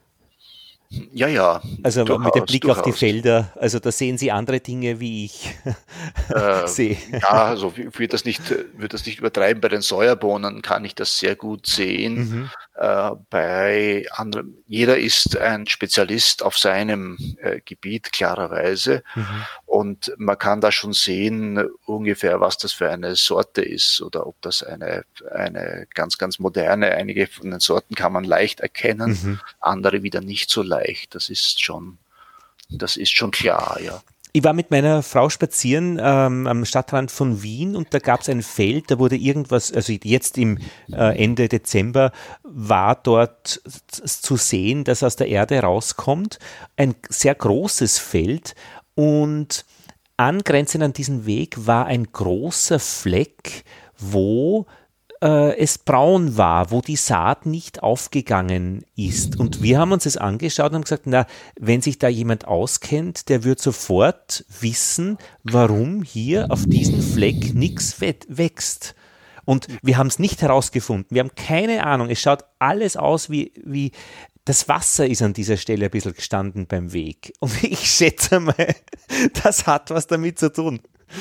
B: Ja, ja.
A: Also durchaus, mit dem Blick durchaus. auf die Felder, also da sehen Sie andere Dinge, wie ich äh, sehe.
B: Ja, also ich würde das nicht, würde das nicht übertreiben. Bei den Säuerbohnen kann ich das sehr gut sehen. Mhm. Äh, bei anderen, jeder ist ein Spezialist auf seinem äh, Gebiet, klarerweise. Mhm. Und man kann da schon sehen, ungefähr, was das für eine Sorte ist oder ob das eine, eine ganz, ganz moderne, einige von den Sorten kann man leicht erkennen, mhm. andere wieder nicht so leicht. Das ist schon, das ist schon klar, ja.
A: Ich war mit meiner Frau spazieren ähm, am Stadtrand von Wien und da gab es ein Feld, da wurde irgendwas, also jetzt im äh, Ende Dezember war dort zu sehen, dass aus der Erde rauskommt, ein sehr großes Feld und angrenzend an diesen Weg war ein großer Fleck, wo es braun war, wo die Saat nicht aufgegangen ist. Und wir haben uns das angeschaut und haben gesagt, na, wenn sich da jemand auskennt, der wird sofort wissen, warum hier auf diesem Fleck nichts wächst. Und wir haben es nicht herausgefunden. Wir haben keine Ahnung. Es schaut alles aus wie, wie das Wasser ist an dieser Stelle ein bisschen gestanden beim Weg. Und ich schätze mal, das hat was damit zu tun.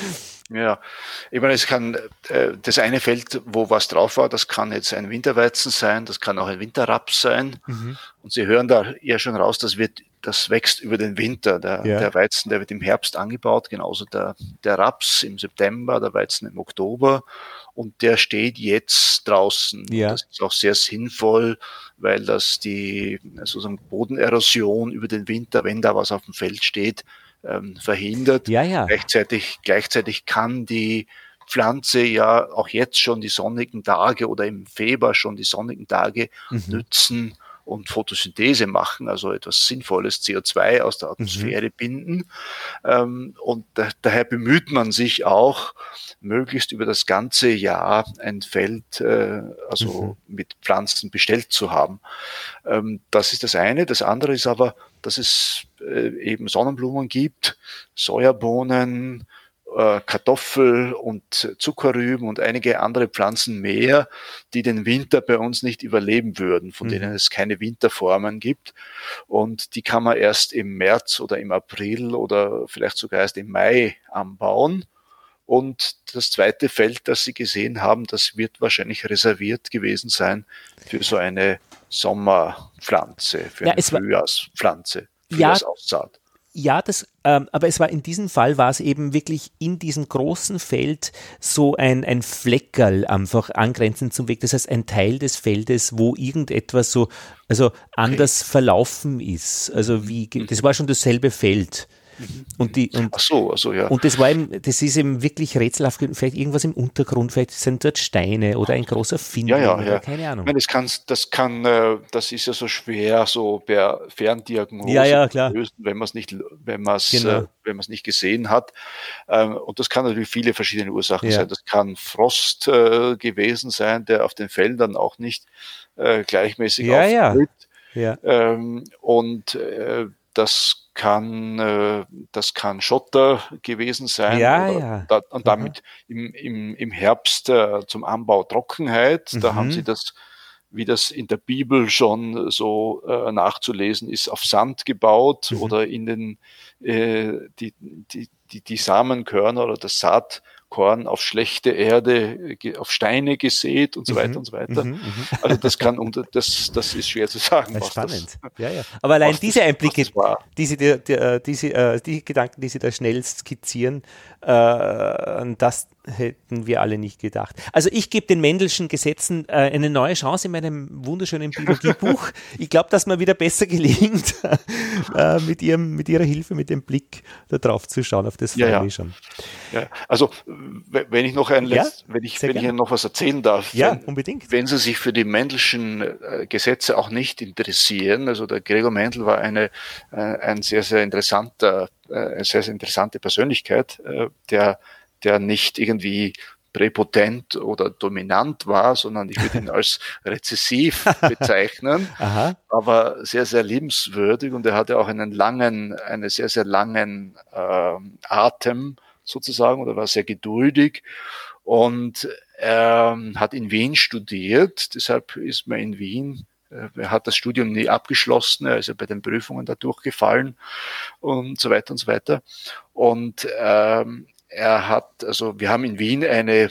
B: Ja, ich meine, es kann äh, das eine Feld, wo was drauf war, das kann jetzt ein Winterweizen sein, das kann auch ein Winterraps sein. Mhm. Und Sie hören da ja schon raus, das wird, das wächst über den Winter. Der, ja. der Weizen, der wird im Herbst angebaut, genauso der, der Raps im September, der Weizen im Oktober. Und der steht jetzt draußen. Ja. Das ist auch sehr sinnvoll, weil das die sozusagen Bodenerosion über den Winter, wenn da was auf dem Feld steht, ähm, verhindert.
A: Ja, ja.
B: Gleichzeitig, gleichzeitig kann die Pflanze ja auch jetzt schon die sonnigen Tage oder im Februar schon die sonnigen Tage mhm. nützen und Photosynthese machen, also etwas Sinnvolles, C O zwei aus der Atmosphäre mhm. binden. Ähm, und da, daher bemüht man sich auch, möglichst über das ganze Jahr ein Feld äh, also mhm. mit Pflanzen bestellt zu haben. Ähm, das ist das eine. Das andere ist aber, dass es äh, eben Sonnenblumen gibt, Sojabohnen, Kartoffel und Zuckerrüben und einige andere Pflanzen mehr, die den Winter bei uns nicht überleben würden, von mhm. denen es keine Winterformen gibt. Und die kann man erst im März oder im April oder vielleicht sogar erst im Mai anbauen. Und das zweite Feld, das Sie gesehen haben, das wird wahrscheinlich reserviert gewesen sein für so eine Sommerpflanze, für ja, eine Frühjahrspflanze, Frühjahrsaussaat.
A: Ja. Ja, das, ähm, aber es war in diesem Fall war es eben wirklich in diesem großen Feld so ein, ein Fleckerl einfach angrenzend zum Weg. Das heißt, ein Teil des Feldes, wo irgendetwas so, also anders okay. verlaufen ist. Also wie, das war schon dasselbe Feld. Und die, und,
B: Ach so, also ja.
A: Und das war eben, das ist eben wirklich rätselhaft, vielleicht irgendwas im Untergrund, vielleicht sind dort Steine oder ein großer Findling
B: ja, ja,
A: oder
B: ja.
A: keine Ahnung.
B: Ich meine, das kann, das kann, das ist ja so schwer, so per Ferndiagnose
A: ja, ja, klar.
B: zu lösen, wenn man es nicht, wenn man es,
A: genau.
B: wenn man es nicht gesehen hat. Und das kann natürlich viele verschiedene Ursachen ja. sein. Das kann Frost gewesen sein, der auf den Feldern auch nicht gleichmäßig
A: ja,
B: auftritt.
A: Ja. Ja.
B: Und das kann, äh, das kann Schotter gewesen sein
A: ja,
B: oder,
A: ja.
B: Da, und damit im, im, im Herbst äh, zum Anbau Trockenheit. Mhm. Da haben sie das, wie das in der Bibel schon so äh, nachzulesen ist, auf Sand gebaut mhm. oder in den äh, die, die, die, die Samenkörner oder das Saatkorn auf schlechte Erde, auf Steine gesät und so weiter mhm. und so weiter. Mhm. Also das kann unter, das, das ist schwer zu sagen.
A: Das
B: was
A: spannend.
B: Das,
A: ja, ja. Aber allein diese
B: das,
A: Einblicke, die Sie, die, die, die, Sie, äh, die Gedanken, die Sie da schnell skizzieren, äh, das hätten wir alle nicht gedacht. Also ich gebe den Mendelschen Gesetzen äh, eine neue Chance in meinem wunderschönen Biologiebuch. Ich glaube, dass mir wieder besser gelingt, äh, mit, ihrem, mit Ihrer Hilfe, mit dem Blick da drauf zu schauen. Auf das
B: ja,
A: freue
B: ja.
A: mich schon.
B: Ja, also wenn ich noch ein
A: ja,
B: Letzt, wenn ich, wenn ich Ihnen noch was erzählen darf,
A: ja,
B: wenn,
A: unbedingt.
B: Wenn Sie sich für die Mendelschen äh, Gesetze auch nicht interessieren, also der Gregor Mendel war eine äh, ein sehr sehr interessanter, äh, eine sehr sehr interessante Persönlichkeit, äh, der der nicht irgendwie präpotent oder dominant war, sondern ich würde ihn als rezessiv bezeichnen,
A: Aha.
B: aber sehr, sehr liebenswürdig und er hatte auch einen langen, einen sehr, sehr langen äh, Atem sozusagen oder war sehr geduldig und er hat in Wien studiert, deshalb ist man in Wien, er hat das Studium nie abgeschlossen, er ist ja bei den Prüfungen da durchgefallen und so weiter und so weiter und ähm, er hat, also wir haben in Wien eine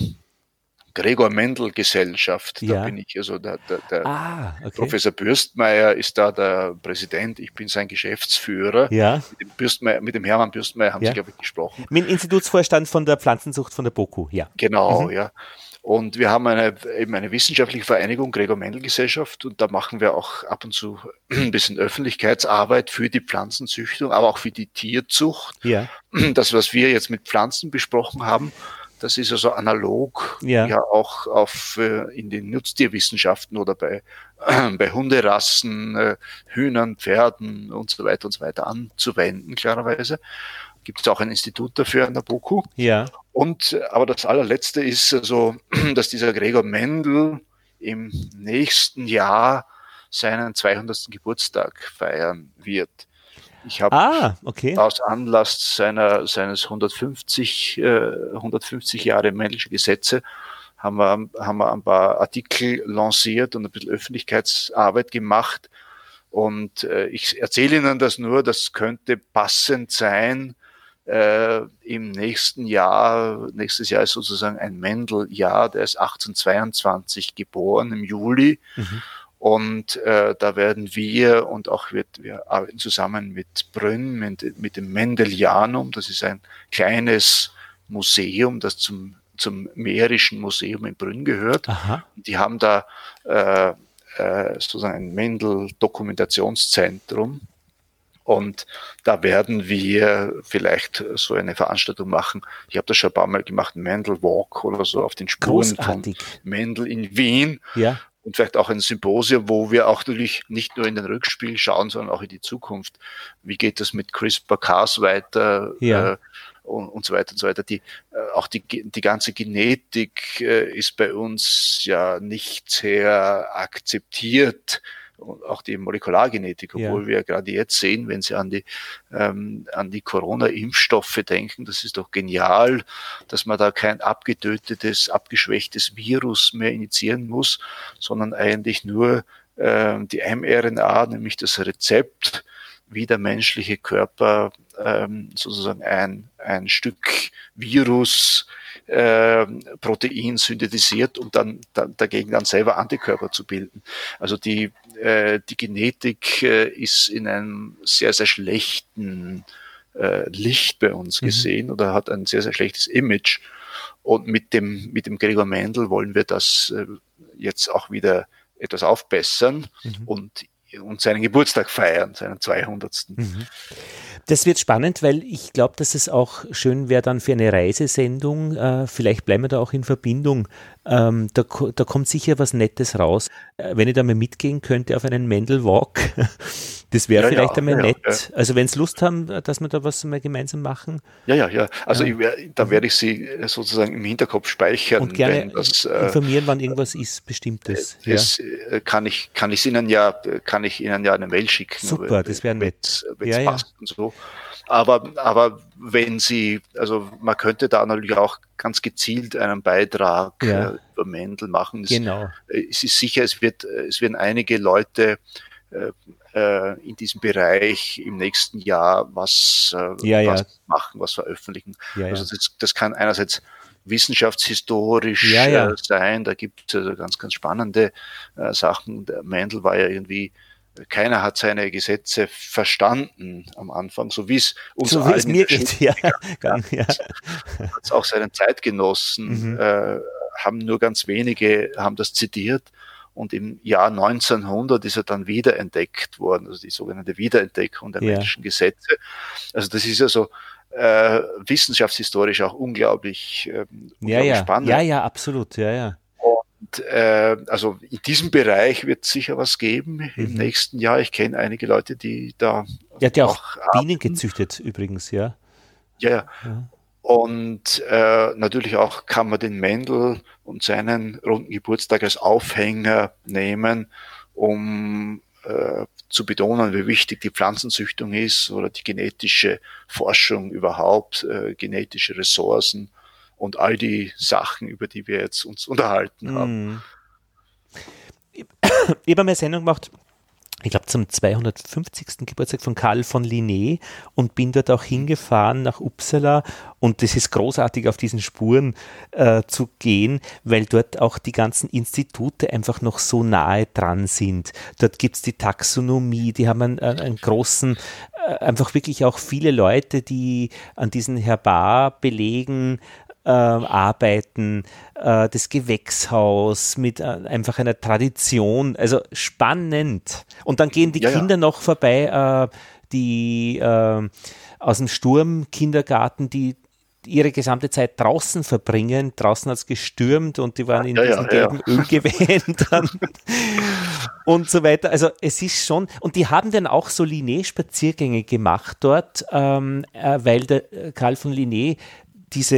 B: Gregor Mendel Gesellschaft, da ja. bin ich, also der, der, der
A: ah, okay.
B: Professor Bürstmeier ist da der Präsident, ich bin sein Geschäftsführer.
A: Ja.
B: Mit dem, Bürstmeier, mit dem Hermann Bürstmeier haben ja. Sie, glaube ich, gesprochen.
A: Mit dem Institutsvorstand von der Pflanzenzucht von der BOKU, ja.
B: Genau,
A: mhm.
B: ja. Und wir haben eine, eben eine wissenschaftliche Vereinigung, Gregor Mendel Gesellschaft, und da machen wir auch ab und zu ein bisschen Öffentlichkeitsarbeit für die Pflanzenzüchtung, aber auch für die Tierzucht.
A: Ja.
B: Das, was wir jetzt mit Pflanzen besprochen haben, das ist also analog ja, ja auch auf, äh, in den Nutztierwissenschaften oder bei, äh, bei Hunderassen, äh, Hühnern, Pferden und so weiter und so weiter anzuwenden, klarerweise. Gibt es auch ein Institut dafür an der BOKU.
A: Ja.
B: Und, aber das allerletzte ist also, dass dieser Gregor Mendel im nächsten Jahr seinen zweihundertsten Geburtstag feiern wird. Ich habe
A: ah, okay.
B: aus Anlass seiner, seines hundertfünfzig, äh, hundertfünfzig Jahre Mendelsche Gesetze haben wir, haben wir ein paar Artikel lanciert und ein bisschen Öffentlichkeitsarbeit gemacht. Und äh, ich erzähle Ihnen das nur, das könnte passend sein äh, im nächsten Jahr, nächstes Jahr ist sozusagen ein Mendel-Jahr, der ist achtzehnhundertzweiundzwanzig geboren im Juli. Mhm. Und äh, da werden wir und auch wir, wir arbeiten zusammen mit Brünn, mit, mit dem Mendelianum. Das ist ein kleines Museum, das zum, zum Mährischen Museum in Brünn gehört. Aha. Die haben da äh, äh, sozusagen ein Mendel-Dokumentationszentrum. Und da werden wir vielleicht so eine Veranstaltung machen. Ich habe das schon ein paar Mal gemacht, Mendel Walk oder so auf den Spuren Großartig. Von Mendel in Wien. Ja. Und vielleicht auch ein Symposium, wo wir auch natürlich nicht nur in den Rückspiel schauen, sondern auch in die Zukunft. Wie geht das mit CRISPR-Cas weiter? Ja. Äh, und, und so weiter und so weiter. Die, äh, auch die, die ganze Genetik äh, ist bei uns ja nicht sehr akzeptiert. Und auch die Molekulargenetik, obwohl ja. wir gerade jetzt sehen, wenn Sie an die, ähm, an die Corona-Impfstoffe denken, das ist doch genial, dass man da kein abgetötetes, abgeschwächtes Virus mehr injizieren muss, sondern eigentlich nur ähm, die mRNA, nämlich das Rezept, wie der menschliche Körper ähm, sozusagen ein, ein Stück Virus äh, Protein synthetisiert, um dann da, dagegen dann selber Antikörper zu bilden. Also die, äh, die Genetik äh, ist in einem sehr, sehr schlechten äh, Licht bei uns mhm. gesehen oder hat ein sehr, sehr schlechtes Image. Und mit dem, mit dem Gregor Mendel wollen wir das äh, jetzt auch wieder etwas aufbessern mhm. und und seinen Geburtstag feiern, seinen zweihundertsten.
A: Mhm. Das wird spannend, weil ich glaube, dass es auch schön wäre dann für eine Reisesendung, äh, vielleicht bleiben wir da auch in Verbindung, ähm, da, da kommt sicher was Nettes raus. Äh, wenn ich da mal mitgehen könnte auf einen Mendel-Walk, das wäre ja, vielleicht ja, einmal ja, nett. Ja. Also wenn Sie Lust haben, dass wir da was mal gemeinsam machen.
B: Ja, ja, ja. Also ja. Ich wär, da werde ich Sie sozusagen im Hinterkopf speichern.
A: Und gerne wenn das, informieren, äh, wann irgendwas ist, Bestimmtes.
B: Das ja. kann ich, kann ich Ihnen ja, kann ich Ihnen ja eine Mail schicken.
A: Super,
B: wenn,
A: das wäre nett.
B: Wenn es ja, passt ja. und so. Aber, aber wenn Sie, also man könnte da natürlich auch ganz gezielt einen Beitrag ja. äh, über Mendel machen. Es,
A: genau.
B: Äh, es ist sicher, es wird, es werden einige Leute äh, äh, in diesem Bereich im nächsten Jahr was, äh,
A: ja,
B: was
A: ja.
B: machen, was veröffentlichen.
A: Ja,
B: also
A: ja.
B: das, das kann einerseits wissenschaftshistorisch
A: ja, ja.
B: äh, sein, da gibt es also ganz, ganz spannende äh, Sachen. Der Mendel war ja irgendwie keiner hat seine Gesetze verstanden am Anfang, so wie es uns
A: so
B: allen
A: wie es mir geht, ja.
B: ja. ja. Auch seinen Zeitgenossen mhm. äh, haben nur ganz wenige haben das zitiert und im Jahr neunzehnhundert ist er dann wiederentdeckt worden, also die sogenannte Wiederentdeckung der ja. menschlichen Gesetze. Also das ist also äh, wissenschaftshistorisch auch unglaublich, äh,
A: unglaublich ja, ja. spannend. Ja, ja, absolut, ja, ja.
B: Und, äh, also in diesem Bereich wird es sicher was geben mhm. im nächsten Jahr. Ich kenne einige Leute, die da
A: Er hat ja auch, auch Bienen gezüchtet übrigens, ja.
B: Ja, ja. Und äh, natürlich auch kann man den Mendel und seinen runden Geburtstag als Aufhänger nehmen, um äh, zu betonen, wie wichtig die Pflanzenzüchtung ist oder die genetische Forschung überhaupt, äh, genetische Ressourcen und all die Sachen, über die wir jetzt uns unterhalten haben.
A: Ich, ich habe eine Sendung gemacht, ich glaube zum zweihundertfünfzigsten Geburtstag von Carl von Linné und bin dort auch hingefahren nach Uppsala und das ist großartig, auf diesen Spuren äh, zu gehen, weil dort auch die ganzen Institute einfach noch so nahe dran sind. Dort gibt es die Taxonomie, die haben einen, einen großen, äh, einfach wirklich auch viele Leute, die an diesen Herbarbelegen Äh, arbeiten, äh, das Gewächshaus mit äh, einfach einer Tradition, also spannend. Und dann gehen die ja, Kinder ja. noch vorbei, äh, die äh, aus dem Sturmkindergarten, die ihre gesamte Zeit draußen verbringen. Draußen hat es gestürmt und die waren in ja, diesem ja, gelben ja. Ölgewändern und so weiter. Also es ist schon, und die haben dann auch so Linné-Spaziergänge gemacht dort, ähm, äh, weil der Carl von Linné diese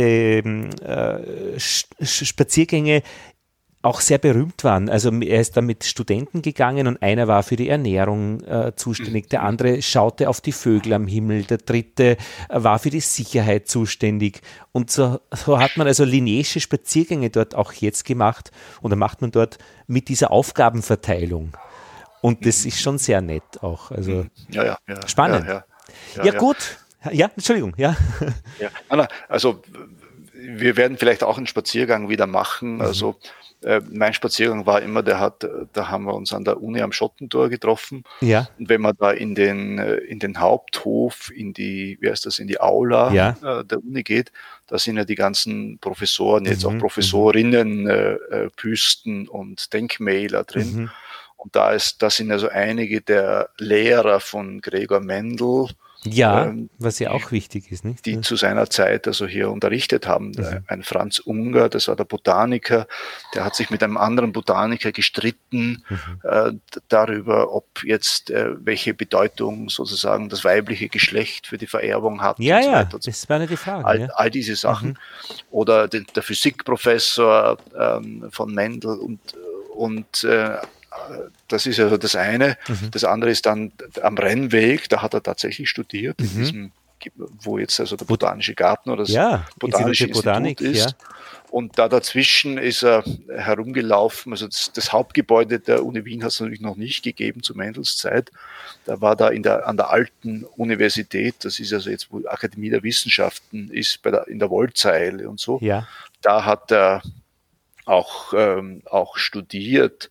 A: äh, Spaziergänge auch sehr berühmt waren. Also er ist da mit Studenten gegangen und einer war für die Ernährung äh, zuständig, der andere schaute auf die Vögel am Himmel, der dritte war für die Sicherheit zuständig. Und so, so hat man also Linnéische Spaziergänge dort auch jetzt gemacht und da macht man dort mit dieser Aufgabenverteilung. Und das ist schon sehr nett auch. Also
B: ja, ja, ja,
A: spannend.
B: Ja, ja,
A: ja, ja gut. Ja, Entschuldigung, ja.
B: ja. Anna, also wir werden vielleicht auch einen Spaziergang wieder machen. Mhm. Also äh, mein Spaziergang war immer, der hat, da haben wir uns an der Uni am Schottentor getroffen.
A: Ja.
B: Und wenn man da in den in den Haupthof, in die, wie heißt das, in die Aula
A: ja.
B: äh, der Uni geht, da sind ja die ganzen Professoren, jetzt mhm. auch Professorinnen, äh, Büsten und Denkmäler drin. Mhm. Und da ist, da sind also einige der Lehrer von Gregor Mendel.
A: Ja, ähm, was ja auch wichtig ist, nicht?
B: Die
A: ja.
B: zu seiner Zeit also hier unterrichtet haben. Mhm. Ein Franz Unger, das war der Botaniker, der hat sich mit einem anderen Botaniker gestritten mhm. äh, darüber, ob jetzt äh, welche Bedeutung sozusagen das weibliche Geschlecht für die Vererbung hat.
A: Ja,
B: und so
A: ja,
B: weiter und so.
A: Das war eine die Frage.
B: All,
A: ja.
B: all diese Sachen.
A: Mhm.
B: Oder den, der Physikprofessor ähm, von Mendel und, und äh, das ist also das eine. Mhm. Das andere ist dann am Rennweg, da hat er tatsächlich studiert, mhm. in diesem, wo jetzt also der Botanische Garten oder das
A: ja,
B: Botanische
A: Institut Botanik,
B: Institut ist.
A: Ja.
B: Und da dazwischen ist er herumgelaufen. Also das, das Hauptgebäude der Uni Wien hat es natürlich noch nicht gegeben zu Mendels Zeit. Da war da in der, an der alten Universität, das ist also jetzt, wo Akademie der Wissenschaften ist, bei der, in der Wollzeile und so.
A: Ja.
B: Da hat er auch, ähm, auch studiert.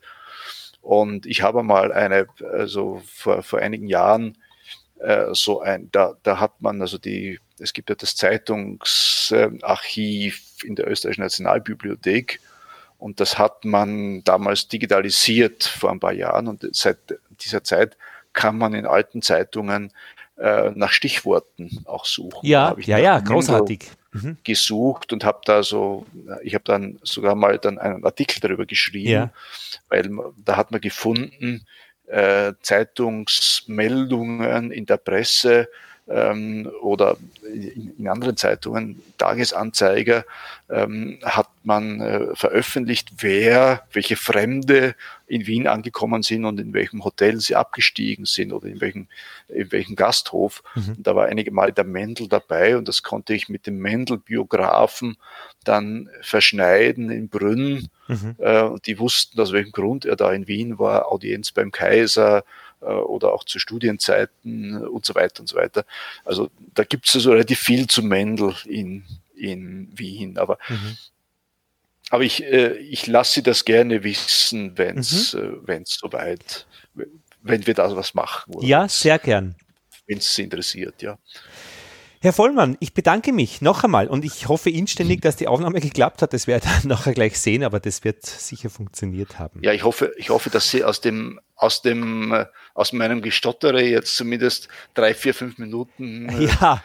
B: Und ich habe mal eine, also vor, vor einigen Jahren, äh, so ein, da, da hat man also die, es gibt ja das Zeitungsarchiv in der Österreichischen Nationalbibliothek und das hat man damals digitalisiert vor ein paar Jahren und seit dieser Zeit kann man in alten Zeitungen äh, nach Stichworten auch suchen.
A: Ja, ja, ja, großartig.
B: Mhm. gesucht und habe da so, ich habe dann sogar mal dann einen Artikel darüber geschrieben, ja. weil da hat man gefunden, äh, Zeitungsmeldungen in der Presse ähm, oder in, in anderen Zeitungen, Tagesanzeiger, ähm, hat man äh, veröffentlicht, wer, welche Fremde in Wien angekommen sind und in welchem Hotel sie abgestiegen sind oder in welchem, in welchem Gasthof. Mhm. Da war einige Mal der Mendel dabei und das konnte ich mit dem Mendel-Biografen dann verschneiden in Brünn. Mhm. Äh, und die wussten, aus welchem Grund er da in Wien war, Audienz beim Kaiser äh, oder auch zu Studienzeiten und so weiter und so weiter. Also da gibt es also relativ viel zu Mendel in, in Wien. Aber mhm. Aber ich, äh, ich lasse Sie das gerne wissen, wenn es mhm. äh, soweit, wenn wir da was machen. Oder
A: ja, sehr gern.
B: Wenn es Sie interessiert, ja.
A: Herr Vollmann, ich bedanke mich noch einmal und ich hoffe inständig, dass die Aufnahme geklappt hat. Das werde ich dann nachher gleich sehen, aber das wird sicher funktioniert haben.
B: Ja, ich hoffe, ich hoffe, dass Sie aus dem, aus dem, äh, aus meinem Gestottere jetzt zumindest drei, vier, fünf Minuten äh,
A: ja.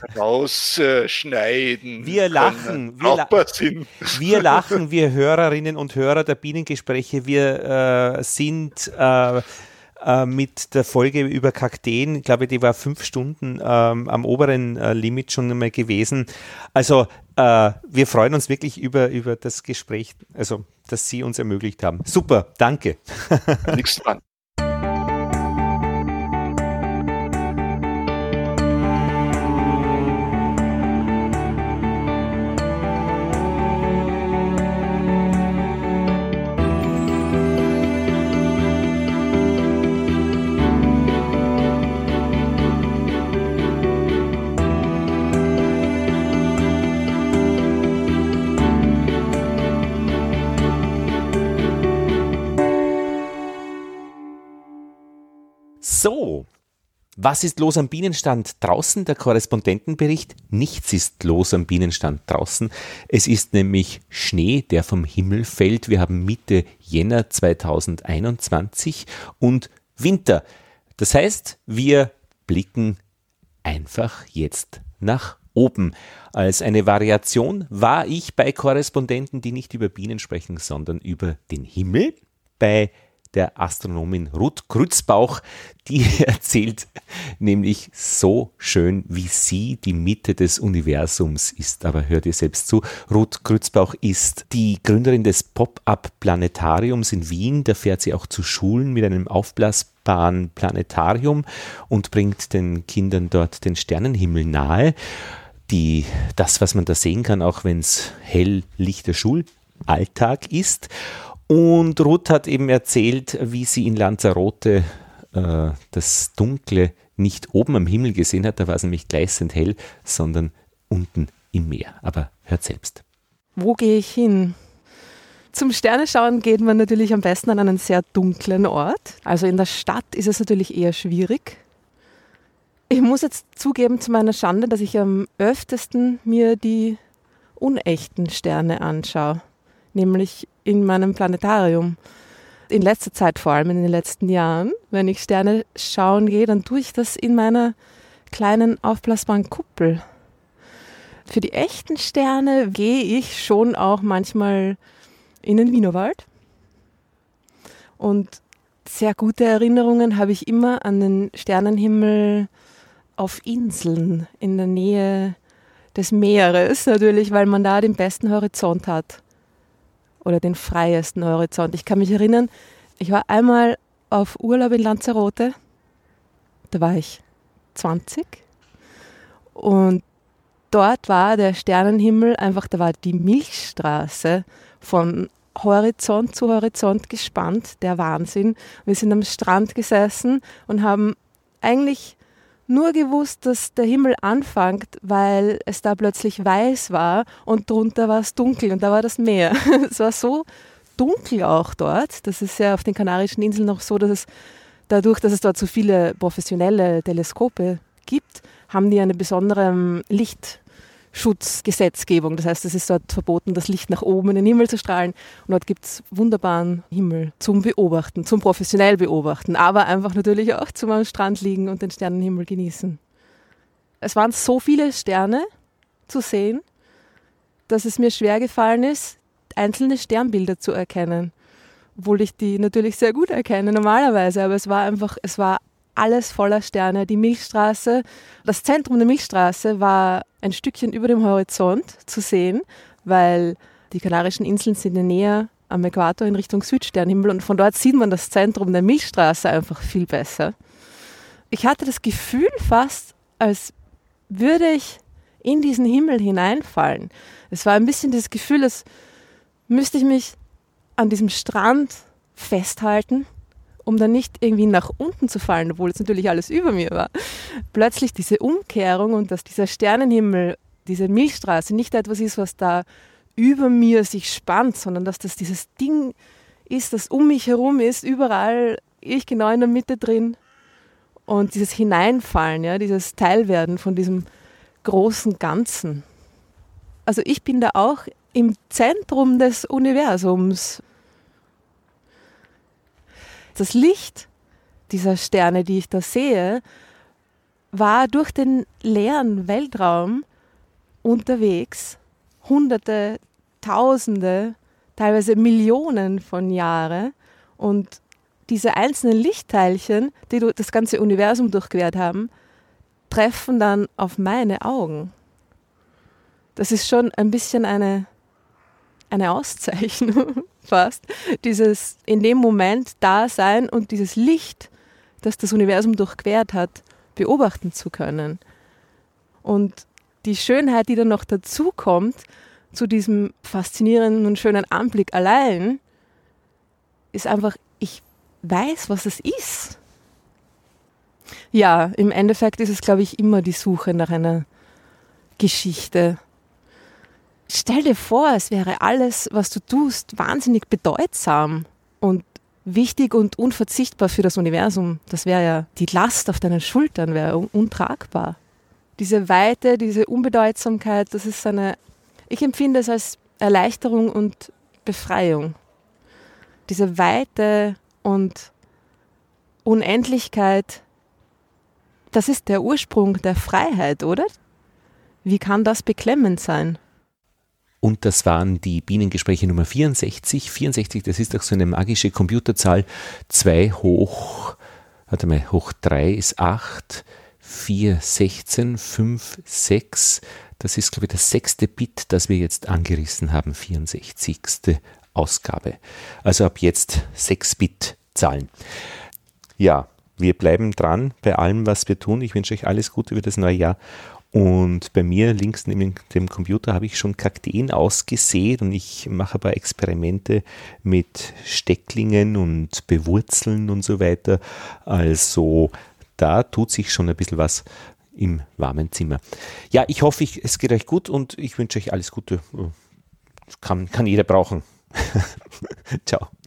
B: rausschneiden.
A: Wir lachen, wir, la- wir lachen, wir Hörerinnen und Hörer der Bienengespräche, wir äh, sind äh, äh, mit der Folge über Kakteen, ich glaube, die war fünf Stunden ähm, am oberen äh, Limit schon einmal gewesen. Also äh, wir freuen uns wirklich über, über das Gespräch, also das Sie uns ermöglicht haben. Super, danke.
B: Nichts dran.
A: So, was ist los am Bienenstand draußen? Der Korrespondentenbericht. Nichts ist los am Bienenstand draußen. Es ist nämlich Schnee, der vom Himmel fällt. Wir haben Mitte Jänner zweitausendeinundzwanzig und Winter. Das heißt, wir blicken einfach jetzt nach oben. Als eine Variation war ich bei Korrespondenten, die nicht über Bienen sprechen, sondern über den Himmel, bei der Astronomin Ruth Grützbauch, die erzählt nämlich so schön, wie sie die Mitte des Universums ist. Aber hört ihr selbst zu. Ruth Grützbauch ist die Gründerin des Pop-Up-Planetariums in Wien. Da fährt sie auch zu Schulen mit einem aufblasbaren Planetarium und bringt den Kindern dort den Sternenhimmel nahe. Die, das, was man da sehen kann, auch wenn es hell lichter Schulalltag ist. Und Ruth hat eben erzählt, wie sie in Lanzarote äh, das dunkle nicht oben am Himmel gesehen hat, da war es nämlich gleißend hell, sondern unten im Meer. Aber hört selbst.
C: Wo gehe ich hin? Zum Sternenschauen geht man natürlich am besten an einen sehr dunklen Ort. Also in der Stadt ist es natürlich eher schwierig. Ich muss jetzt zugeben zu meiner Schande, dass ich am öftesten mir die unechten Sterne anschaue, nämlich in meinem Planetarium. In letzter Zeit, vor allem in den letzten Jahren, wenn ich Sterne schauen gehe, dann tue ich das in meiner kleinen aufblasbaren Kuppel. Für die echten Sterne gehe ich schon auch manchmal in den Wienerwald. Und sehr gute Erinnerungen habe ich immer an den Sternenhimmel auf Inseln in der Nähe des Meeres natürlich, weil man da den besten Horizont hat oder den freiesten Horizont. Ich kann mich erinnern, ich war einmal auf Urlaub in Lanzarote, da war ich zwanzig und dort war der Sternenhimmel einfach, da war die Milchstraße von Horizont zu Horizont gespannt, der Wahnsinn. Wir sind am Strand gesessen und haben eigentlich nur gewusst, dass der Himmel anfängt, weil es da plötzlich weiß war und drunter war es dunkel und da war das Meer. Es war so dunkel auch dort. Das ist ja auf den Kanarischen Inseln noch so, dass es dadurch, dass es dort so viele professionelle Teleskope gibt, haben die eine besondere Lichtschutzgesetzgebung. Das heißt, es ist dort verboten, das Licht nach oben in den Himmel zu strahlen. Und dort gibt es wunderbaren Himmel zum Beobachten, zum professionell Beobachten, aber einfach natürlich auch zum am Strand liegen und den Sternenhimmel genießen. Es waren so viele Sterne zu sehen, dass es mir schwer gefallen ist, einzelne Sternbilder zu erkennen. Obwohl ich die natürlich sehr gut erkenne normalerweise, aber es war einfach, es war alles voller Sterne. Die Milchstraße, das Zentrum der Milchstraße war ein Stückchen über dem Horizont zu sehen, weil die Kanarischen Inseln sind näher am Äquator in Richtung Südsternhimmel und von dort sieht man das Zentrum der Milchstraße einfach viel besser. Ich hatte das Gefühl fast, als würde ich in diesen Himmel hineinfallen. Es war ein bisschen das Gefühl, als müsste ich mich an diesem Strand festhalten, um dann nicht irgendwie nach unten zu fallen, obwohl es natürlich alles über mir war. Plötzlich diese Umkehrung und dass dieser Sternenhimmel, diese Milchstraße nicht etwas ist, was da über mir sich spannt, sondern dass das dieses Ding ist, das um mich herum ist, überall, ich genau in der Mitte drin. Und dieses Hineinfallen, ja, dieses Teilwerden von diesem großen Ganzen. Also ich bin da auch im Zentrum des Universums. Das Licht dieser Sterne, die ich da sehe, war durch den leeren Weltraum unterwegs, Hunderte, Tausende, teilweise Millionen von Jahren. Und diese einzelnen Lichtteilchen, die das ganze Universum durchquert haben, treffen dann auf meine Augen. Das ist schon ein bisschen eine, eine Auszeichnung. Fast, dieses in dem Moment da sein und dieses Licht, das das Universum durchquert hat, beobachten zu können. Und die Schönheit, die dann noch dazu kommt, zu diesem faszinierenden und schönen Anblick allein, ist einfach, ich weiß, was es ist. Ja, im Endeffekt ist es, glaube ich, immer die Suche nach einer Geschichte. Stell dir vor, es wäre alles, was du tust, wahnsinnig bedeutsam und wichtig und unverzichtbar für das Universum. Das wäre ja, die Last auf deinen Schultern wäre untragbar. Diese Weite, diese Unbedeutsamkeit, das ist eine, ich empfinde es als Erleichterung und Befreiung. Diese Weite und Unendlichkeit, das ist der Ursprung der Freiheit, oder? Wie kann das beklemmend sein?
A: Und das waren die Bienengespräche Nummer vierundsechzig. vierundsechzig, das ist doch so eine magische Computerzahl. zwei hoch, warte mal, hoch drei ist acht, vier, sechzehn, fünf, sechs. Das ist, glaube ich, das sechste Bit, das wir jetzt angerissen haben, vierundsechzigste Ausgabe. Also ab jetzt sechs Bit Zahlen. Ja, wir bleiben dran bei allem, was wir tun. Ich wünsche euch alles Gute für das neue Jahr. Und bei mir links neben dem Computer habe ich schon Kakteen ausgesät und ich mache ein paar Experimente mit Stecklingen und Bewurzeln und so weiter. Also da tut sich schon ein bisschen was im warmen Zimmer. Ja, ich hoffe, ich, es geht euch gut und ich wünsche euch alles Gute. Kann, kann jeder brauchen. Ciao.